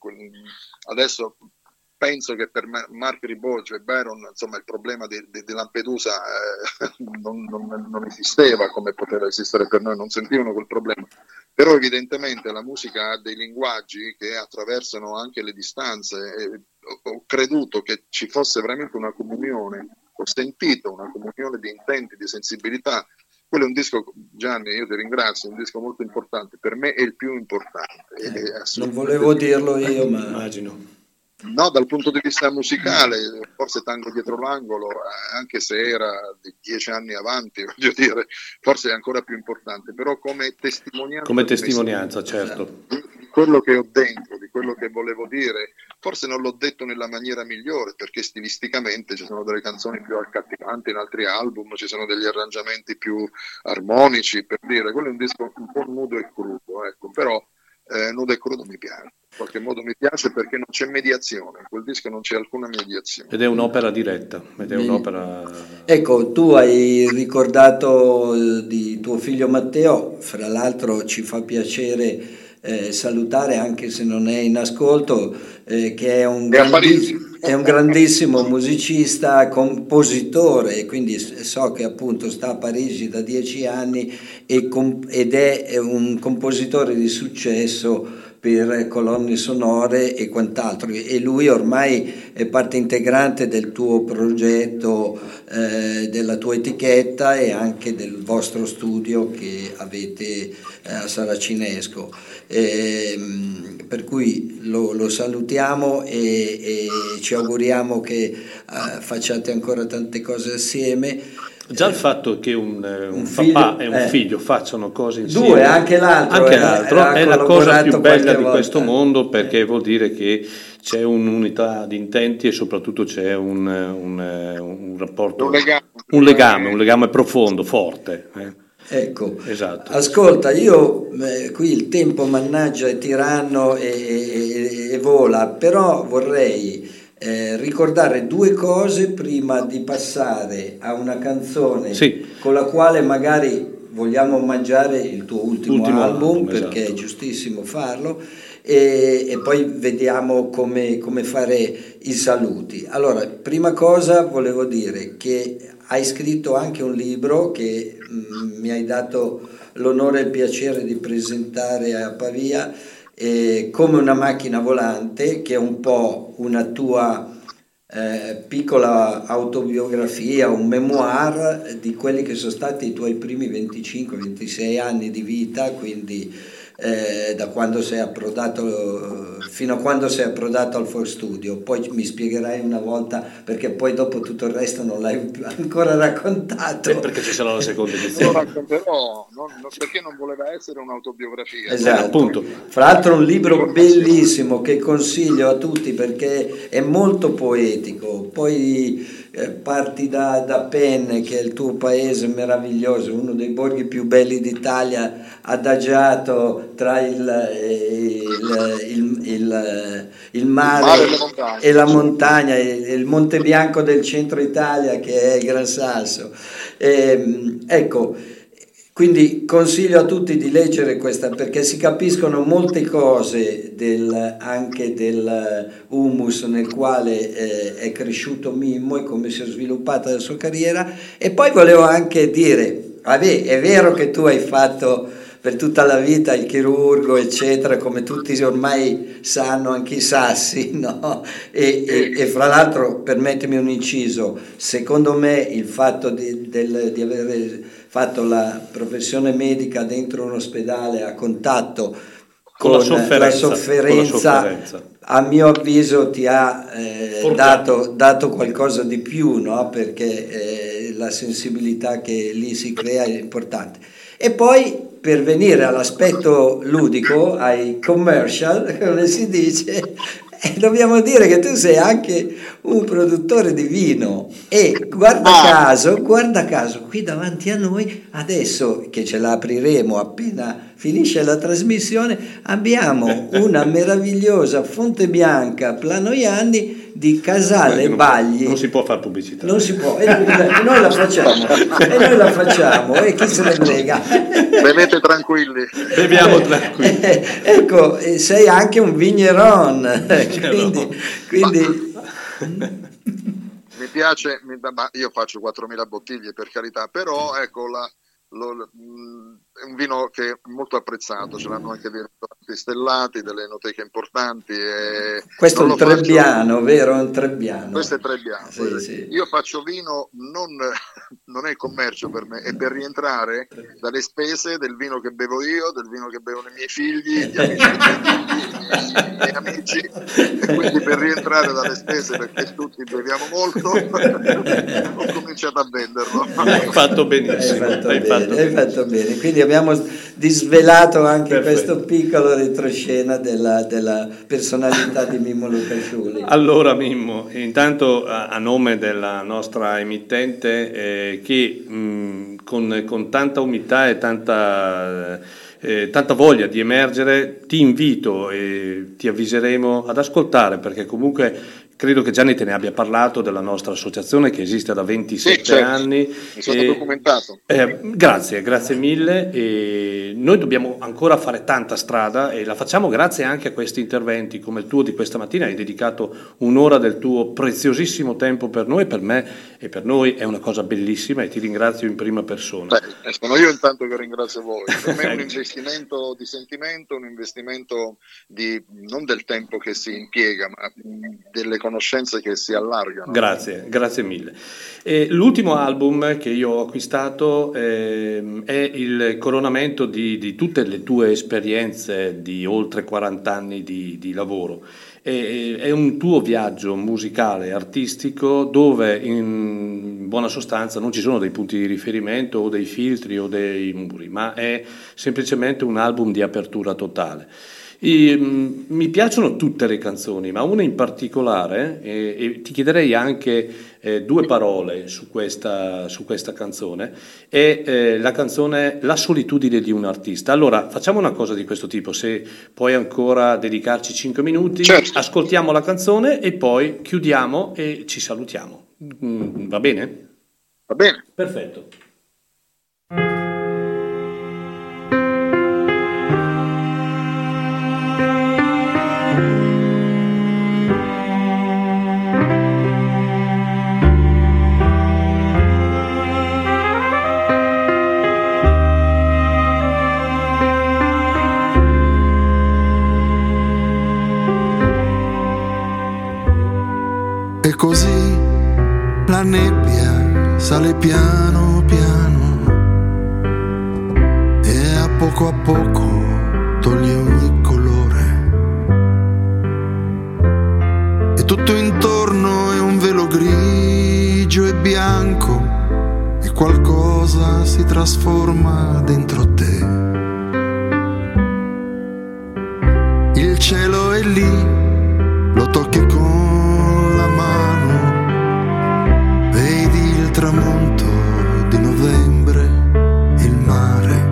Adesso penso che per Mark Ribot, cioè Byron, insomma, il problema di, di, di Lampedusa eh, non, non, non esisteva come poteva esistere per noi, non sentivano quel problema. Però evidentemente la musica ha dei linguaggi che attraversano anche le distanze, e ho creduto che ci fosse veramente una comunione, ho sentito una comunione di intenti, di sensibilità. Quello è un disco, Gianni, io ti ringrazio, è un disco molto importante, per me è il più importante. Eh, non volevo dirlo io, ma immagino. No, dal punto di vista musicale, forse Tango dietro l'angolo, anche se era di dieci anni avanti, voglio dire, forse è ancora più importante, però come testimonianza. Come testimonianza, certo. Di quello che ho dentro, di quello che volevo dire, forse non l'ho detto nella maniera migliore, perché stilisticamente ci sono delle canzoni più accattivanti in altri album, ci sono degli arrangiamenti più armonici, per dire, quello è un disco un po' nudo e crudo, ecco, però eh, nudo e crudo mi piace. In qualche modo mi piace perché non c'è mediazione, in quel disco non c'è alcuna mediazione. Ed è un'opera diretta, ed è un'opera... Ecco, tu hai ricordato di tuo figlio Matteo, fra l'altro ci fa piacere eh, salutare, anche se non è in ascolto, eh, che è un, grandi- è un grandissimo musicista, compositore, quindi so che appunto sta a Parigi da dieci anni e com- ed è un compositore di successo per colonne sonore e quant'altro, e lui ormai è parte integrante del tuo progetto, eh, della tua etichetta e anche del vostro studio che avete eh, a Saracinesco, e, per cui lo, lo salutiamo e, e ci auguriamo che eh, facciate ancora tante cose assieme. Già il fatto che un, un, un figlio, papà e un eh, figlio facciano cose insieme, due, anche l'altro, anche è, l'altro è la cosa più bella di volta. questo mondo, perché vuol dire che c'è un'unità di intenti e soprattutto c'è un, un, un rapporto, un legame, un legame, un legame profondo, forte. Eh. Ecco, esatto. Ascolta, io eh, qui il tempo mannaggia è tiranno e, e, e vola, però vorrei eh, ricordare due cose prima di passare a una canzone sì. con la quale magari vogliamo omaggiare il tuo ultimo, ultimo album, album, perché esatto. è giustissimo farlo, e, e poi vediamo come, come fare i saluti. Allora, prima cosa volevo dire che hai scritto anche un libro che mh, mi hai dato l'onore e il piacere di presentare a Pavia, eh, Come una macchina volante, che è un po' una tua eh, piccola autobiografia, un memoir di quelli che sono stati i tuoi primi venticinque ventisei anni di vita, quindi Eh, da quando sei approdato fino a quando sei approdato al For Studio. Poi mi spiegherai una volta, perché poi dopo tutto il resto non l'hai ancora raccontato. Sì, perché ci sarà la seconda edizione. Lo racconterò, non, non, perché non voleva essere un'autobiografia. Esatto. Eh, appunto. Fra l'altro un libro bellissimo che consiglio a tutti perché è molto poetico. Poi eh, parti da, da Penne, che è il tuo paese meraviglioso, uno dei borghi più belli d'Italia, adagiato tra il, il, il, il, il mare, il mare e la montagna, il Monte Bianco del centro Italia, che è il Gran Sasso. E, ecco, quindi consiglio a tutti di leggere questa, perché si capiscono molte cose del, anche del humus nel quale eh, è cresciuto Mimmo e come si è sviluppata la sua carriera. E poi volevo anche dire, vabbè, è vero che tu hai fatto per tutta la vita il chirurgo, eccetera, come tutti ormai sanno, anche i sassi, no? E, e, e fra l'altro, permettimi un inciso, secondo me il fatto di, del, di aver fatto la professione medica dentro un ospedale a contatto con, con la, sofferenza, la, sofferenza, con la sofferenza, a mio avviso ti ha eh, dato, dato qualcosa di più, no? Perché eh, la sensibilità che lì si crea è importante. E poi, per venire all'aspetto ludico, ai commercial, come si dice, eh, dobbiamo dire che tu sei anche un produttore di vino e guarda caso, guarda caso, qui davanti a noi, adesso che ce la apriremo appena finisce la trasmissione, abbiamo una meravigliosa fonte bianca Planoianni di Casale non, Bagli. Non si può fare pubblicità. Non si può, e noi la facciamo, e noi la facciamo, e chi se ne frega. Bevete tranquilli. Beviamo tranquilli. Eh, ecco, sei anche un vigneron, quindi... quindi... mi piace, mi, ma io faccio quattromila bottiglie, per carità, però ecco la... Lo, è un vino che è molto apprezzato, ce l'hanno anche dei ristoranti stellati, delle enoteche importanti. E questo è un Trebbiano, faccio... vero? È un Trebbiano. Questo è Trebbiano. Sì, sì. Io faccio vino, non, non è commercio per me, è per rientrare dalle spese del vino che bevo io, del vino che bevono i miei figli, gli amici dei miei amici, e quindi per rientrare dalle spese, perché tutti beviamo molto, ho cominciato a venderlo. Hai fatto benissimo. Hai fatto, hai bene, fatto, hai fatto bene. Quindi abbiamo disvelato anche Perfetto. Questo piccolo retroscena della, della personalità di Mimmo Lucasciuli. Allora Mimmo, intanto a, a nome della nostra emittente eh, che mh, con, con tanta umiltà e tanta, eh, tanta voglia di emergere ti invito e ti avviseremo ad ascoltare, perché comunque credo che Gianni te ne abbia parlato della nostra associazione che esiste da ventisette sì, certo. anni. Mi sono e, documentato. Eh, grazie, grazie mille. E noi dobbiamo ancora fare tanta strada e la facciamo grazie anche a questi interventi come il tuo di questa mattina. Hai dedicato un'ora del tuo preziosissimo tempo per noi, per me e per noi è una cosa bellissima e ti ringrazio in prima persona. Beh, sono io intanto che ringrazio voi. Per me è un investimento di sentimento, un investimento di non del tempo che si impiega, ma delle conoscenze che si allargano. Grazie, grazie mille. E l'ultimo album che io ho acquistato eh, è il coronamento di, di tutte le tue esperienze di oltre quaranta anni di, di lavoro. E, è un tuo viaggio musicale e artistico dove in buona sostanza non ci sono dei punti di riferimento o dei filtri o dei muri, ma è semplicemente un album di apertura totale. E, mh, mi piacciono tutte le canzoni, ma una in particolare, e, e ti chiederei anche eh, due parole su questa, su questa canzone, è eh, la canzone La solitudine di un artista. Allora, facciamo una cosa di questo tipo, se puoi ancora dedicarci cinque minuti, certo. Ascoltiamo la canzone e poi chiudiamo e ci salutiamo. Mm, va bene? Va bene. Perfetto. E così la nebbia sale piano piano e a poco a poco toglie ogni colore e tutto intorno è un velo grigio e bianco e qualcosa si trasforma dentro te. Il cielo è lì, lo tocchi con il tramonto di novembre, il mare,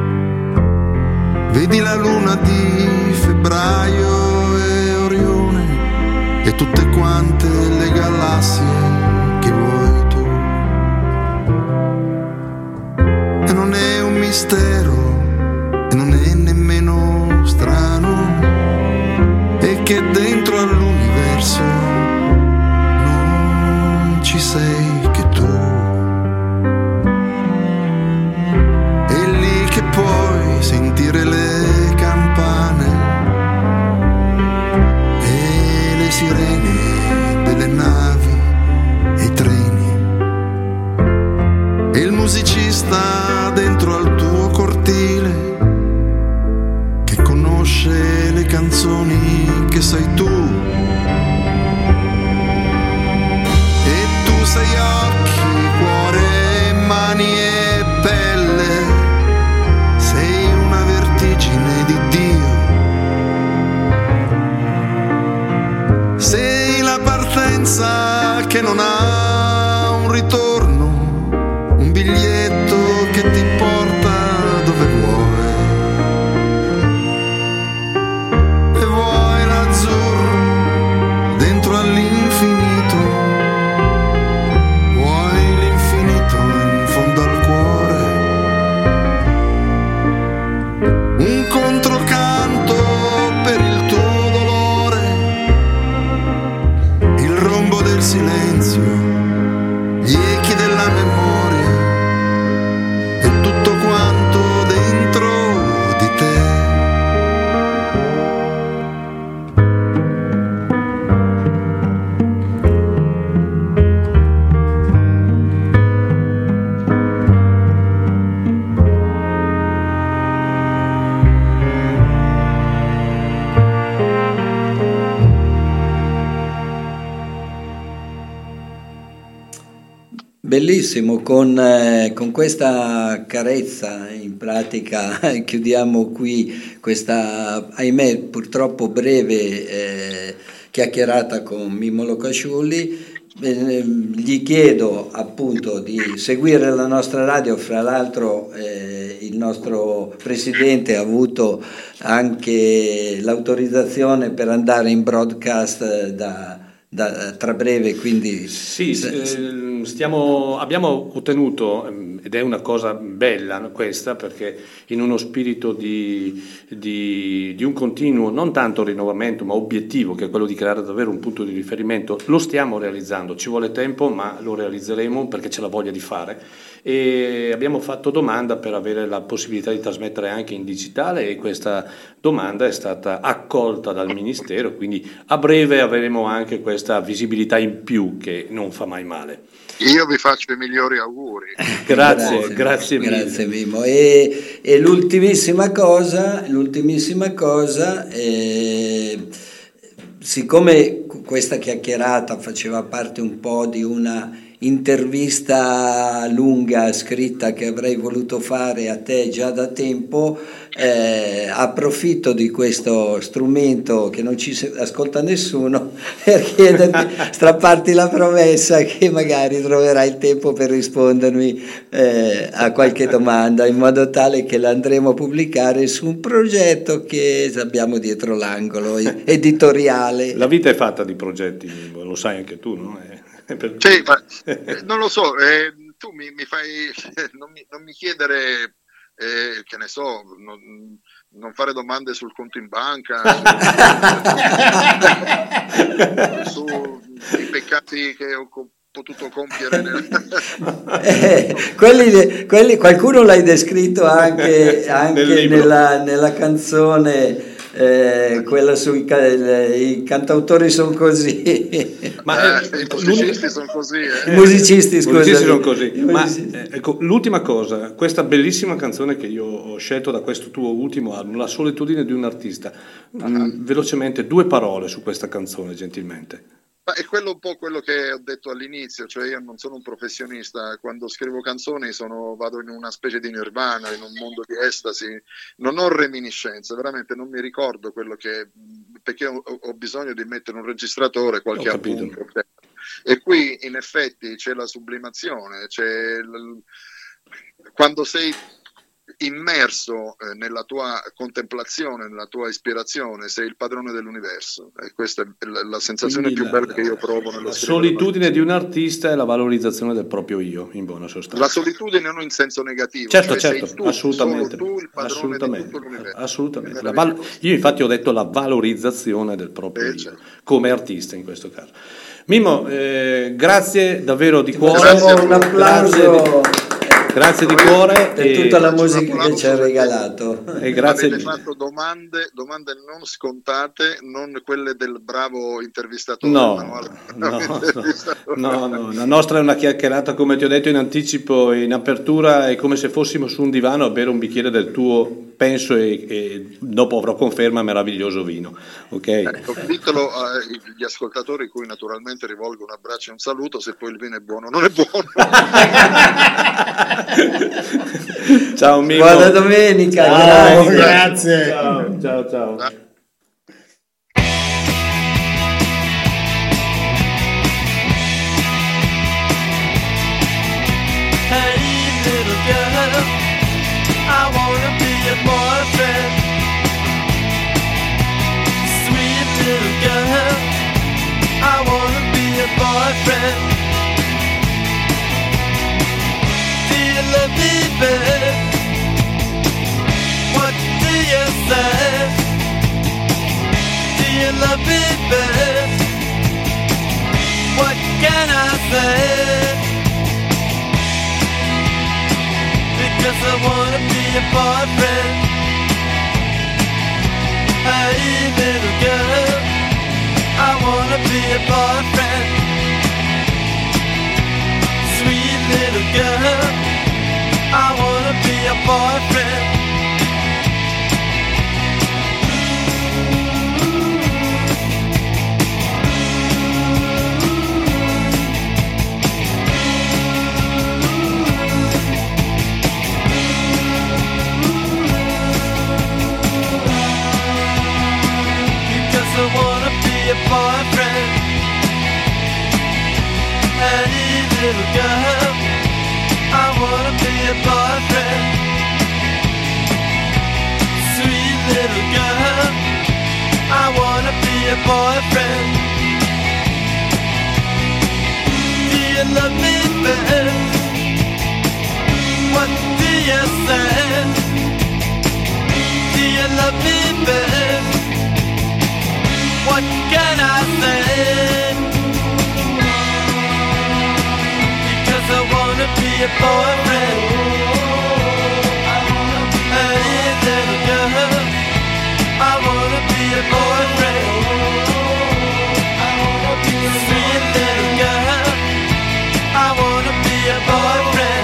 vedi la luna di febbraio e Orione e tutte quante le galassie che vuoi tu. E non è un mistero e non è nemmeno strano, è che dentro all'universo non ci sei che tu. È lì che puoi sentire le campane e le sirene delle navi e i treni e il musicista dentro al tuo cortile che conosce le canzoni che sai tu. Sei occhi, cuore, mani e pelle, sei una vertigine di Dio. Sei la partenza che non ha un ritorno, un biglietto che ti porta dove vuoi. E vuoi l'azzurro dentro all'infinito. Silenzio, gli echi della memoria e tutto quanto dentro di te. Bellissimo, con, eh, con questa carezza in pratica chiudiamo qui questa, ahimè purtroppo breve eh, chiacchierata con Mimmo Locasciulli. Eh, gli chiedo appunto di seguire la nostra radio, fra l'altro eh, il nostro presidente ha avuto anche l'autorizzazione per andare in broadcast da Da, tra breve, quindi sì, eh, stiamo, abbiamo ottenuto, ed è una cosa bella questa, perché in uno spirito di, di, di un continuo, non tanto rinnovamento ma obiettivo, che è quello di creare davvero un punto di riferimento, lo stiamo realizzando. Ci vuole tempo ma lo realizzeremo perché c'è la voglia di fare, e abbiamo fatto domanda per avere la possibilità di trasmettere anche in digitale e questa domanda è stata accolta dal Ministero, quindi a breve avremo anche questa visibilità in più che non fa mai male. Io vi faccio i migliori auguri. Grazie, grazie, grazie mille. Grazie Mimmo. E, e l'ultimissima cosa, l'ultimissima cosa eh, siccome questa chiacchierata faceva parte un po' di una intervista lunga scritta che avrei voluto fare a te già da tempo. Eh, approfitto di questo strumento che non ci ascolta nessuno per chiederti, strapparti la promessa che magari troverai il tempo per rispondermi eh, a qualche domanda, in modo tale che la andremo a pubblicare su un progetto che abbiamo dietro l'angolo editoriale. La vita è fatta di progetti, lo sai anche tu, no? È per... Sì, ma eh, non lo so, eh, tu mi, mi fai non mi, non mi chiedere Eh, che ne so, non, non fare domande sul conto in banca, su, sui peccati che ho co- potuto compiere. Nel... eh, quelli, quelli, qualcuno l'hai descritto anche, anche Nel nella, nella canzone. Eh, quella sui i cantautori sono così, ma eh, i musicisti sono così, eh. I musicisti, scusa, musicisti sono così. Ma eh, ecco, l'ultima cosa, questa bellissima canzone che io ho scelto da questo tuo ultimo album, La solitudine di un artista. Uh-huh. Mm, velocemente due parole su questa canzone, gentilmente. Ma è quello un po' quello che ho detto all'inizio, cioè io non sono un professionista, quando scrivo canzoni sono, vado in una specie di nirvana, in un mondo di estasi, non ho reminiscenze, veramente non mi ricordo quello che, perché ho, ho bisogno di mettere un registratore, qualche appunto, e qui in effetti c'è la sublimazione, c'è l... quando sei immerso eh, nella tua contemplazione, nella tua ispirazione, sei il padrone dell'universo, e questa è la, la sensazione Quindi più la, bella che io provo nello la solitudine di un artista è la valorizzazione del proprio io, in buona sostanza. La solitudine non in senso negativo, certo, cioè certo, sei tu, assolutamente, solo tu il padrone assolutamente, di tutto l'universo. Assolutamente. La val- io infatti ho detto la valorizzazione del proprio eh, io, certo. come artista in questo caso. Mimmo, eh, grazie davvero di cuore. Grazie, un applauso. Grazie di... Grazie di cuore per tutta la musica che ci ha regalato. E grazie. Avete fatto domande, domande non scontate, non quelle del bravo intervistatore. No, no, no, no, la nostra è una chiacchierata, come ti ho detto in anticipo, in apertura, è come se fossimo su un divano a bere un bicchiere del tuo, penso, e, e dopo avrò conferma, meraviglioso vino. Okay? Ecco, ditelo agli ascoltatori, cui naturalmente rivolgo un abbraccio e un saluto, se poi il vino è buono non è buono. Ciao Mimmo. Buona domenica. Ciao, grazie. grazie. Ciao, ciao, ciao. Hey little girl, I wanna be your boyfriend. Sweet little girl, I wanna be your boyfriend. Love me, babe. What do you say? Do you love me, babe? What can I say? Because I wanna be your boyfriend. Hey, little girl, I wanna be your boyfriend. Sweet little girl, I wanna be your boyfriend. Because I wanna be your boyfriend. Hey, little girl, I wanna be your boyfriend. Sweet little girl, I wanna be your boyfriend. Do you love me, babe? What do you say? Do you love me, babe? What can I say? Because I wanna be your boyfriend. Hey, little girl, I wanna be your boyfriend. Sweet little girl, I wanna be your boyfriend.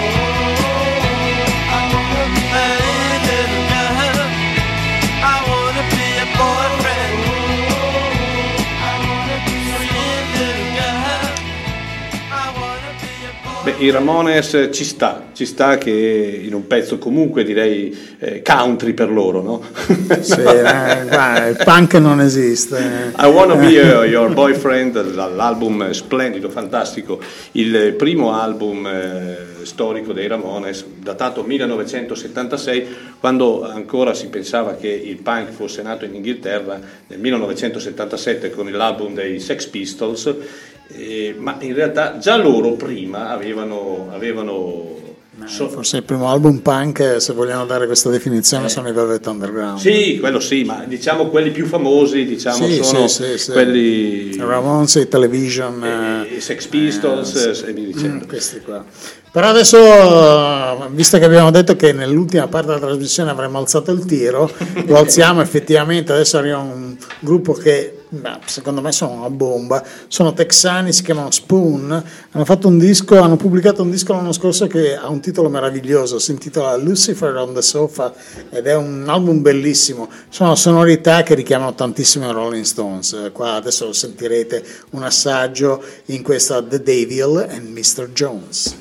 Hey, little girl, I wanna be your boyfriend. Sweet little girl, I wanna be your i Ramones ci sta, ci sta che in un pezzo comunque direi eh, country per loro, no? Sì, eh, guarda, il punk non esiste. I Wanna Be Your Boyfriend, l'album splendido, fantastico, il primo album eh, storico dei Ramones, datato millenovecentosettantasei, quando ancora si pensava che il punk fosse nato in Inghilterra, nel millenovecentosettantasette con l'album dei Sex Pistols, eh, ma in realtà già loro prima avevano... avevano So, forse il primo album punk, se vogliamo dare questa definizione, eh. sono i Velvet Underground. Sì, quello sì, ma diciamo quelli più famosi, diciamo, sì, sono sì, sì, sì. quelli Ramones, i Television, i Sex Pistols eh, sì. e via dicendo. Mm, questi qua. Però adesso, visto che abbiamo detto che nell'ultima parte della trasmissione avremmo alzato il tiro, lo alziamo effettivamente. Adesso arriva un gruppo che beh, secondo me sono una bomba, sono texani, si chiamano Spoon, hanno fatto un disco, hanno pubblicato un disco l'anno scorso che ha un titolo meraviglioso, si intitola Lucifer on the Sofa ed è un album bellissimo, sono sonorità che richiamano tantissimo i Rolling Stones. Qua adesso sentirete un assaggio in questa The Devil and mister Jones.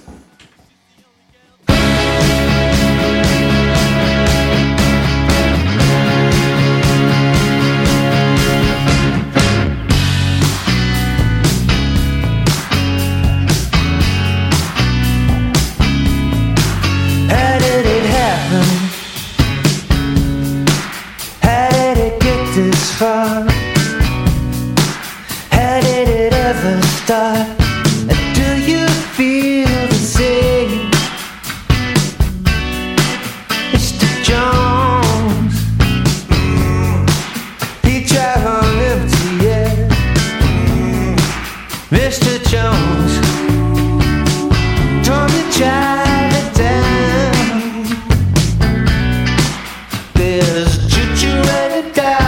Far. How did it ever start? And do you feel the same, mister Jones? Mm. He drive on empty, yeah. Mm. mister Jones, don't you drive it down? There's juju and it down.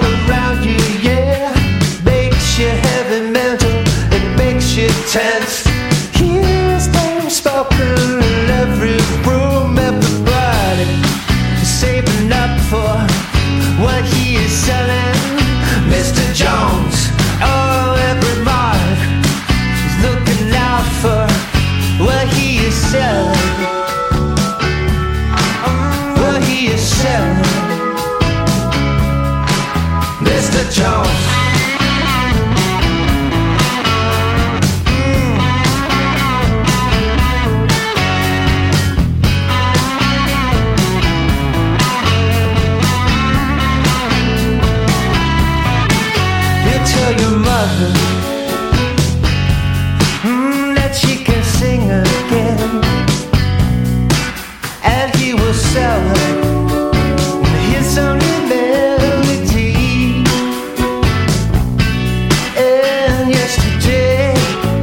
Tense. His name spoken in every room, everybody saving up for what he is selling. mister Jones, oh, every mark is looking out for what he is selling. What he is selling, mister Jones. Your mother mm, that she can sing again, and he will sell her his only melody. And yesterday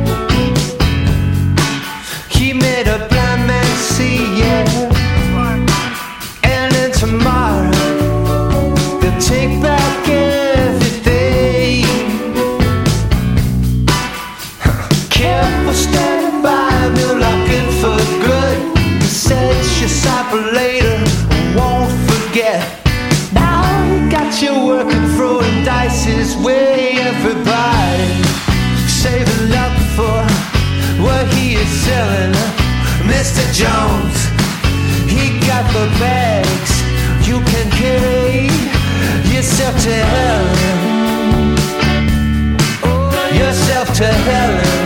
he made a blind man see, yeah. And then tomorrow they'll take back everything. Standing by me looking for good. He said she'll stop later, won't forget. Now he got you working, throwing dice his way. Everybody saving up for what he is selling. mister Jones, he got the bags. You can carry yourself to hell. Yourself to hell.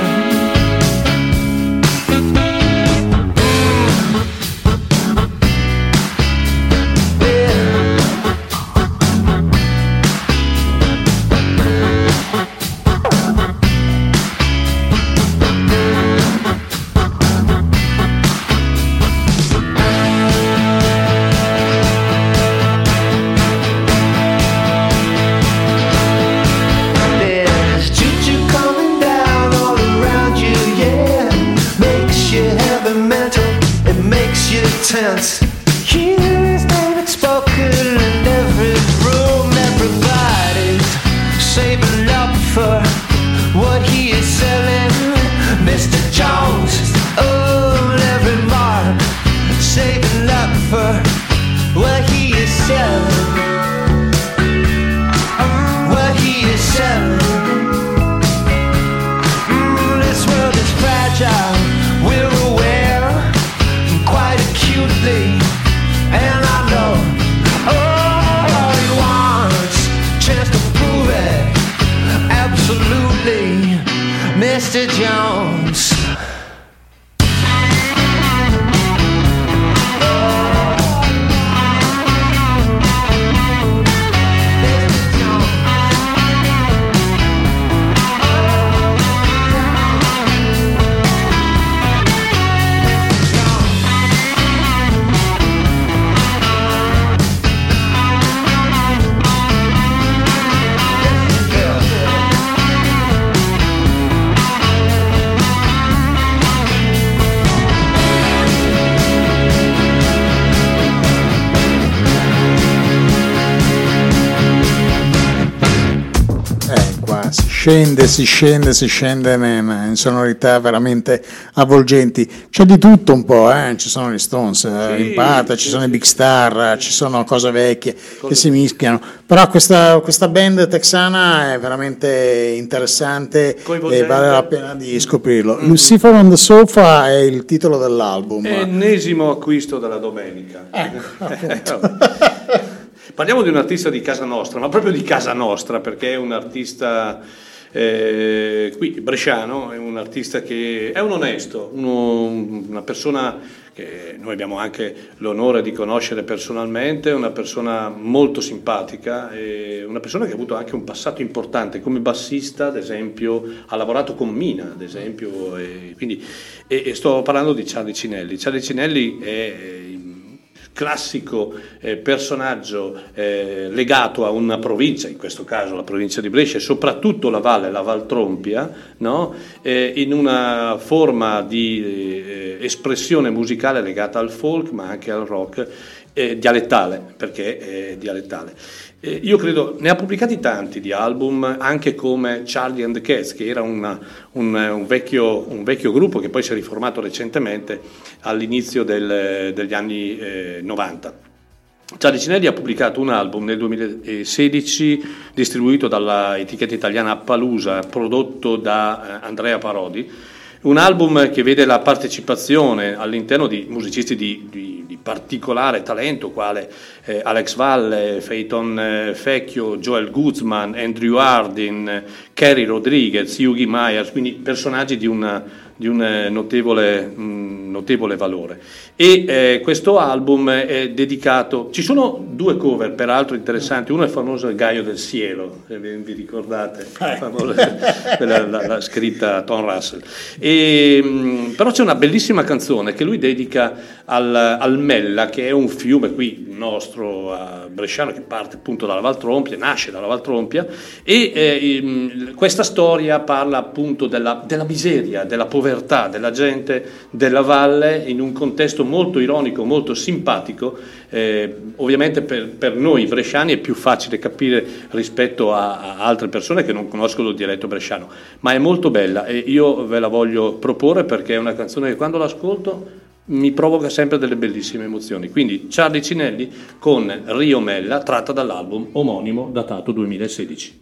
Tense. Hear his name spoken in every room. Everybody's saving up for what he is selling. mister Jones, oh, every mark saving up for what he is selling. What he is selling. Mm, this world is fragile. We're a Mister Jones. Scende, si scende, si scende in, in sonorità veramente avvolgenti. C'è di tutto un po', eh? Ci sono gli Stones, sì, in parte, ci sono i Big Star, ci sono cose vecchie cose che si mischiano. Però questa, questa band texana è veramente interessante e vale la pena di scoprirlo. Mm-hmm. Lucifer on the Sofa è il titolo dell'album. Ennesimo acquisto della domenica. Ecco, Parliamo di un artista di casa nostra, ma proprio di casa nostra, perché è un artista eh, qui bresciano, è un artista che è un onesto, uno, una persona che noi abbiamo anche l'onore di conoscere personalmente, una persona molto simpatica, e una persona che ha avuto anche un passato importante come bassista, ad esempio, ha lavorato con Mina, ad esempio, e, quindi, e, e sto parlando di Charlie Cinelli. Charlie Cinelli è classico eh, personaggio eh, legato a una provincia, in questo caso la provincia di Brescia, e soprattutto la valle, la Valtrompia, no? eh, in una forma di eh, espressione musicale legata al folk ma anche al rock, eh, dialettale, perché è dialettale. Eh, io credo, ne ha pubblicati tanti di album, anche come Charlie and the Cats, che era una, un, un, vecchio, un vecchio gruppo che poi si è riformato recentemente all'inizio del, degli anni eh, novanta. Charlie Cinelli ha pubblicato un album nel duemilasedici distribuito dalla etichetta italiana Appaloosa, prodotto da eh, Andrea Parodi. Un album che vede la partecipazione all'interno di musicisti di, di, di particolare talento, quale eh, Alex Valle, Peyton eh, Fecchio, Joel Guzman, Andrew Hardin, Kerry Rodriguez, Yugi Myers, quindi personaggi di, una, di un notevole, mh, notevole valore. E eh, questo album è dedicato, ci sono due cover peraltro interessanti, uno è il famoso Il Gaio del Cielo, vi ricordate? Eh. Famosa, quella, la, la scritta Tom Russell. E, mh, però c'è una bellissima canzone che lui dedica al, al Mella, che è un fiume qui nostro a bresciano che parte appunto dalla Valtrompia, nasce dalla Valtrompia, e eh, mh, questa storia parla appunto della, della miseria, della povertà della gente della valle in un contesto molto ironico, molto simpatico. Eh, ovviamente per, per noi bresciani è più facile capire rispetto a, a altre persone che non conoscono il dialetto bresciano, ma è molto bella e io ve la voglio proporre perché è una canzone che quando l'ascolto mi provoca sempre delle bellissime emozioni. Quindi Charlie Cinelli con Rio Mella, tratta dall'album omonimo datato duemilasedici.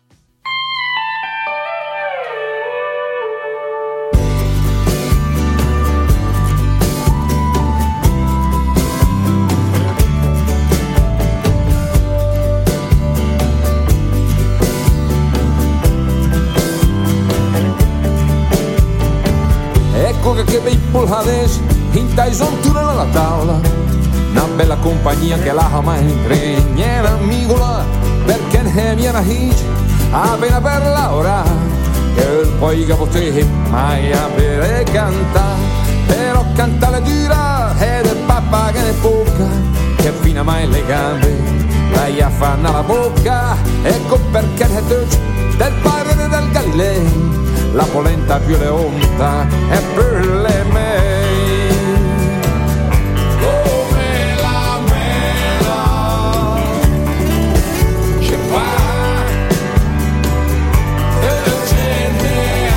Che bei polhades in taisontura nella tavola, una bella compagnia che la ama in amigola, perché ne viene hit appena per Laura, che poi che potevi mai avere cantare, però cantare dura ed è papà che ne bocca, che fina mai le gambe, lei affanna la bocca, ecco perché è del padre del Galilei. La polenta più leonta è per le mei, come la mela c'è qua e la gente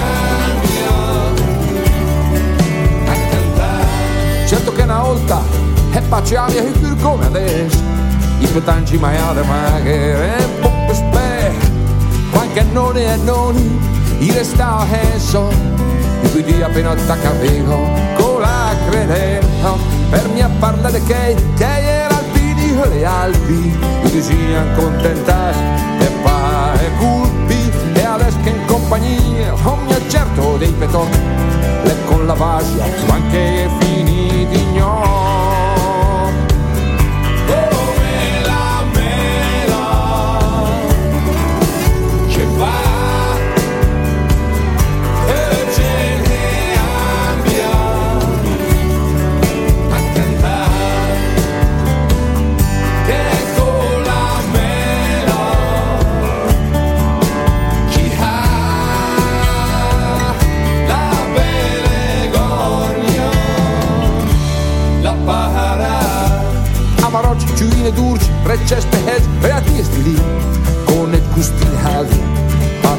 a cantare. Certo che una volta è paciaria e più come adesso i petanci mai alle maghe e poco spè qualche noni e noni i restava adesso e quindi appena t'accavevo con la credenza per mi a parlare che che era alpini e le Alpi e che siano contentati e pa e colpi e adesso che in compagnia non mi accerto di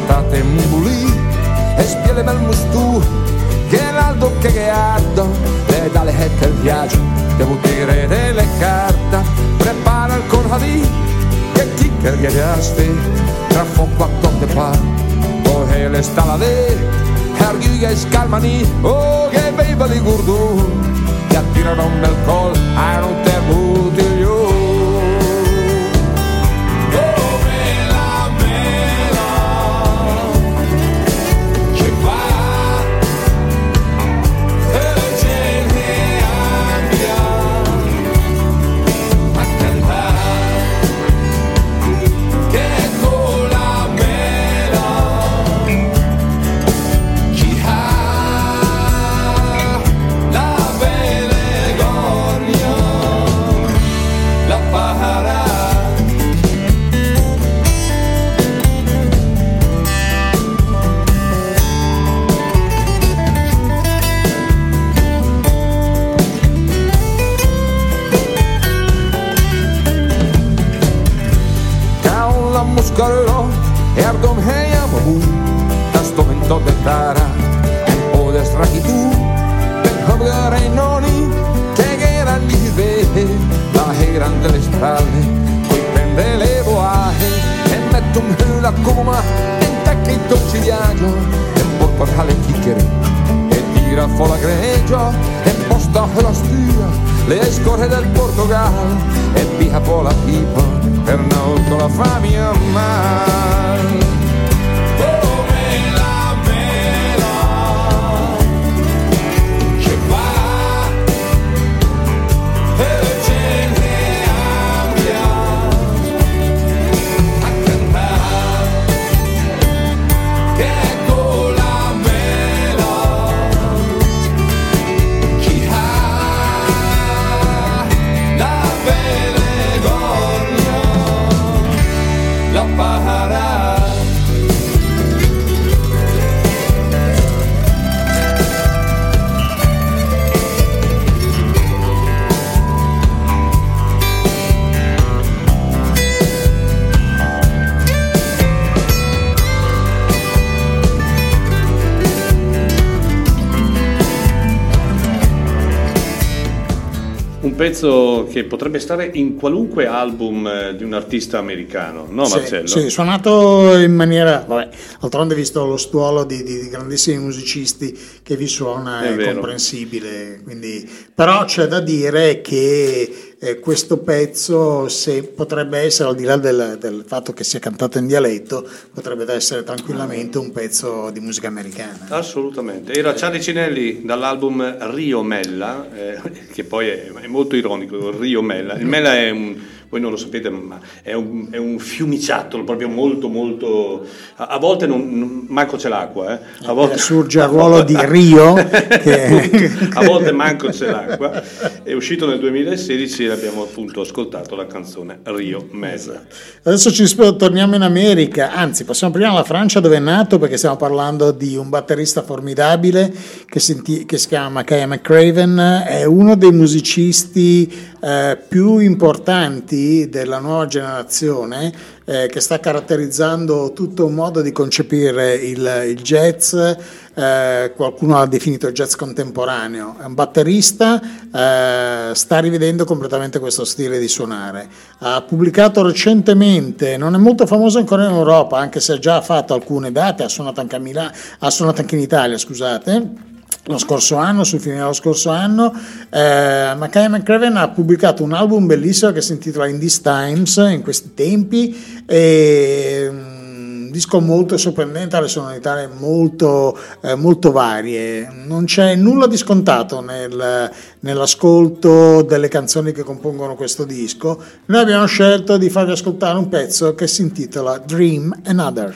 estate mbulì e spiele bel mustù che l'aldo che gheardo le dalle hette il viaggio devo dire delle carte prepara il corradì che kicker che asti tra fuoco a tonde pa poi le stalade erghiga e scalmani oh che beva di gurdu che attirano un bel col a non te butiglio. E ardom heiamo bu, das momento de tara, un po' de strachitu, per hobgare i noni, che eran gli vede, la eran delle strade, poi prende le boahe, e metto un hula coma, e un tacchetto cigliaggio, e poi porta le chicchere, e tira fuori la greggio, e posta la stia, le scorre del Portogal, e via po' la pipa, per non con la famiglia mai. Come la mela che va e ce ne abbia a cantare che con la mela chi ha la vergogna la pagará. Un pezzo che potrebbe stare in qualunque album di un artista americano, no Marcello? Sì, sì, suonato in maniera, vabbè, d'altronde visto lo stuolo di, di, di grandissimi musicisti che vi suona è, è comprensibile, quindi, però c'è da dire che eh, questo pezzo, se potrebbe essere, al di là del, del fatto che sia cantato in dialetto, potrebbe essere tranquillamente un pezzo di musica americana. Assolutamente, era Charlie Cinelli dall'album Rio Mella, eh, che poi è, è molto ironico, Rio Mella. Il Mella è un, voi non lo sapete, ma è un, è un fiumiciattolo proprio molto molto, a, a volte non, non manco c'è l'acqua, eh. A volte surge al ruolo di Rio che... a volte manco c'è l'acqua. È uscito nel duemilasedici e abbiamo appunto ascoltato la canzone Rio Mella. Adesso ci torniamo in America, anzi passiamo prima alla Francia dove è nato, perché stiamo parlando di un batterista formidabile che si, che si chiama Makaya McCraven, è uno dei musicisti eh, più importanti della nuova generazione, eh, che sta caratterizzando tutto un modo di concepire il, il jazz. Eh, qualcuno l'ha definito jazz contemporaneo. È un batterista, eh, sta rivedendo completamente questo stile di suonare. Ha pubblicato recentemente, non è molto famoso ancora in Europa, anche se ha già fatto alcune date, ha suonato anche a Milano, ha suonato anche in Italia, scusate, lo scorso anno, sul fine dello scorso anno. eh, Makaya McCraven ha pubblicato un album bellissimo che si intitola In These Times, in questi tempi, e un disco molto sorprendente, ha le sonorità molto, eh, molto varie, non c'è nulla di scontato nel, nell'ascolto delle canzoni che compongono questo disco. Noi abbiamo scelto di farvi ascoltare un pezzo che si intitola Dream Another.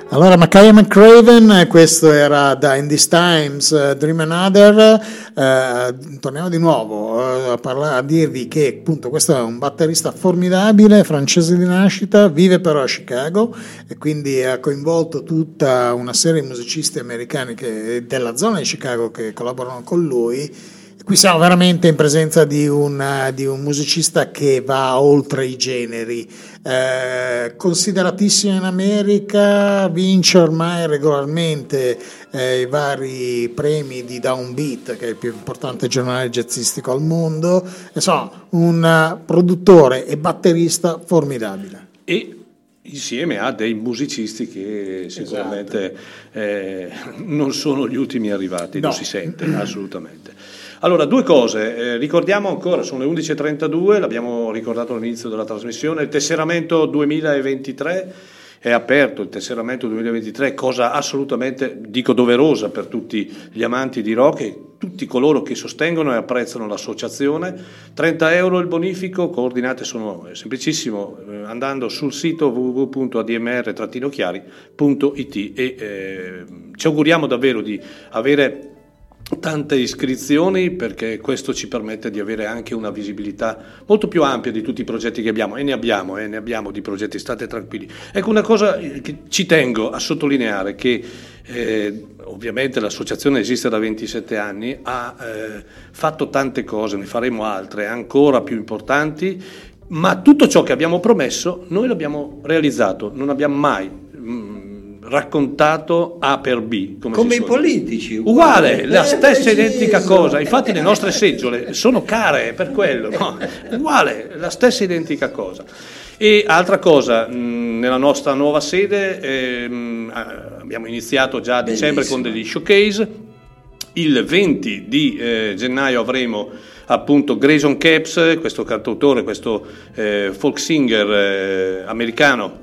Allora, Makaya McCraven, questo era da In These Times, uh, Dream Another. Uh, torniamo di nuovo uh, a, parlare, a dirvi che appunto questo è un batterista formidabile, francese di nascita, vive però a Chicago e quindi ha coinvolto tutta una serie di musicisti americani che, della zona di Chicago che collaborano con lui. Qui siamo veramente in presenza di un, di un musicista che va oltre i generi, eh, consideratissimo in America, vince ormai regolarmente eh, i vari premi di Downbeat, che è il più importante giornale jazzistico al mondo, insomma un produttore e batterista formidabile. E insieme a dei musicisti che sicuramente esatto. eh, non sono gli ultimi arrivati, no. Lo si sente assolutamente. Allora, due cose, eh, ricordiamo ancora, sono le undici e trentadue, l'abbiamo ricordato all'inizio della trasmissione, il tesseramento duemilaventitré è aperto, il tesseramento duemilaventitré, cosa assolutamente, dico doverosa per tutti gli amanti di rock e tutti coloro che sostengono e apprezzano l'associazione. trenta euro il bonifico, coordinate sono è semplicissimo, eh, andando sul sito w w w punto a d m r trattino chiari punto i t e eh, ci auguriamo davvero di avere tante iscrizioni, perché questo ci permette di avere anche una visibilità molto più ampia di tutti i progetti che abbiamo, e ne abbiamo, e ne abbiamo di progetti, state tranquilli. Ecco, una cosa che ci tengo a sottolineare, che eh, ovviamente l'associazione esiste da ventisette anni, ha eh, fatto tante cose, ne faremo altre ancora più importanti, ma tutto ciò che abbiamo promesso noi l'abbiamo realizzato, non abbiamo mai mh, raccontato A per B, come, come i politici, uguale, uguale, la stessa preciso. Identica cosa, infatti le nostre seggiole sono care per quello, no? Uguale, la stessa identica cosa. E altra cosa, mh, nella nostra nuova sede eh, mh, abbiamo iniziato già a dicembre Bellissimo. Con degli showcase. Il venti di eh, gennaio avremo appunto Grayson Capes, questo cantautore, questo eh, folk singer eh, americano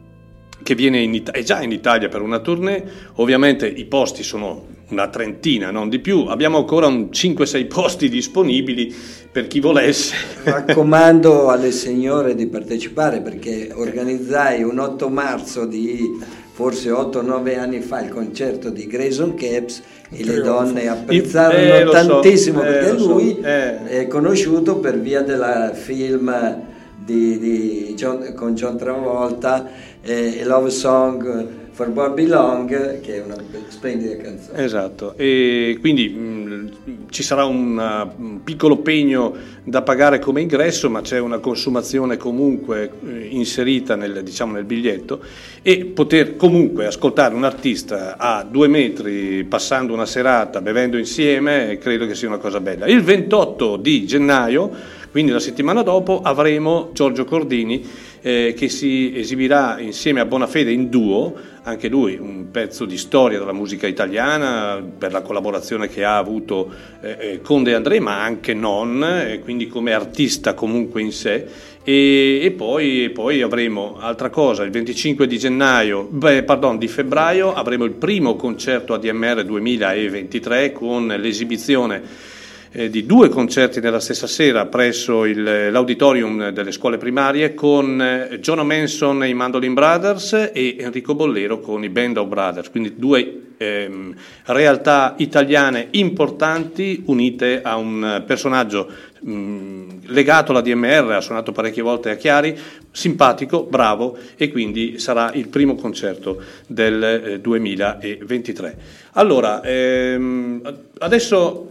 che viene in It- è già in Italia per una tournée. Ovviamente i posti sono una trentina, non di più, abbiamo ancora un cinque sei posti disponibili per chi volesse. Raccomando alle signore di partecipare, perché organizzai un otto marzo di forse otto nove anni fa il concerto di Grayson Capes e le donne apprezzarono eh, tantissimo so, eh, perché lui so, eh. è conosciuto per via del film di, di John, con John Travolta, e Love Song for Bobby Long, che è una splendida canzone. Esatto, e quindi mh, ci sarà una, un piccolo pegno da pagare come ingresso, ma c'è una consumazione comunque eh, inserita nel, diciamo, nel biglietto, e poter comunque ascoltare un artista a due metri passando una serata bevendo insieme, credo che sia una cosa bella. Il ventotto di gennaio, quindi la settimana dopo, avremo Giorgio Cordini eh, che si esibirà insieme a Bonafede in duo, anche lui un pezzo di storia della musica italiana per la collaborazione che ha avuto eh, con De André, ma anche non, e quindi come artista comunque in sé. E, e, poi, e poi avremo altra cosa, il venticinque di gennaio, beh, pardon, di febbraio avremo il primo concerto A D M R duemilaventitré con l'esibizione di due concerti nella stessa sera presso il, l'auditorium delle scuole primarie, con John Manson e i Mandolin Brothers e Enrico Bollero con i Band of Brothers, quindi due ehm, realtà italiane importanti unite a un personaggio mh, legato alla D M R, ha suonato parecchie volte a Chiari, simpatico, bravo, e quindi sarà il primo concerto del eh, duemilaventitré. Allora, ehm, adesso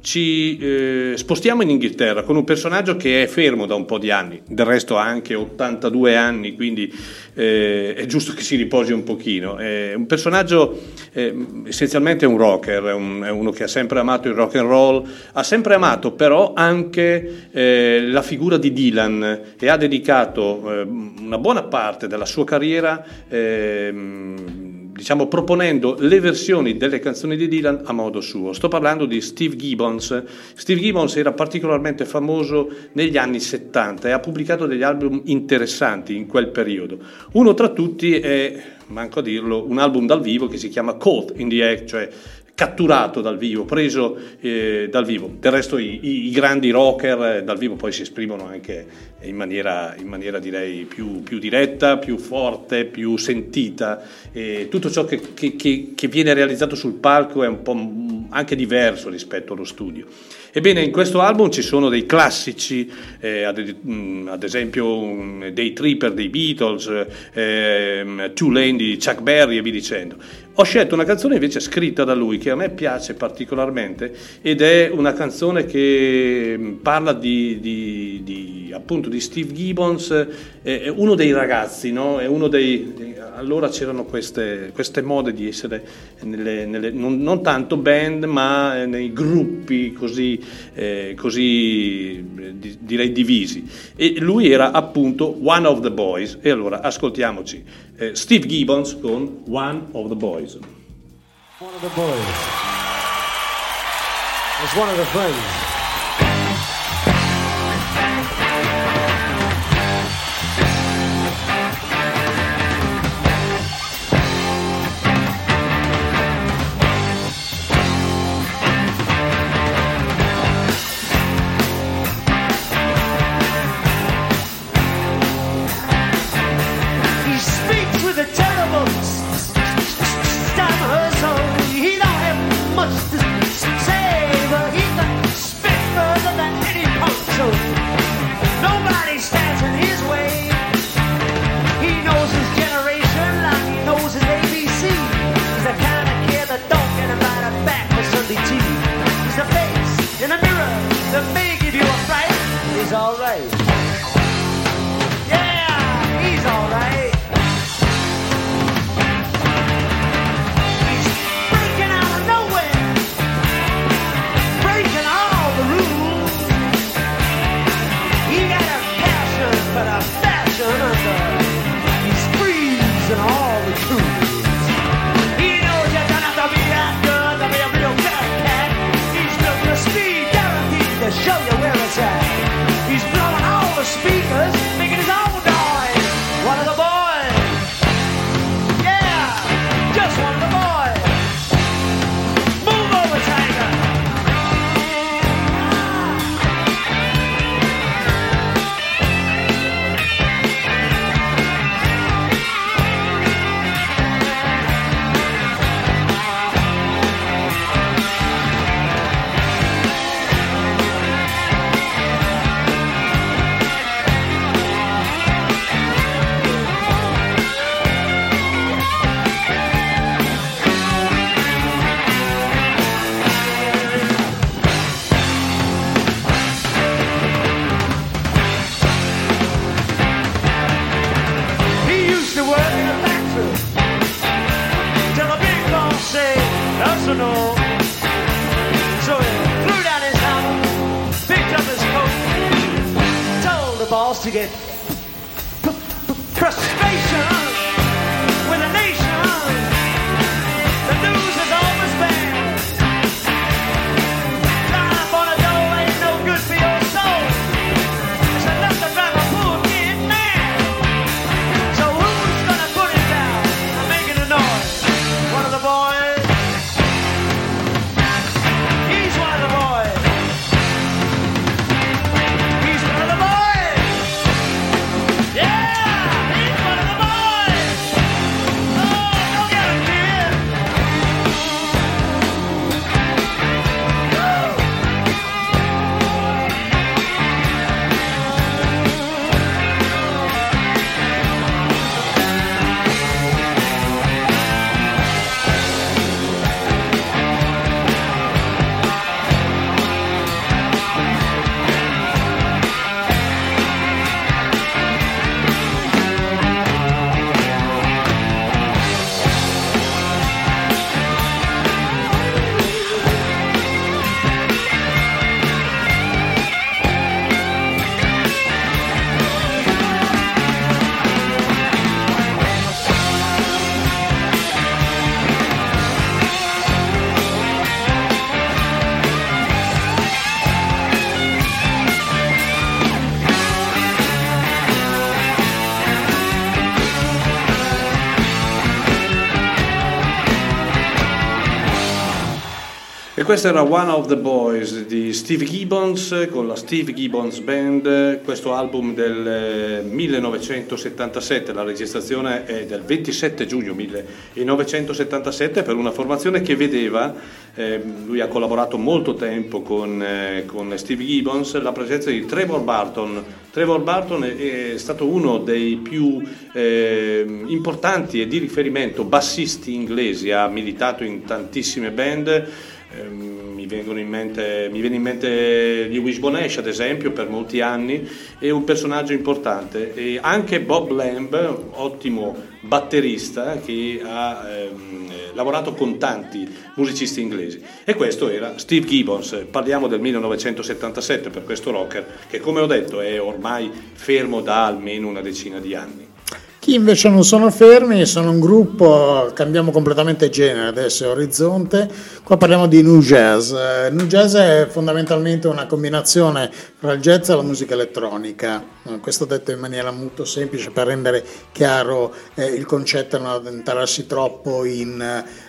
ci eh, spostiamo in Inghilterra con un personaggio che è fermo da un po' di anni, del resto ha anche ottantadue anni, quindi eh, è giusto che si riposi un pochino. È un personaggio eh, essenzialmente un rocker, è, un, è uno che ha sempre amato il rock and roll, ha sempre amato però anche eh, la figura di Dylan, e ha dedicato eh, una buona parte della sua carriera eh, diciamo proponendo le versioni delle canzoni di Dylan a modo suo. Sto parlando di Steve Gibbons. Steve Gibbons era particolarmente famoso negli anni settanta e ha pubblicato degli album interessanti in quel periodo. Uno tra tutti è, manco a dirlo, un album dal vivo che si chiama Caught in the Act, cioè catturato dal vivo, preso eh, dal vivo. Del resto i, i, i grandi rocker eh, dal vivo poi si esprimono anche in maniera, in maniera direi più, più diretta, più forte, più sentita, e tutto ciò che, che, che, che viene realizzato sul palco è un po' anche diverso rispetto allo studio. Ebbene, in questo album ci sono dei classici, eh, ad, ad esempio um, dei Tripper dei Beatles, eh, Tulane di Chuck Berry e via dicendo. Ho scelto una canzone invece scritta da lui che a me piace particolarmente, ed è una canzone che parla di, di, di appunto di Steve Gibbons, è uno dei ragazzi, no? È uno dei, allora c'erano queste, queste mode di essere nelle, nelle, non, non tanto band ma nei gruppi così, eh, così di, direi divisi, e lui era appunto One of the Boys. E allora ascoltiamoci eh, Steve Gibbons con One of the Boys. One of the boys. It's one of the friends. To get frustration with a nation, the news is always bad. Life on a door ain't no good for your soul. It's enough to drive a poor kid mad. So who's gonna put it down and making a noise? One of the boys. He's one of the boys. He's one of the boys. Yeah, he's one of the boys. E questo era One of the Boys di Steve Gibbons con la Steve Gibbons Band, questo album del millenovecentosettantasette, la registrazione è del ventisette giugno millenovecentosettantasette per una formazione che vedeva, eh, lui ha collaborato molto tempo con, eh, con Steve Gibbons, la presenza di Trevor Barton. Trevor Barton è, è stato uno dei più eh, importanti e di riferimento bassisti inglesi, ha militato in tantissime band. Mi vengono in mente, mi viene in mente gli Wishbone Ash ad esempio, per molti anni, è un personaggio importante, e anche Bob Lamb, ottimo batterista che ha ehm, lavorato con tanti musicisti inglesi, e questo era Steve Gibbons. Parliamo del millenovecentosettantasette per questo rocker che, come ho detto, è ormai fermo da almeno una decina di anni. Chi invece non sono fermi sono un gruppo, cambiamo completamente genere, adesso è Orizzonte, qua parliamo di Nu Jazz. Nu Jazz è fondamentalmente una combinazione fra il jazz e la musica elettronica, questo detto in maniera molto semplice per rendere chiaro eh, il concetto e non addentrarsi troppo in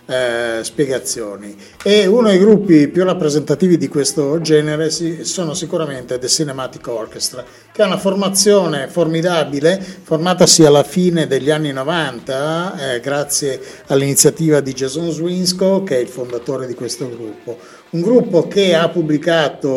eh, spiegazioni. E uno dei gruppi più rappresentativi di questo genere si, sono sicuramente The Cinematic Orchestra, che ha una formazione formidabile, formatasi alla fine degli anni novanta, eh, grazie all'iniziativa di Jason Swinscoe, che è il fondatore di questo gruppo. Un gruppo che ha pubblicato,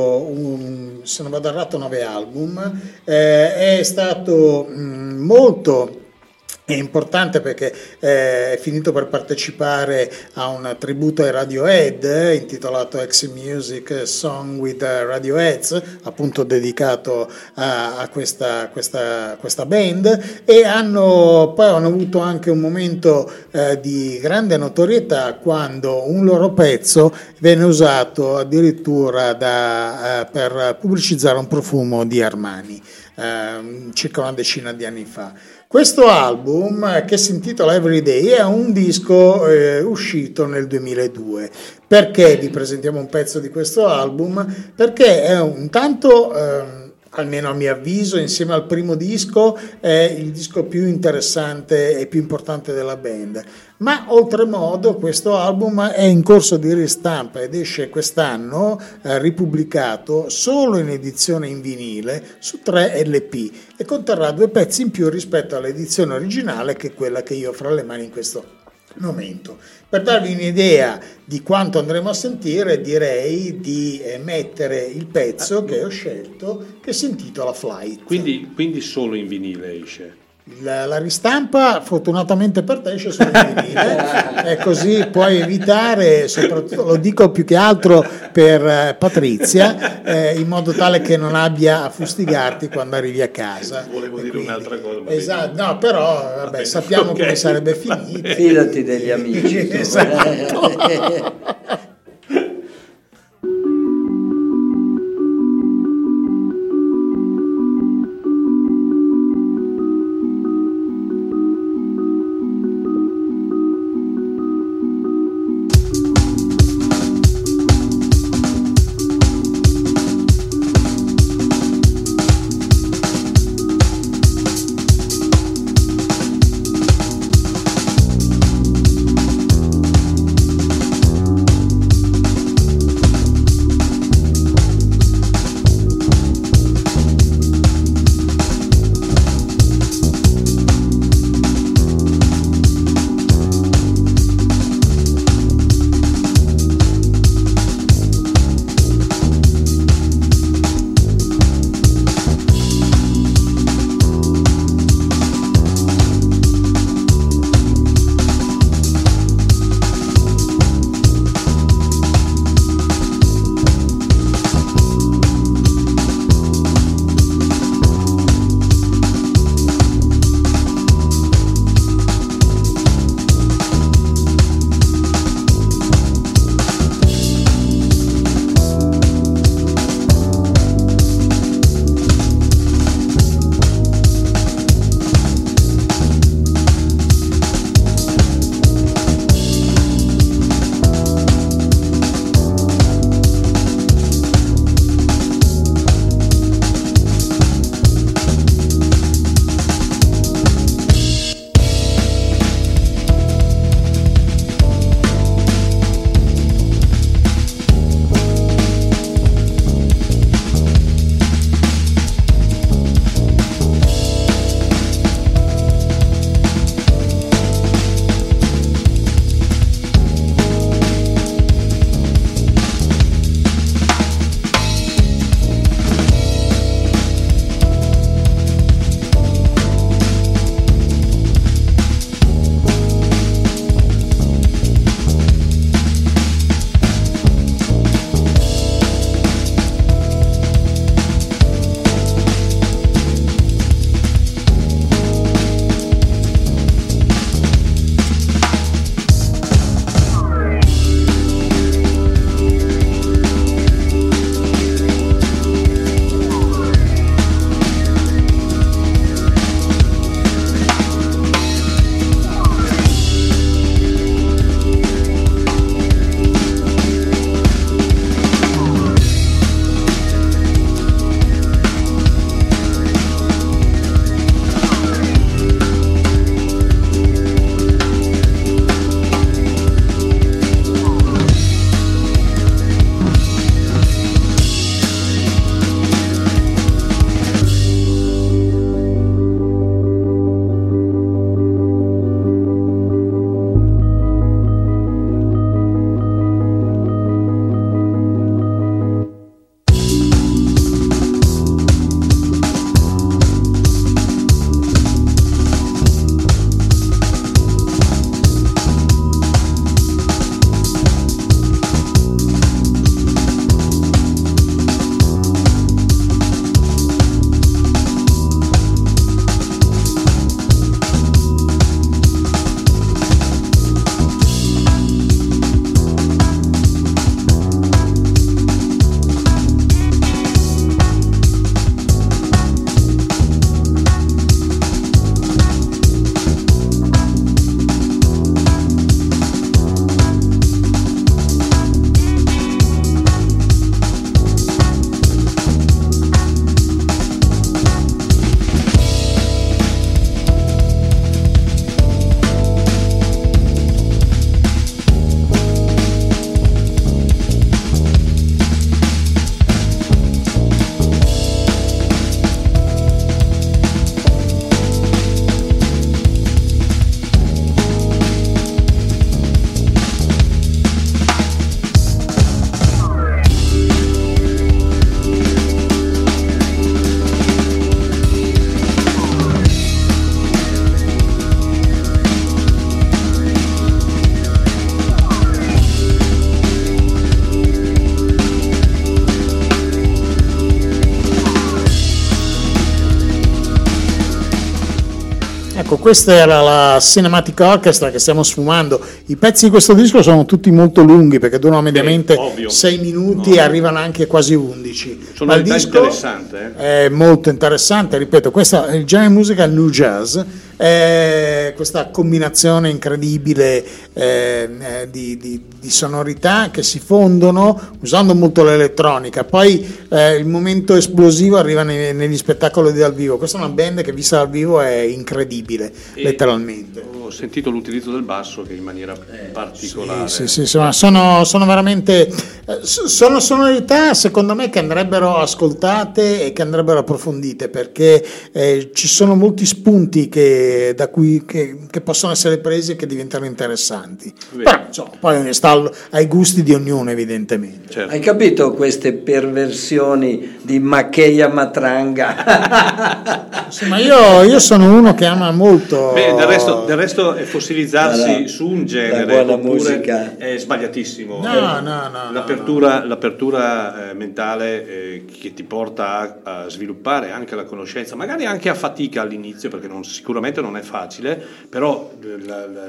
un, se non vado errato, nove album, eh, è stato mh, molto è importante perché eh, è finito per partecipare a un tributo ai Radiohead eh, intitolato X Music Song with Radioheads, appunto dedicato a, a questa, questa, questa band, e hanno poi hanno avuto anche un momento eh, di grande notorietà quando un loro pezzo venne usato addirittura da, eh, per pubblicizzare un profumo di Armani eh, circa una decina di anni fa. Questo album, che si intitola Everyday, è un disco eh, uscito nel duemiladue. Perché vi presentiamo un pezzo di questo album? Perché è un tanto, eh, almeno a mio avviso, insieme al primo disco, è il disco più interessante e più importante della band. Ma oltremodo questo album è in corso di ristampa ed esce quest'anno eh, ripubblicato solo in edizione in vinile su tre L P e conterrà due pezzi in più rispetto all'edizione originale, che è quella che io ho fra le mani in questo momento. Per darvi un'idea di quanto andremo a sentire, direi di eh, mettere il pezzo che ho scelto, che si intitola Flight. Quindi, quindi solo in vinile esce? La, la ristampa fortunatamente per te esce solo in vinile e così puoi evitare, soprattutto lo dico più che altro per eh, Patrizia, eh, in modo tale che non abbia a fustigarti quando arrivi a casa. Volevo e dire quindi, un'altra cosa. Esatto, no, però vabbè, sappiamo okay. come sarebbe finita. Fidati degli amici. Esatto. Ecco, questa era la Cinematic Orchestra che stiamo sfumando. I pezzi di questo disco sono tutti molto lunghi perché durano mediamente sei minuti no. e arrivano anche quasi undici. Sono il disco interessante, eh? È molto interessante, ripeto, questo è il genere musica new jazz. Eh, questa combinazione incredibile eh, di, di, di sonorità che si fondono usando molto l'elettronica, poi eh, il momento esplosivo arriva nei, negli spettacoli dal vivo. Questa è una band che vista dal vivo è incredibile, e letteralmente. Ho sentito l'utilizzo del basso che in maniera eh, particolare sì, sì, sì, sono, sono veramente eh, sono sonorità secondo me che andrebbero ascoltate e che andrebbero approfondite, perché eh, ci sono molti spunti che da cui che, che possono essere presi e che diventano interessanti. Bene. Però insomma, poi sta ai gusti di ognuno evidentemente. Certo. Hai capito queste perversioni di Maccheia Matranga? Sì, ma io, io sono uno che ama molto. Beh, del resto, del resto è fossilizzarsi la, su un genere la musica è sbagliatissimo. No, eh, no, no, l'apertura, no. l'apertura eh, mentale eh, che ti porta a, a sviluppare anche la conoscenza, magari anche a fatica all'inizio, perché non, sicuramente non è facile, però la, la,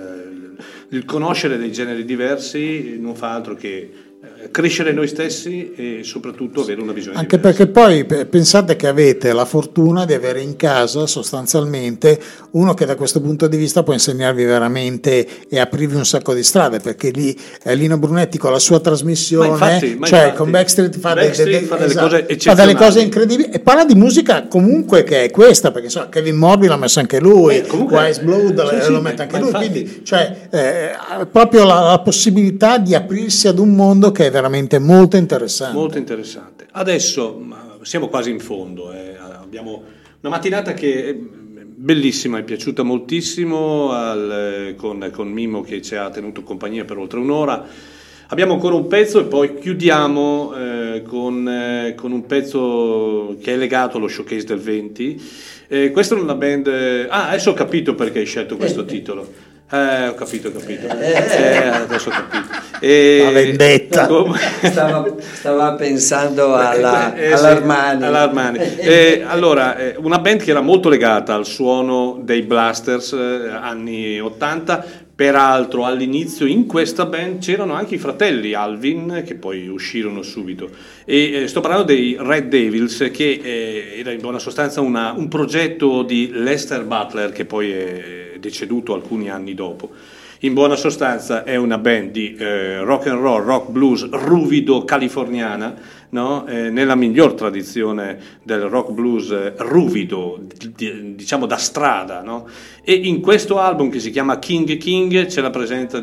il conoscere dei generi diversi non fa altro che crescere noi stessi e soprattutto avere una visione anche diversa. Perché poi pensate che avete la fortuna di avere in casa sostanzialmente uno che da questo punto di vista può insegnarvi veramente e aprirvi un sacco di strade, perché lì eh, Lino Brunetti con la sua trasmissione ma infatti, ma cioè infatti, con Backstreet fa, Backstreet de, de, fa, delle, esatto, cose fa delle cose incredibili e parla di musica comunque che è questa, perché so, Kevin Morby l'ha messo anche lui, eh, Wise Blood sì, lo sì, mette anche lui, infatti, quindi cioè, eh, proprio la, la possibilità di aprirsi ad un mondo che è veramente molto interessante. Molto interessante. Adesso siamo quasi in fondo, eh. Abbiamo una mattinata che è bellissima, è piaciuta moltissimo al, con, con Mimo che ci ha tenuto compagnia per oltre un'ora. Abbiamo ancora un pezzo e poi chiudiamo eh, con, eh, con un pezzo che è legato allo showcase del venti. Eh, questa è una band... Eh, ah, adesso ho capito perché hai scelto questo titolo. Eh, ho capito, ho capito. Eh, adesso ho capito. E, la vendetta. Stava, stava pensando alla, eh, all'Armani. Sì, all'Armani. Eh, allora, eh, una band che era molto legata al suono dei Blasters eh, anni ottanta. Peraltro all'inizio in questa band c'erano anche i fratelli Alvin, che poi uscirono subito, e eh, sto parlando dei Red Devils, che eh, era in buona sostanza una, un progetto di Lester Butler, che poi è deceduto alcuni anni dopo. In buona sostanza è una band di eh, rock and roll, rock blues ruvido californiana, no? eh, nella miglior tradizione del rock blues eh, ruvido, di, diciamo da strada, no? E in questo album che si chiama King King c'è la presenza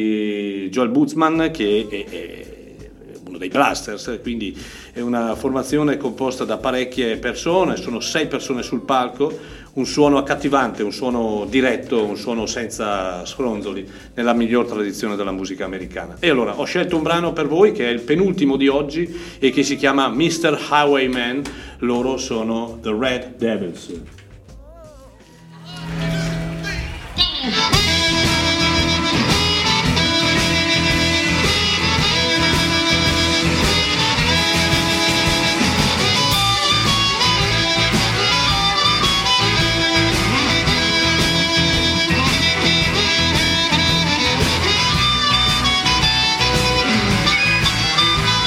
di Joel Bootsman, che è, è uno dei Blasters, quindi è una formazione composta da parecchie persone, sono sei persone sul palco, un suono accattivante, un suono diretto, un suono senza sfronzoli, nella miglior tradizione della musica americana. E allora ho scelto un brano per voi che è il penultimo di oggi e che si chiama mister Highwayman. Loro sono The Red Devils.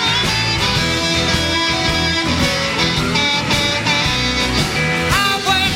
Highway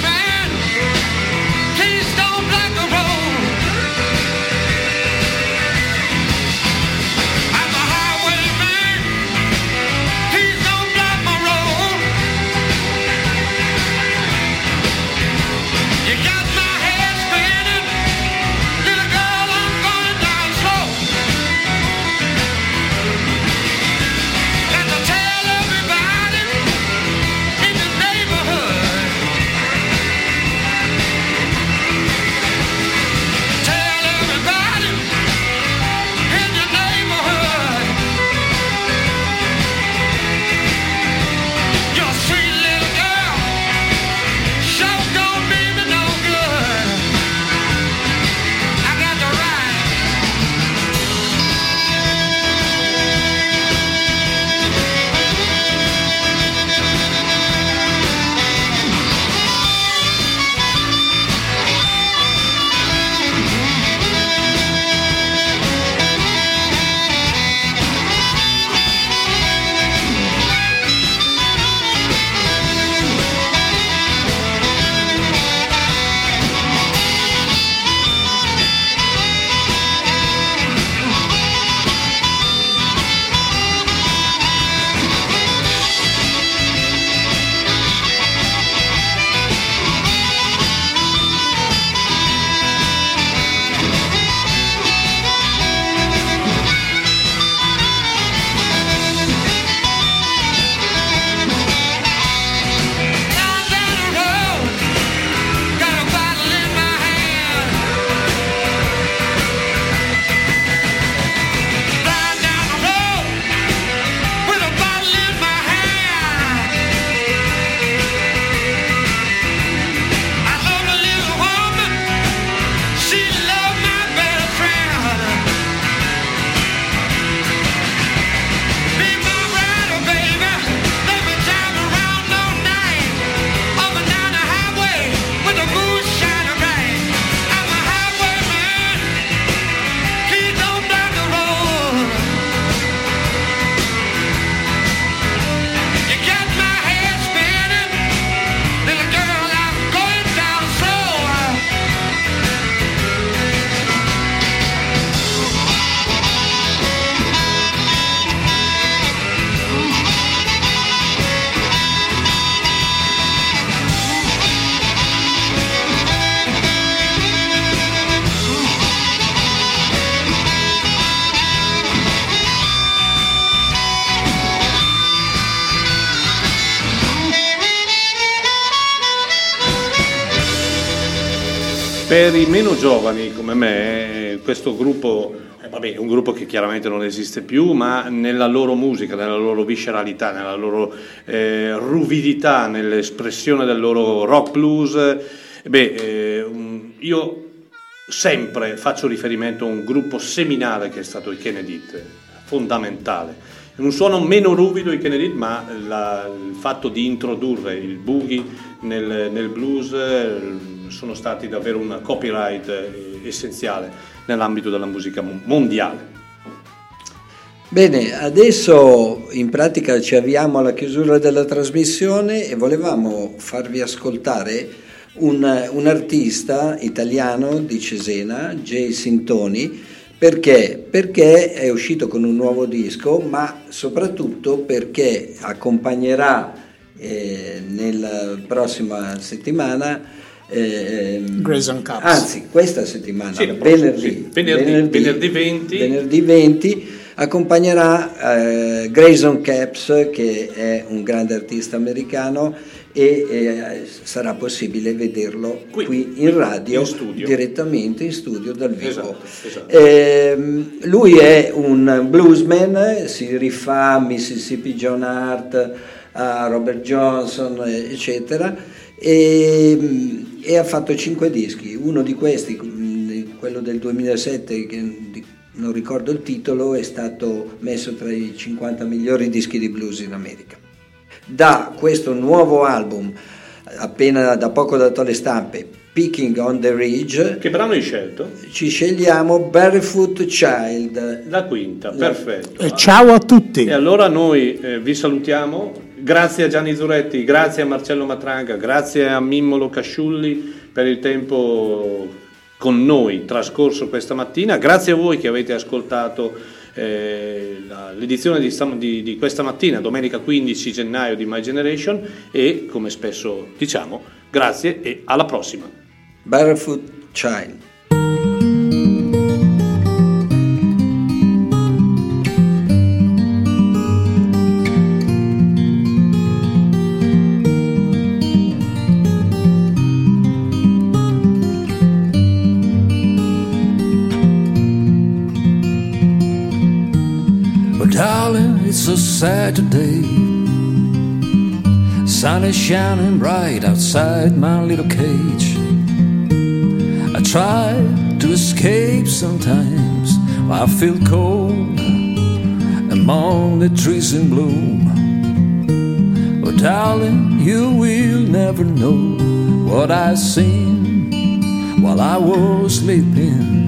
per i meno giovani come me, questo gruppo, eh, vabbè, è un gruppo che chiaramente non esiste più, ma nella loro musica, nella loro visceralità, nella loro eh, ruvidità, nell'espressione del loro rock blues, beh, eh, io sempre faccio riferimento a un gruppo seminale che è stato i Kennedy, fondamentale. Un suono meno ruvido i Kennedy, ma la, il fatto di introdurre il boogie nel, nel blues eh, sono stati davvero un copyright eh, essenziale nell'ambito della musica mondiale. Bene, adesso in pratica ci avviamo alla chiusura della trasmissione e volevamo farvi ascoltare un, un artista italiano di Cesena, Jay Sintoni. Perché? Perché è uscito con un nuovo disco, ma soprattutto perché accompagnerà eh, nella prossima settimana eh, Grayson Caps. Anzi, questa settimana, sì, venerdì, sì. Venerdì, venerdì, venerdì venti, venerdì venti accompagnerà eh, Grayson Caps, che è un grande artista americano, e eh, sarà possibile vederlo qui, qui in radio, in studio. Direttamente in studio dal vivo. Esatto, esatto. Eh, lui è un bluesman, si rifà a Mississippi John Hart, a Robert Johnson, eccetera, e, e ha fatto cinque dischi. Uno di questi, quello del duemilasette, che non ricordo il titolo, è stato messo tra i cinquanta migliori dischi di blues in America. Da questo nuovo album, appena da poco dato alle stampe, Picking on the Ridge, che brano hai scelto? Ci scegliamo Barefoot Child, la quinta, la... perfetto. E ciao a tutti. E allora noi eh, vi salutiamo, grazie a Gianni Zuretti, grazie a Marcello Matranga, grazie a Mimmolo Casciulli per il tempo con noi trascorso questa mattina, grazie a voi che avete ascoltato Eh, la, l'edizione di, di, di questa mattina, domenica quindici gennaio di My Generation, e come spesso diciamo grazie e alla prossima. Barefoot Child. Darling, it's so sad today. Sun is shining bright outside my little cage. I try to escape sometimes, I feel cold among the trees in bloom. Oh darling, you will never know what I've seen while I was sleeping.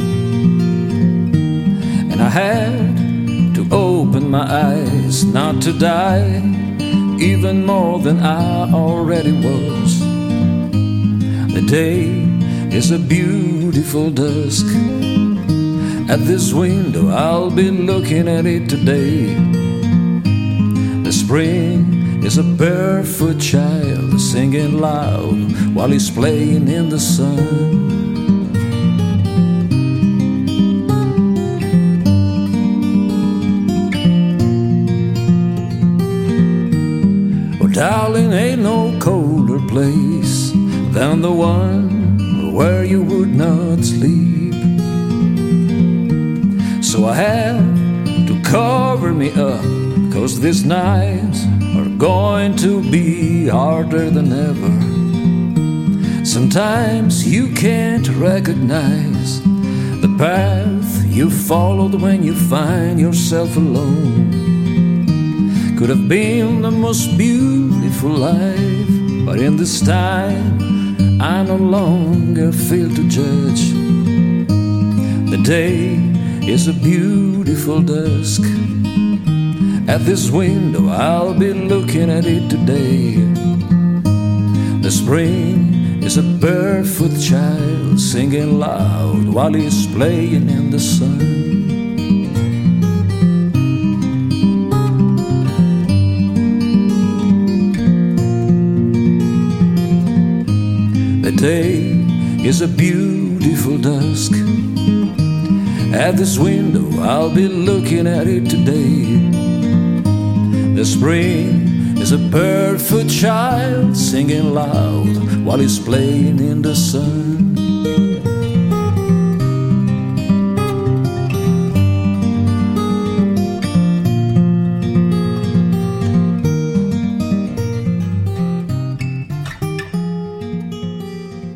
And I had open my eyes not to die even more than I already was. The day is a beautiful dusk. At this window I'll be looking at it today. The spring is a barefoot child singing loud while he's playing in the sun. Darling, ain't no colder place than the one where you would not sleep. So I have to cover me up, 'cause these nights are going to be harder than ever. Sometimes you can't recognize the path you followed when you find yourself alone. Could have been the most beautiful life, but in this time I no longer feel to judge. The day is a beautiful dusk. At this window I'll be looking at it today. The spring is a barefoot child singing loud while he's playing in the sun. The day is a beautiful dusk. At this window I'll be looking at it today. The spring is a barefoot child singing loud while he's playing in the sun. Thank you.